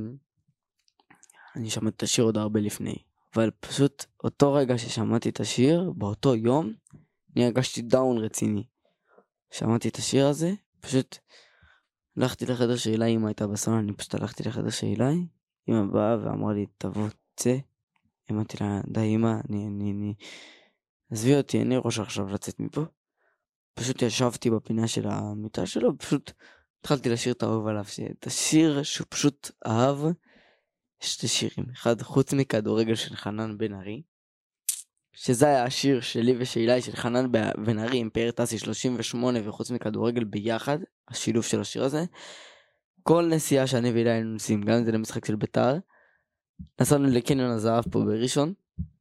S5: אני שמעתי את השיר עוד הרבה לפני, אבל פשוט אותו רגע ששמעתי את השיר, באותו יום, אני הרגשתי דאון רציני. שמעתי את השיר הזה, פשוט הלכתי לחדר של אילי, אמא הייתה בסלון, אני פשוט הלכתי לחדר של אילי, אמא באה ואמרה לי, תבוא, צא. אמרתי לה, די אמא, אני, אני, אני, עזבי אותי, אני ראש עכשיו לצאת מפה. פשוט ישבתי בפינה של המיטה שלו, פשוט התחלתי לשיר את האהוב עליו, את השיר שהוא פשוט אהב, שתי שירים, אחד חוץ מכדורגל של חנן בן ארי, שזה היה השיר שלי ושל אילי של חנן בן ארי עם פאר טסי שלושים ושמונה וחוץ מכדורגל ביחד, השילוב של השיר הזה. כל נסיעה שאני ואילי היינו נוסעים, גם אם זה למשחק של ביתר, נסענו לקניון הזהב פה בראשון,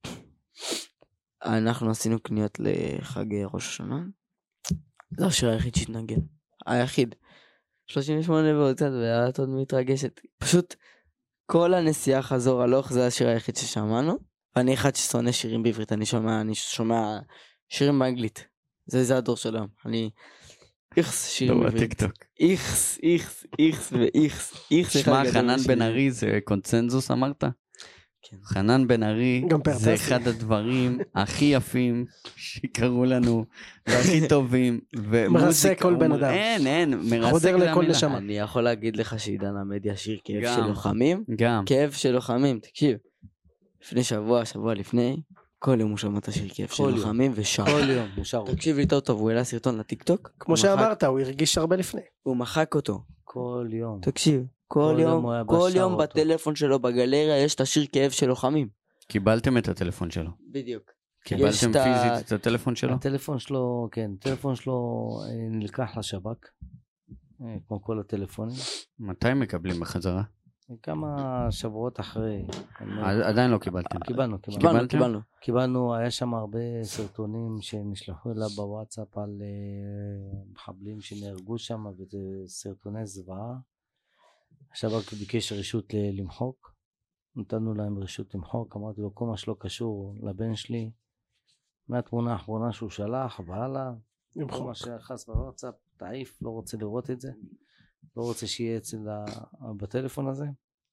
S5: אנחנו עשינו קניות לחג ראש השנה, זה השיר היחיד שהתנגן, היחיד, שלושים ושמונה והוצאת ואת עוד מתרגשת, פשוט כל הנסיעה חזור הלוך, זה השיר היחיד ששמענו, ואני אחד ששונא שירים בעברית, אני שומע, אני שומע שירים באנגלית, זה, זה הדור שלהם, אני איכס שירים בעברית, איכס, איכס, איכס ואיכס, איכס.
S3: שמע, חנן בן ארי זה קונצנזוס אמרת?
S5: כן.
S3: חנן בן ארי זה אחד הדברים הכי יפים שקראו לנו, והכי טובים,
S2: מרסק כל בן אדם.
S3: אין, אין, מרסק
S2: חודר
S3: זה
S2: לכל
S3: המילה.
S2: נשמה.
S5: אני יכול להגיד לך שעידן המדיה שיר כאב
S3: גם.
S5: של לוחמים,
S3: גם.
S5: כאב של לוחמים, תקשיב, לפני שבוע, שבוע לפני, כל יום הוא שמע את השיר כאב של
S4: כל יום.
S5: לוחמים ושר.
S4: כל יום, הוא שר.
S5: תקשיב לי טוב טוב, הוא העלה סרטון לטיקטוק,
S2: כמו
S5: הוא מחק-
S2: שאמרת, הוא הרגיש הרבה לפני.
S5: הוא מחק אותו,
S4: כל יום.
S5: תקשיב, כל
S4: כל יום
S5: יום,
S4: הוא היה
S5: כל
S4: בשר
S5: יום
S4: אותו.
S5: בטלפון שלו בגלריה יש את השיר כאב של לוחמים.
S3: קיבלתם את הטלפון שלו.
S5: בדיוק.
S3: קיבלתם
S5: את ה-
S3: פיזית את הטלפון שלו?
S4: הטלפון שלו, כן, הטלפון שלו אה, נלקח לשב"כ, אה, כמו כל הטלפונים.
S3: מתי מקבלים בחזרה?
S4: כמה שבועות אחרי. אני-
S3: עד- עדיין לא קיבלתם.
S4: קיבלנו, קיבלנו.
S5: קיבלנו,
S3: קיבלתם?
S5: קיבלנו.
S4: קיבלנו, היה שם הרבה סרטונים שנשלחו אליו בוואטסאפ על אה, מחבלים שנהרגו שם, וזה סרטוני זוועה. השב"כ ביקש רשות ל- למחוק, נתנו להם רשות למחוק, אמרתי לו כל מה שלא קשור לבן שלי, מהתמונה האחרונה שהוא שלח והלאה, כל
S2: למחוק.
S4: מה שיחס בוואטסאפ, תעיף, לא רוצה לראות את זה, לא רוצה שיהיה אצל ה- בטלפון הזה.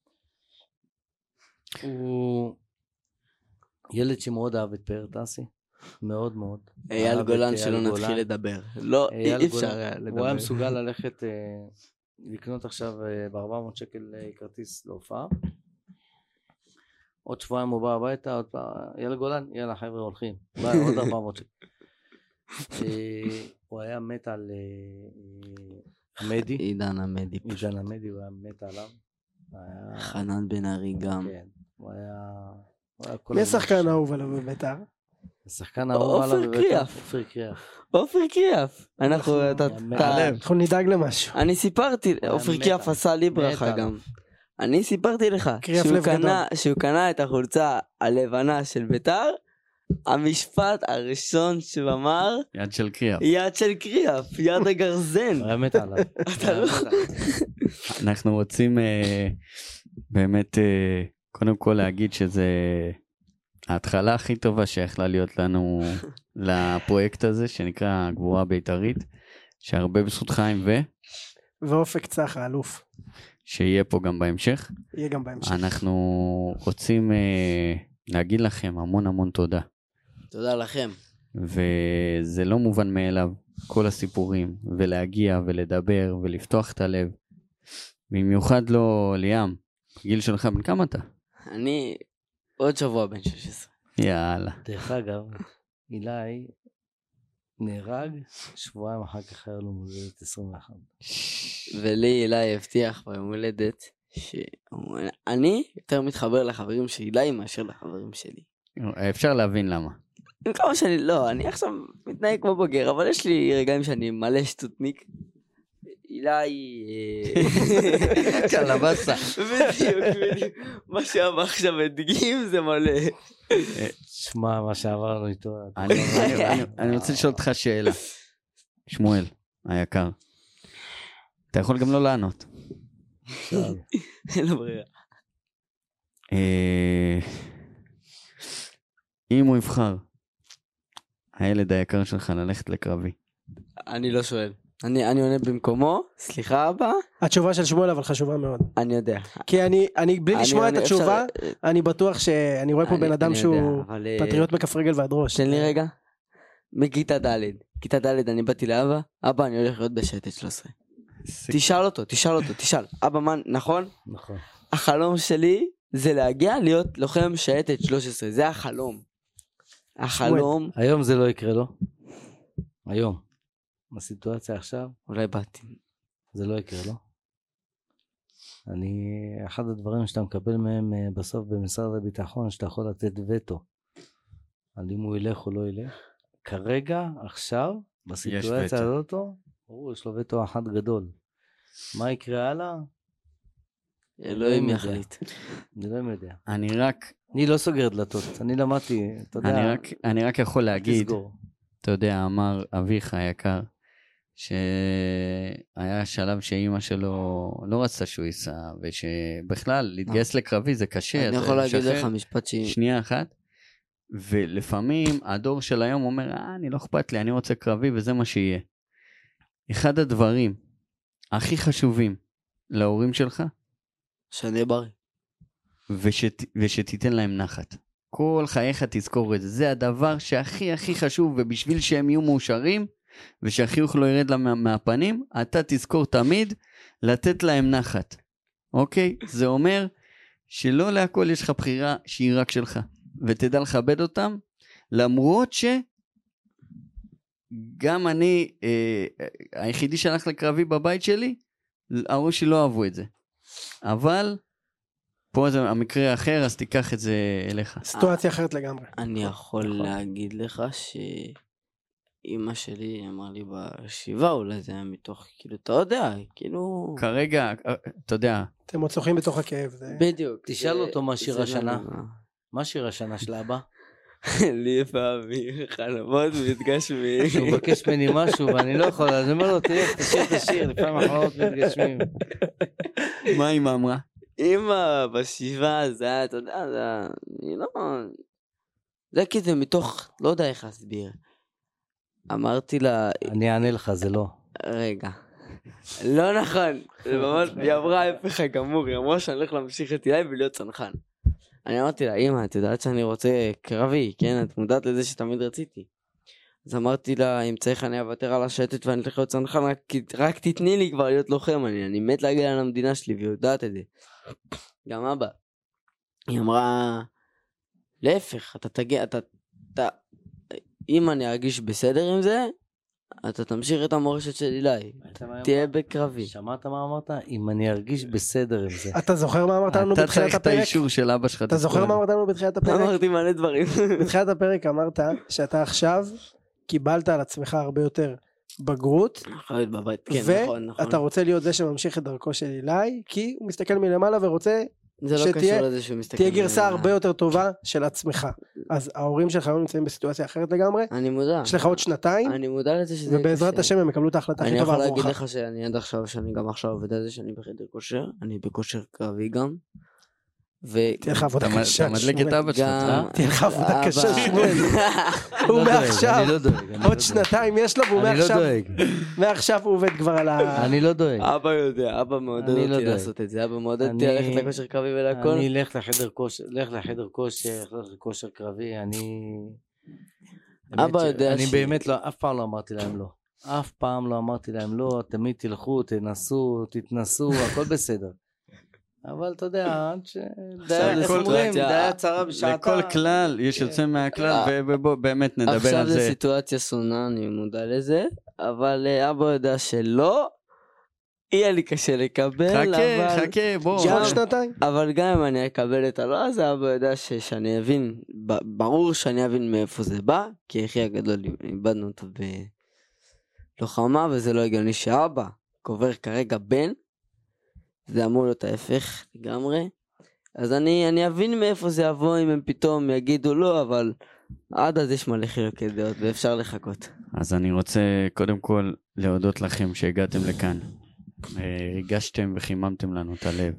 S4: הוא ילד שמאוד אהב את פאר טסי, מאוד מאוד.
S5: אייל
S4: אהב את
S5: גולן
S4: אייל
S5: שלא
S4: גולן.
S5: נתחיל לדבר. לא,
S4: אייל
S5: אי אפשר
S4: גולן.
S5: היה
S4: הוא היה
S5: לדבר.
S4: מסוגל ללכת אה, לקנות עכשיו אה, ב-ארבע מאות שקל אה, כרטיס להופעה. עוד שבועיים הוא בא הביתה, עוד פעם, אייל גולן, יאללה חבר'ה הולכים. ביי, עוד ארבע מאות שקל. אה, הוא היה מת על אה, עמדי,
S5: עידן עמדי.
S4: עידן עמדי, הוא היה מת עליו. היה-
S5: חנן בן ארי גם.
S4: כן, הוא היה... הוא היה כל
S2: מי
S4: הזמן
S2: השחקן
S4: שם.
S2: האהוב עליו בבית"ר?
S4: השחקן האהוב
S5: עופר
S4: עליו בבית"ר,
S5: קריאף.
S4: עופר קריאף.
S5: עופר קריאף. אנחנו, אתה,
S4: היה מת
S5: אתה-
S4: עליו.
S2: אנחנו נדאג למשהו.
S5: אני סיפרתי,
S4: היה
S5: עופר
S4: מת
S5: קריאף
S4: עליו.
S5: עשה לי
S4: מת
S5: ברכה
S4: עליו.
S5: גם. אני סיפרתי לך,
S2: קריאף
S5: שהוא
S2: לב
S5: קנה, שהוא קנה את החולצה הלבנה של בית"ר, המשפט הראשון שהוא אמר,
S3: יד של קריאף.
S5: יד של קריאף, יד הגרזן.
S4: הוא היה מת עליו.
S5: אתה לא...
S3: אנחנו רוצים אה, באמת אה, קודם כל להגיד שזה ההתחלה הכי טובה שיכלה להיות לנו לפרויקט הזה שנקרא גבורה בית"רית, שהרבה בזכות חיים
S2: ואופק צח האלוף.
S3: ושיהיה פה גם בהמשך.
S2: יהיה גם בהמשך.
S3: אנחנו רוצים אה, להגיד לכם המון המון תודה,
S5: תודה לכם.
S3: וזה לא מובן מאליו כל הסיפורים, ולהגיע ולדבר ולפתוח את הלב, במיוחד לא ליאם, גיל שלך, בן כמה אתה?
S5: אני עוד שבוע בן שש עשרה.
S3: יאללה.
S4: דרך אגב, אילי נהרג, שבועיים אחר כך היה לו מולדת עשרים ואחת.
S5: ולי אילי הבטיח ביום הולדת, שאני יותר מתחבר לחברים של אילי מאשר לחברים שלי.
S3: אפשר להבין למה.
S5: עם כמה שאני, לא, אני עכשיו מתנהג כמו בוגר, אבל יש לי רגעים שאני מלא שטוטניק. אילי...
S3: קלבסה.
S5: בדיוק, בדיוק. מה שאבא עכשיו הדגים זה מלא.
S4: שמע, מה שעברנו איתו.
S3: אני- אני- אני- אני רוצה לשאול אותך שאלה. שמואל, היקר. אתה יכול גם לא לענות.
S4: עכשיו,
S5: אין לו ברירה.
S3: אה, אם הוא יבחר, הילד היקר שלך ללכת לקרבי,
S5: אני לא שואל. אני אני עונה במקומו, סליחה אבא,
S2: התשובה של שמואל אבל חשובה מאוד.
S5: אני יודע.
S2: כי אני, אני בלי
S5: אני
S2: לשמוע את
S5: עונה-
S2: התשובה,
S5: אפשר-
S2: אני בטוח שאני רואה פה
S5: אני-
S2: בן אדם
S5: אני
S2: שהוא
S5: יודע, אבל, אה,
S2: פטריוט מכף רגל ועד ראש.
S5: תן לי רגע. מכיתה ד', כיתה ד' אני באתי לאבא, אבא אני הולך להיות בשייטת שלוש עשרה. תשאל אותו, תשאל אותו, תשאל. אבא מה, נכון?
S4: נכון.
S5: החלום שלי זה להגיע להיות לוחם שייטת שלוש עשרה, זה החלום. החלום,
S4: היום זה לא יקרה לו. היום. בסיטואציה עכשיו,
S5: אולי באתי.
S4: זה לא יקרה לו. אני, אחד הדברים שאתה מקבל מהם אה, בסוף במשרד הביטחון, שאתה יכול לתת וטו. על אם הוא ילך או לא ילך. כרגע, עכשיו, בסיטואציה
S3: וטו.
S4: הזאת, ברור, יש לו וטו אחד גדול. מה יקרה הלאה?
S5: אלוהים
S4: יודע.
S5: יחליט.
S4: אני לא יודע.
S3: אני רק,
S4: אני לא סוגר דלתות, אני למדתי, אתה יודע,
S3: אני רק, אני רק יכול להגיד,
S4: תסגור.
S3: אתה יודע, אמר אביך היקר, שהיה שלב שאימא שלו לא רצתה שהוא ייסע, ושבכלל, להתגייס לקרבי זה קשה.
S5: אני
S3: אתה
S5: יכול להגיד
S3: משחרר-
S5: לך משפט שהיא...
S3: שנייה אחת, ולפעמים הדור של היום אומר, אה, אני לא אכפת לי, אני רוצה קרבי וזה מה שיהיה. אחד הדברים הכי חשובים להורים שלך,
S5: שאני בריא.
S3: ושת, ושתיתן להם נחת. כל חייך תזכור את זה, זה הדבר שהכי הכי חשוב, ובשביל שהם יהיו מאושרים, ושהחיוך לא ירד להם מה- מהפנים, אתה תזכור תמיד לתת להם נחת. אוקיי? זה אומר שלא להכל יש לך בחירה שהיא רק שלך, ותדע לכבד אותם, למרות ש... גם אני, אה, היחידי שהלך לקרבי בבית שלי, ההורים שלי לא אהבו את זה. אבל, פה זה המקרה האחר, אז תיקח את זה אליך.
S2: סיטואציה אחרת לגמרי.
S5: אני יכול
S3: נכון.
S5: להגיד לך שאימא שלי אמרה לי בשבעה, אולי זה היה מתוך, כאילו, אתה יודע, כאילו...
S3: כרגע, אה, אתה יודע,
S2: אתם עוד שוחים בתוך הכאב. זה-
S5: בדיוק.
S4: תשאל
S5: זה-
S4: אותו מה שיר
S5: זה
S4: השנה.
S5: לא-
S4: מה שיר השנה של אבא?
S5: לי פעמים חלומות מתגשמים.
S4: שהוא מבקש ממני משהו ואני לא יכול, אז אני אומר לו, תראה, תשאיר את השיר, לפעמים החלומות מתגשמים.
S3: מה אמא אמרה?
S5: אמא בשבעה זה היה, אתה יודע, זה היה, אני לא... זה כי זה מתוך, לא יודע איך להסביר. אמרתי לה,
S4: אני אענה לך, זה לא.
S5: רגע, לא נכון, זה ממש, היא אמרה ההפך הגמור, היא אמרה שאני הולך להמשיך את אילי ולהיות צנחן. אני אמרתי לה, אמא, את יודעת שאני רוצה קרבי, כן, את מודעת לזה שתמיד רציתי. אז אמרתי לה, אם צריך אני אוותר על השייטת ואני הולך להיות צנחן, רק, רק תתני לי כבר להיות לוחם, אני, אני מת להגיע למדינה שלי והיא יודעת את זה. גם אבא. היא אמרה, להפך, אתה תגיע, אתה, אתה, אם אני ארגיש בסדר עם זה, אתה תמשיך את המורשת של אילי. תהיה בקרבי.
S4: שמעת מה אמרת? אם אני ארגיש בסדר עם זה.
S2: אתה זוכר מה אמרת לנו
S3: אתה
S2: בתחילת
S3: צריך את
S2: הפרק?
S3: האישור של אבא שלך.
S2: אתה זוכר מה אמרת לנו בתחילת הפרק?
S5: אמרתי מלא דברים.
S2: בתחילת הפרק אמרת שאתה עכשיו קיבלת על עצמך הרבה יותר בגרות,
S5: חייבת בבית, כן, נכון, נכון.
S2: ואתה רוצה להיות זה שממשיך את דרכו של אילי, כי הוא מסתכל מלמעלה ורוצה
S5: זה לא קשור לזה שהוא מסתכל.
S2: תהיה גרסה הרבה יותר טובה של עצמך. אז ההורים שלך לא נמצאים בסיטואציה אחרת לגמרי.
S5: אני מודע.
S2: יש לך עוד שנתיים.
S5: אני מודע לזה שזה...
S2: ובעזרת השם הם יקבלו את ההחלטה הכי טובה עבורך.
S5: אני יכול להגיד לך שאני עד עכשיו, שאני גם עכשיו עובד על זה, שאני בחדר כושר, אני בכושר קרבי גם.
S2: תהיה לך עבודה קשה.
S3: אתה מדליק את אבא שלך.
S2: תהיה לך עבודה קשה, שמואל. הוא מעכשיו, עוד שנתיים יש לו, והוא מעכשיו, מעכשיו הוא עובד כבר על ה...
S4: אני לא דואג.
S5: אבא יודע, אבא מעודד אותי לעשות את זה, אבא מעודד אותי ללכת לכושר קרבי ולהכל.
S4: אני אלך לחדר כושר, לך לחדר כושר, לך לכושר קרבי, אני...
S5: אבא יודע
S4: אני
S5: ש...
S4: באמת לא, אף פעם לא אמרתי להם לא. אף פעם לא אמרתי להם לא, תמיד תלכו, תנסו, תתנסו, הכל בסדר. אבל אתה יודע, עד ש... איך אומרים, די צרה בשעתה.
S3: לכל כלל, יש יוצא מהכלל, ובוא באמת נדבר על זה.
S5: עכשיו זה סיטואציה סונה, אני מודע לזה, אבל אבא יודע שלא, יהיה לי קשה לקבל,
S3: חכה, חכה, בוא.
S2: עוד שנתיים.
S5: אבל גם אם אני אקבל את הלא הזה, אבא יודע שאני אבין, ברור שאני אבין מאיפה זה בא, כי אחי הגדול, איבדנו אותו בלוחמה, וזה לא הגיוני שאבא קובר כרגע בן, זה אמור להיות ההפך לגמרי. אז אני, אני אבין מאיפה זה יבוא, אם הם פתאום יגידו לא, אבל עד אז יש מלא חילוקי דעות ואפשר לחכות.
S3: אז אני רוצה קודם כל להודות לכם שהגעתם לכאן. הגשתם וחיממתם לנו את הלב.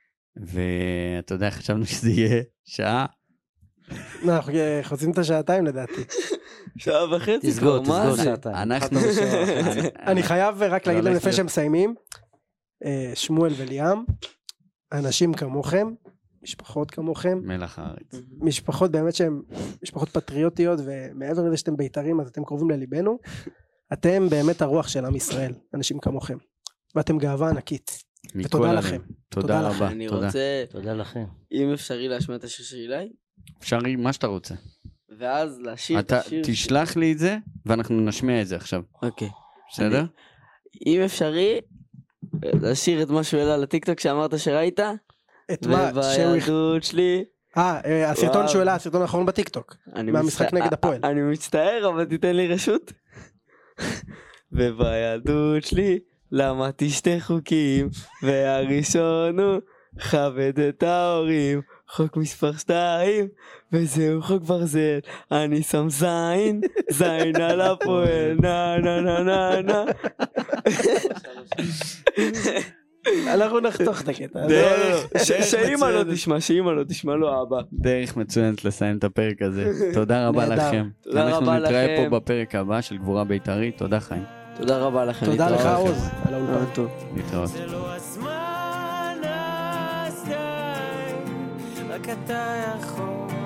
S3: ואתה יודע, חשבנו שזה יהיה שעה.
S2: אנחנו חוצים את השעתיים לדעתי.
S5: שעה וחצי.
S4: תסגור, תסגור שעתיים.
S3: אנחנו...
S2: אני חייב רק להגיד להם לפני שהם מסיימים, שמואל וליאם, אנשים כמוכם, משפחות כמוכם,
S3: מלח הארץ.
S2: משפחות באמת שהן משפחות פטריוטיות, ומעבר לזה שאתם בית"רים, אז אתם קרובים לליבנו, אתם באמת הרוח של עם ישראל, אנשים כמוכם, ואתם גאווה ענקית, ותודה לכם.
S3: תודה רבה.
S5: אני רוצה,
S4: תודה לכם.
S5: אם אפשרי להשמיע את השיר של אילי,
S3: אפשרי מה שאתה רוצה.
S5: ואז להשאיר את
S3: אתה
S5: השיר.
S3: תשלח לי את זה, ואנחנו נשמיע את זה עכשיו.
S5: אוקיי.
S3: בסדר?
S5: אם אפשרי, להשאיר את מה שהוא העלה לטיקטוק שאמרת שראית,
S2: את מה?
S5: וביהדות שלי.
S2: אה, הסרטון שהוא העלה, הסרטון האחרון בטיקטוק, מהמשחק נגד הפועל.
S5: אני מצטער, אבל תיתן לי רשות. ובילדות שלי למדתי שתי חוקים, והראשון הוא כבד את ההורים, חוק מספר שתיים, וזהו חוק ברזל, אני שם זין, זין על הפועל, נה נה נה נה נה.
S2: אנחנו נחתוך את הקטע.
S5: שאמא לא תשמע, שאמא לא תשמע, לא אבא.
S3: דרך מצוינת לסיים את הפרק הזה. תודה רבה לכם.
S5: תודה רבה
S3: אנחנו נתראה
S5: לכם.
S3: פה בפרק הבא של גבורה בית"רית. תודה חיים.
S5: תודה רבה לכם.
S2: תודה לך
S5: להתראות.
S2: עוז, על האולפן.
S3: להתראות.
S1: זה לא הזמן, אז די, רק אתה יכול